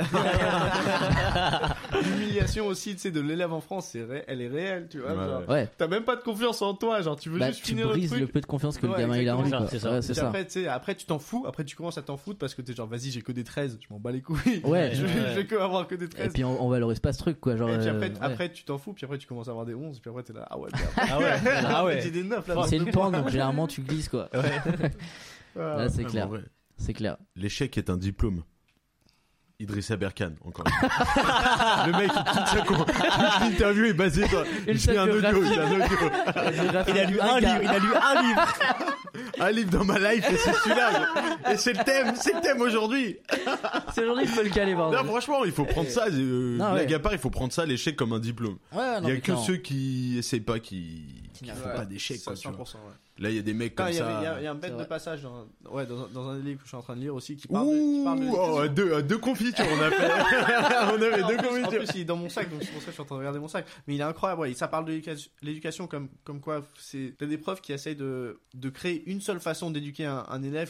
l'humiliation aussi, tu sais, de l'élève en France, c'est ré- elle est réelle, tu vois. Ouais, genre. ouais. Ouais. T'as même pas de confiance en toi, genre tu veux Bah, juste tu finir le brises truc. le peu de confiance que le Ouais, gamin il a en lui, exactement. quoi. C'est ça, Ouais, c'est c'est Et ça. après, tu sais, après tu t'en fous, après tu commences à t'en foutre parce que t'es genre vas-y j'ai que des treize, je m'en bats les couilles. Ouais. je, vais, Ouais. je vais que avoir que des Et treize. puis on, on valorise pas ce truc, quoi. Genre, Et puis euh, après, ouais. après tu t'en fous, puis après tu commences à avoir des onze, et puis après t'es là, ah ouais, merde. Ah ouais, ah ouais. J'ai des neuf là. C'est dans une deux mois. pente, donc généralement tu glisses, quoi. Ah. Là, c'est Ouais, clair. mais en vrai, C'est clair. l'échec est un diplôme. Idrissa Berkane, encore une fois. Le mec, toute sa con- toute l'interview est basée sur. Une Je fais un seule audio, j'ai un audio. Il a lu un livre, il a lu un livre. Un livre dans ma life et c'est celui-là. Et c'est le thème, c'est le thème aujourd'hui. C'est aujourd'hui il faut le caler, Non, bordel. franchement, il faut prendre ça. Euh, Non, blague ouais. à part, il faut prendre ça, l'échec, comme un diplôme. Ouais, Il non, y a mais que clairement. ceux qui essaient pas qui. Qui n'y qui arrivent font Ouais, pas d'échec, ça, quoi. tu cent vois. pour cent, ouais. Là, il y a des mecs Ah, comme il y, avait- ça. il y a, il y a un C'est bête de vrai. passage dans, ouais, dans, dans un des livres que je suis en train de lire aussi qui parle de, qui parle de Ouh, oh, l'éducation. deux, euh, deux confitures, on a fait. on avait En deux plus, en confitures. plus, il est dans mon sac, donc c'est pour ça que je suis en train de regarder mon sac. Mais il est incroyable, ouais. Ça parle de l'éducation- l'éducation comme, comme quoi c'est t'as des profs qui essayent de, de créer une seule façon d'éduquer un, un élève qui,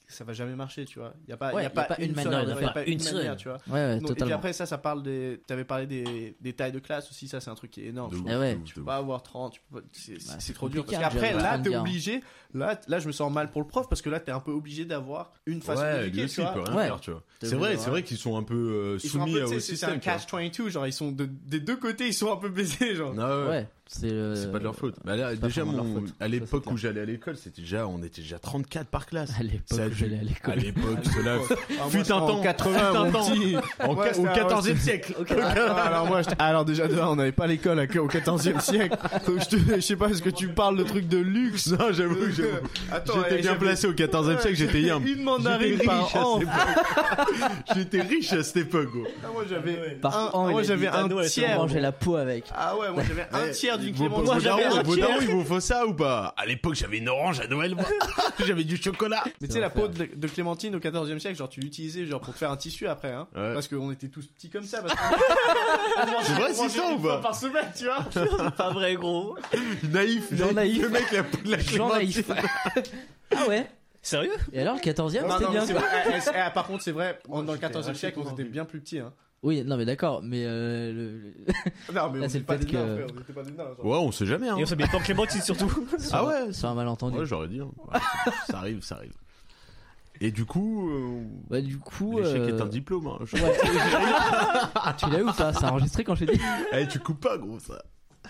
ça va jamais marcher, tu vois. Il y a pas, Ouais, y a pas une manière manière, de y a faire. pas Une une seule. manière, tu vois. Ouais, ouais, Donc, et puis totalement. après ça, ça parle des. T'avais parlé des, des tailles de classe aussi, ça c'est un truc qui est énorme. De je ouf, Eh ouais. de ouf, Tu de peux ouf. pas avoir trente, tu peux pas- c'est, c'est- Bah, c'est c'est trop dur. Parce compliqué, qu'après, déjà, là, de t'es gars. obligé, là, là, je me sens mal pour le prof parce que là, t'es un peu obligé d'avoir une façon Ouais, lui d'éduquer, aussi, tu il vois. peut rien Ouais. faire, tu vois. T'es C'est obligé vrai, de- c'est vrai qu'ils sont un peu euh, Ils sont un soumis peu, au tu sais, c'est système. un tu vois. catch vingt-deux, genre ils sont de, des deux côtés, ils sont un peu baisés, genre. Ah ouais. Ouais, c'est euh, C'est pas de leur faute. Bah là, c'est pas déjà, vraiment leur mon- faute. à Ça, l'époque c'est où j'allais à l'école, c'était déjà, on était déjà trente-quatre par classe. À l'époque Ça a où dû- j'allais à l'école. À l'époque, cela Ah, fut moi, un en temps. quatre-vingts, fut un mon temps. petit. En Ouais, ca- c'était au un- quatorzième siècle. Ah, alors moi, j'étais- alors déjà de un, on n'avait pas l'école à- au quatorzième siècle. Donc je, te... je sais pas, est-ce que tu parles de trucs de luxe? Non, j'avoue, j'avoue. Attends, J'étais eh, bien j'avais- placé au quatorzième siècle, j'étais yam. Une mandarine J'étais par riche à an. cette époque. J'étais riche à cette époque, gros. Ah, moi j'avais Par un, an, moi il a j'avais dit, un à Noël, tiers. manger la peau avec. Ah ouais, moi j'avais un tiers d'une Vos- clémentine. vos Moi, j'avais darons- un vos tiers. darons, ils vous font ça ou pas? À l'époque, j'avais une orange à Noël, moi. J'avais du chocolat. Mais tu sais, la peau de, de clémentine au quatorzième siècle, genre tu l'utilisais genre pour te faire un tissu après, hein. Ouais. Parce qu'on était tous petits comme ça. Parce qu'on- on mangeait- C'est vrai, on c'est mangeait ça une ou fois pas par semaine, tu vois. C'est pas vrai, gros. Naïf, Jean naïf. Le mec, la peau de la Jean naïf. Ah ouais. Sérieux? Et alors le quatorzième, Non, c'était non, bien. mais c'est quoi. vrai. Eh, eh, eh, par contre, c'est vrai, on- dans le j'étais quatorzième assez siècle, on était convaincu. bien plus petits, hein. Oui, non mais d'accord, mais euh, le- le- Non, mais Là, on c'est était le pas fait des nains, que- frère, on était pas des nains, genre. Ouais, on sait jamais, hein. Et on s'habille pas en Clémentine surtout. Ah ouais? sur un malentendu. Ouais, j'aurais dit. hein. Ouais, ça arrive, ça arrive. Et du coup, euh, Bah du coup, l'échec euh, est un diplôme. Hein. Je- ouais. Tu l'as eu ou pas? Ça a enregistré quand je t'ai dit. Eh, tu coupes pas, gros, ça.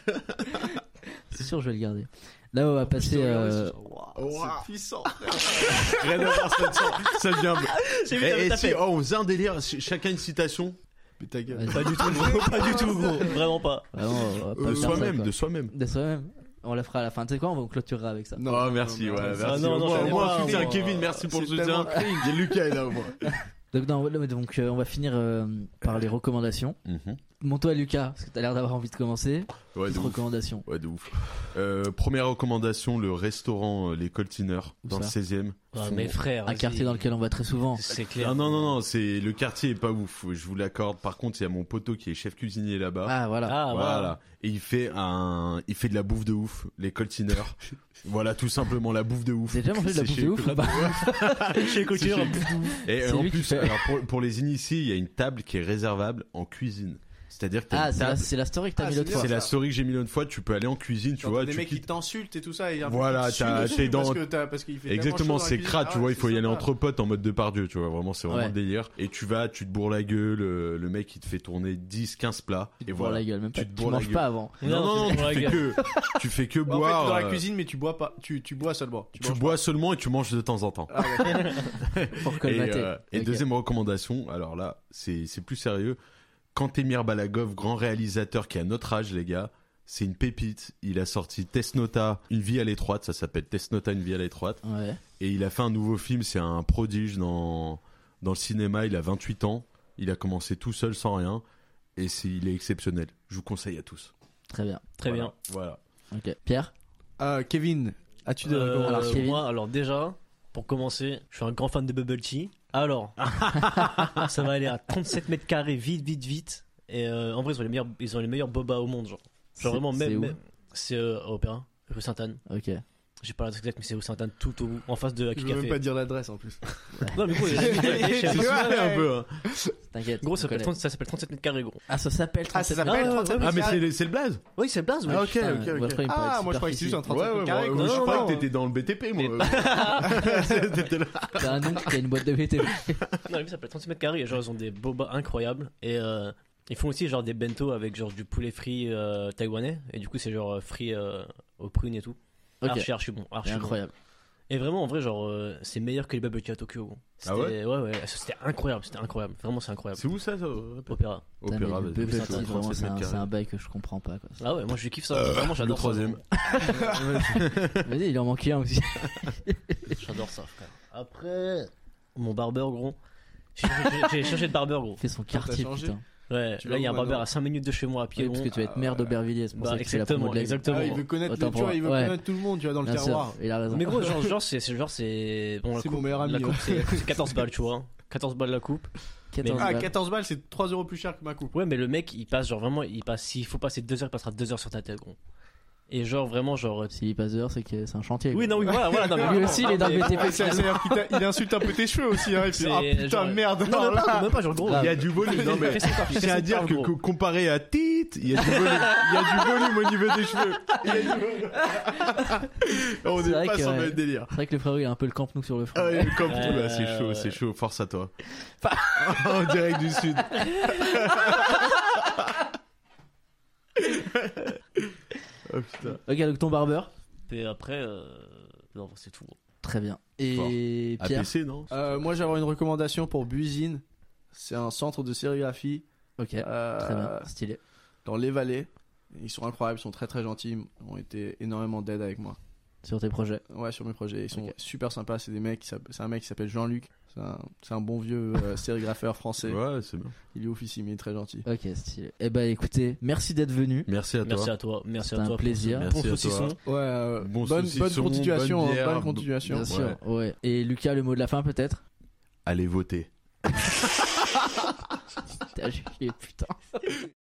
C'est sûr, je vais le garder. Là, on va passer. euh, Waouh, Ouah. c'est puissant. Rien à voir, ça, ça, ça devient. J'ai vu, Eh, t'avais eh, tapé. si, oh, on faisait un délire, ch- chacun une citation. Mais ta gueule. vas-y. Pas du tout, gros. Pas du tout, gros. Vraiment pas. Vraiment, on va pas De faire ça, soi-même, quoi. de soi-même. De soi-même. On la fera à la fin. Tu sais quoi? On clôturera avec ça. Oh, merci, ouais, merci. Ah, non, non, Au moins, j'avais au moins, pas, un soutien, moi. Kevin, merci pour le C'est soutien. tellement Il y a Lucas est là, au moins. Donc, non, ouais, donc euh, on va finir euh, par les recommandations. Mon toi, Lucas, parce que t'as l'air d'avoir envie de commencer. Ouais, de Petite ouf. recommandation. Ouais, de ouf. Euh, première recommandation, le restaurant euh, Les Coltineurs, Où dans le ça seizième. Ah, Font- mes frères. Un vas-y. quartier dans lequel on va très souvent. C'est clair. Ah non, non, non, c'est, le quartier est pas ouf, je vous l'accorde. Par contre, il y a mon poteau qui est chef cuisinier là-bas. Ah, voilà. Ah, voilà. voilà. Et il fait un, il fait de la bouffe de ouf, les coltineurs. Voilà, tout simplement la bouffe de ouf. T'as déjà mangé de la C'est bouffe chez de ouf là-bas? Chez les Coltineurs, C'est un bout de ouf. Et C'est en lui qui plus, fait. alors pour, pour les initiés, il y a une table qui est réservable en cuisine. C'est-à-dire que t'as Ah, une c'est la, table. c'est la story que t'as Ah, mis c'est l'autre bien fois. C'est la ça. story que j'ai mis l'autre fois. Tu peux aller en cuisine, tu Genre, vois. des Tu mecs qui quittes. t'insultent et tout ça. Et un peu Voilà, qui te suent t'as- dessus t'es dans- parce que t'as- parce qu'il fait tellement Exactement, chaud dans la c'est cuisine. crade, Ah tu ouais, vois. Il faut c'est y aller sympa. entre potes en mode de Depardieu, tu vois. Vraiment, c'est vraiment Ouais. le délire. Et tu vas, tu te bourres la gueule. Le, le mec, il te fait tourner dix, quinze plats. Tu te Et bourres voilà. la gueule, même pas. Tu te Tu bourres la manges gueule. pas avant. Non, non, non, tu te tu bourres la fais gueule. que, tu fais que En fait, boire. t'es dans la euh, cuisine, mais tu bois pas. Tu, tu bois seulement. Tu, Tu manges bois seulement et tu manges de temps en temps. pas. Ah, ouais. Pour Et, colmater. euh, et Ok. deuxième recommandation, alors là, c'est c'est plus sérieux. Kantemir Balagov, grand réalisateur qui a notre âge, les gars, c'est une pépite. Il a sorti Test Nota, Une vie à l'étroite, ça s'appelle Test Nota, Une vie à l'étroite. Ouais. Et il a fait un nouveau film, c'est un prodige dans, dans le cinéma, il a vingt-huit ans. Il a commencé tout seul, sans rien. Et c'est, il est exceptionnel. Je vous conseille à tous. Très bien. Très Voilà. bien. Voilà. Ok. Pierre? Euh, Kevin, as-tu des Euh, recommandations? Alors, Kevin. moi, alors déjà, pour commencer, je suis un grand fan de Bubble Tea. Alors, ça va aller à trente-sept mètres carrés, vite, vite, vite. Et euh, en vrai, ils ont les meilleurs, ils ont les meilleurs bobas au monde, genre. C'est- Genre vraiment, c'est même, où même- c'est euh, à Opéra, rue Sainte-Anne. Ok. J'ai pas l'adresse exacte, mais c'est rue Sainte-Anne, tout au bout, en face de Je Aki veux même Café. pas dire l'adresse en plus. Non, mais gros, il y a- C'est je sais pas. vrai. un peu. Hein. T'inquiète. Gros, on ça s'appelle connaît. trente ça s'appelle trente-sept mètres carrés, gros. Ah, ça s'appelle Ah, ça trente-sept. s'appelle Ah, ouais, trente-sept ouais, Ah, mais mètres c'est, carrés. c'est le blaze. Oui, c'est Blaze, oui. Ah, ok, Putain, ok, ok. votre frère, il me paraît Ah, moi je croyais que c'était juste un trente-sept Ouais, ouais, mètres carrés. moi, quoi. je Non, croyais non. que t'étais dans le B T P, moi. T'étais là. T'as un oncle qui a une boîte de V T V. Non, mais ça s'appelle trente-sept mètres carrés. Et genre, ils ont des bobas incroyables. Et euh, ils font aussi genre des bento avec genre du poulet frit euh, taïwanais. Et du coup, c'est genre euh, frit euh, aux prunes et tout. Ok. Archi, archi bon. Archi C'est bon. incroyable. Et vraiment, en vrai, genre, euh, c'est meilleur que les bubble tea à Tokyo. gros. Ah ouais Ouais, ouais, c'était incroyable, c'était incroyable. Vraiment, c'est incroyable. C'est où ça, ça Opéra. Putain, mais Opéra, le vas-y. bubble trente-sept tea, mètres vraiment, c'est un, carrés. c'est un bail que je comprends pas. Quoi. Ah ouais, moi je kiffe ça. Vraiment, j'adore Le troisième. ça. Vas-y, il en manquait un aussi. J'adore ça, frère. Après, mon barbeur, gros. J'ai changé, j'ai changé de barbeur, gros. Il fait son quartier, changé putain. Ouais, Tu là, vas il y a un où barbeur maintenant à cinq minutes de chez moi à pied, Oui, parce gros. que tu vas être maire d'Aubervilliers, c'est pour Bah, ça que tu fais la promo exactement, de la exactement. Ah, il veut connaître, Autant le, tu pour vois, il veut moi. Ouais. connaître tout le monde, tu vois, dans le Bien sûr, terroir. il a raison. Mais gros, genre, genre c'est c'est- genre, c'est. Bon, la C'est coupe- mon meilleur ami, La coupe, hein. c'est c'est quatorze balles, tu vois. quatorze balles la coupe. quatorze Ah, balles. quatorze balles, c'est trois euros plus cher que ma coupe. Ouais, mais le mec, il passe, genre vraiment, il passe. S'il faut passer deux heures, il passera deux heures sur ta tête, gros. Et genre vraiment genre. S'il passe dehors, c'est que c'est un chantier. Oui, non, oui, voilà, voilà. Non, mais Lui vraiment, aussi, il est dans le mais- B T P. C'est- C'est-à-dire qu'il t'a- il insulte un peu tes cheveux aussi, hein. Il fait, C'est ah putain, genre- merde. Non, alors même là. pas, même pas, genre gros. Il y a du volume. Non, mais Fais son corps, je fais tiens à son dire corps, que, gros. que comparé à Tit, il y a du volume. Il y a du volume au niveau des cheveux. Il y a du volume. On C'est n'est vrai pas que, sur le ouais. même délire. C'est vrai que le frérot, il a un peu le camp nous sur le front. Ah ouais, comme tout, Euh, là, c'est chaud, ouais. c'est chaud. Force à toi. En direct du sud. Oh putain. Ok, donc ton barbeur. Et après, euh... non, c'est tout. Très bien. Et Fort. Pierre. A P C, non Euh, moi, j'avais une recommandation pour Buisine. C'est un centre de sérigraphie. Ok, euh, très bien, stylé. Dans les vallées. Ils sont incroyables, ils sont très très gentils. Ils ont été énormément d'aide avec moi. Sur tes projets. Ouais, sur mes projets. Ils sont Ok. super sympas. C'est des mecs. qui s'app- C'est un mec qui s'appelle Jean-Luc. C'est un, c'est un bon vieux euh, sérigrapheur français. Ouais, c'est bien. Il est officier, mais il est très gentil. Ok, stylé. Eh ben, écoutez, merci d'être venu. Merci à toi. Merci à toi, merci C'était à un toi. plaisir. Pour Merci ce à bon toi. saucisson. Ouais, euh, Bon bonne, saucisson, bonne continuation. bonne hein, bière, bonne continuation. Bien sûr, ouais. Et Lucas, le mot de la fin peut-être. Allez voter. T'as vu, putain.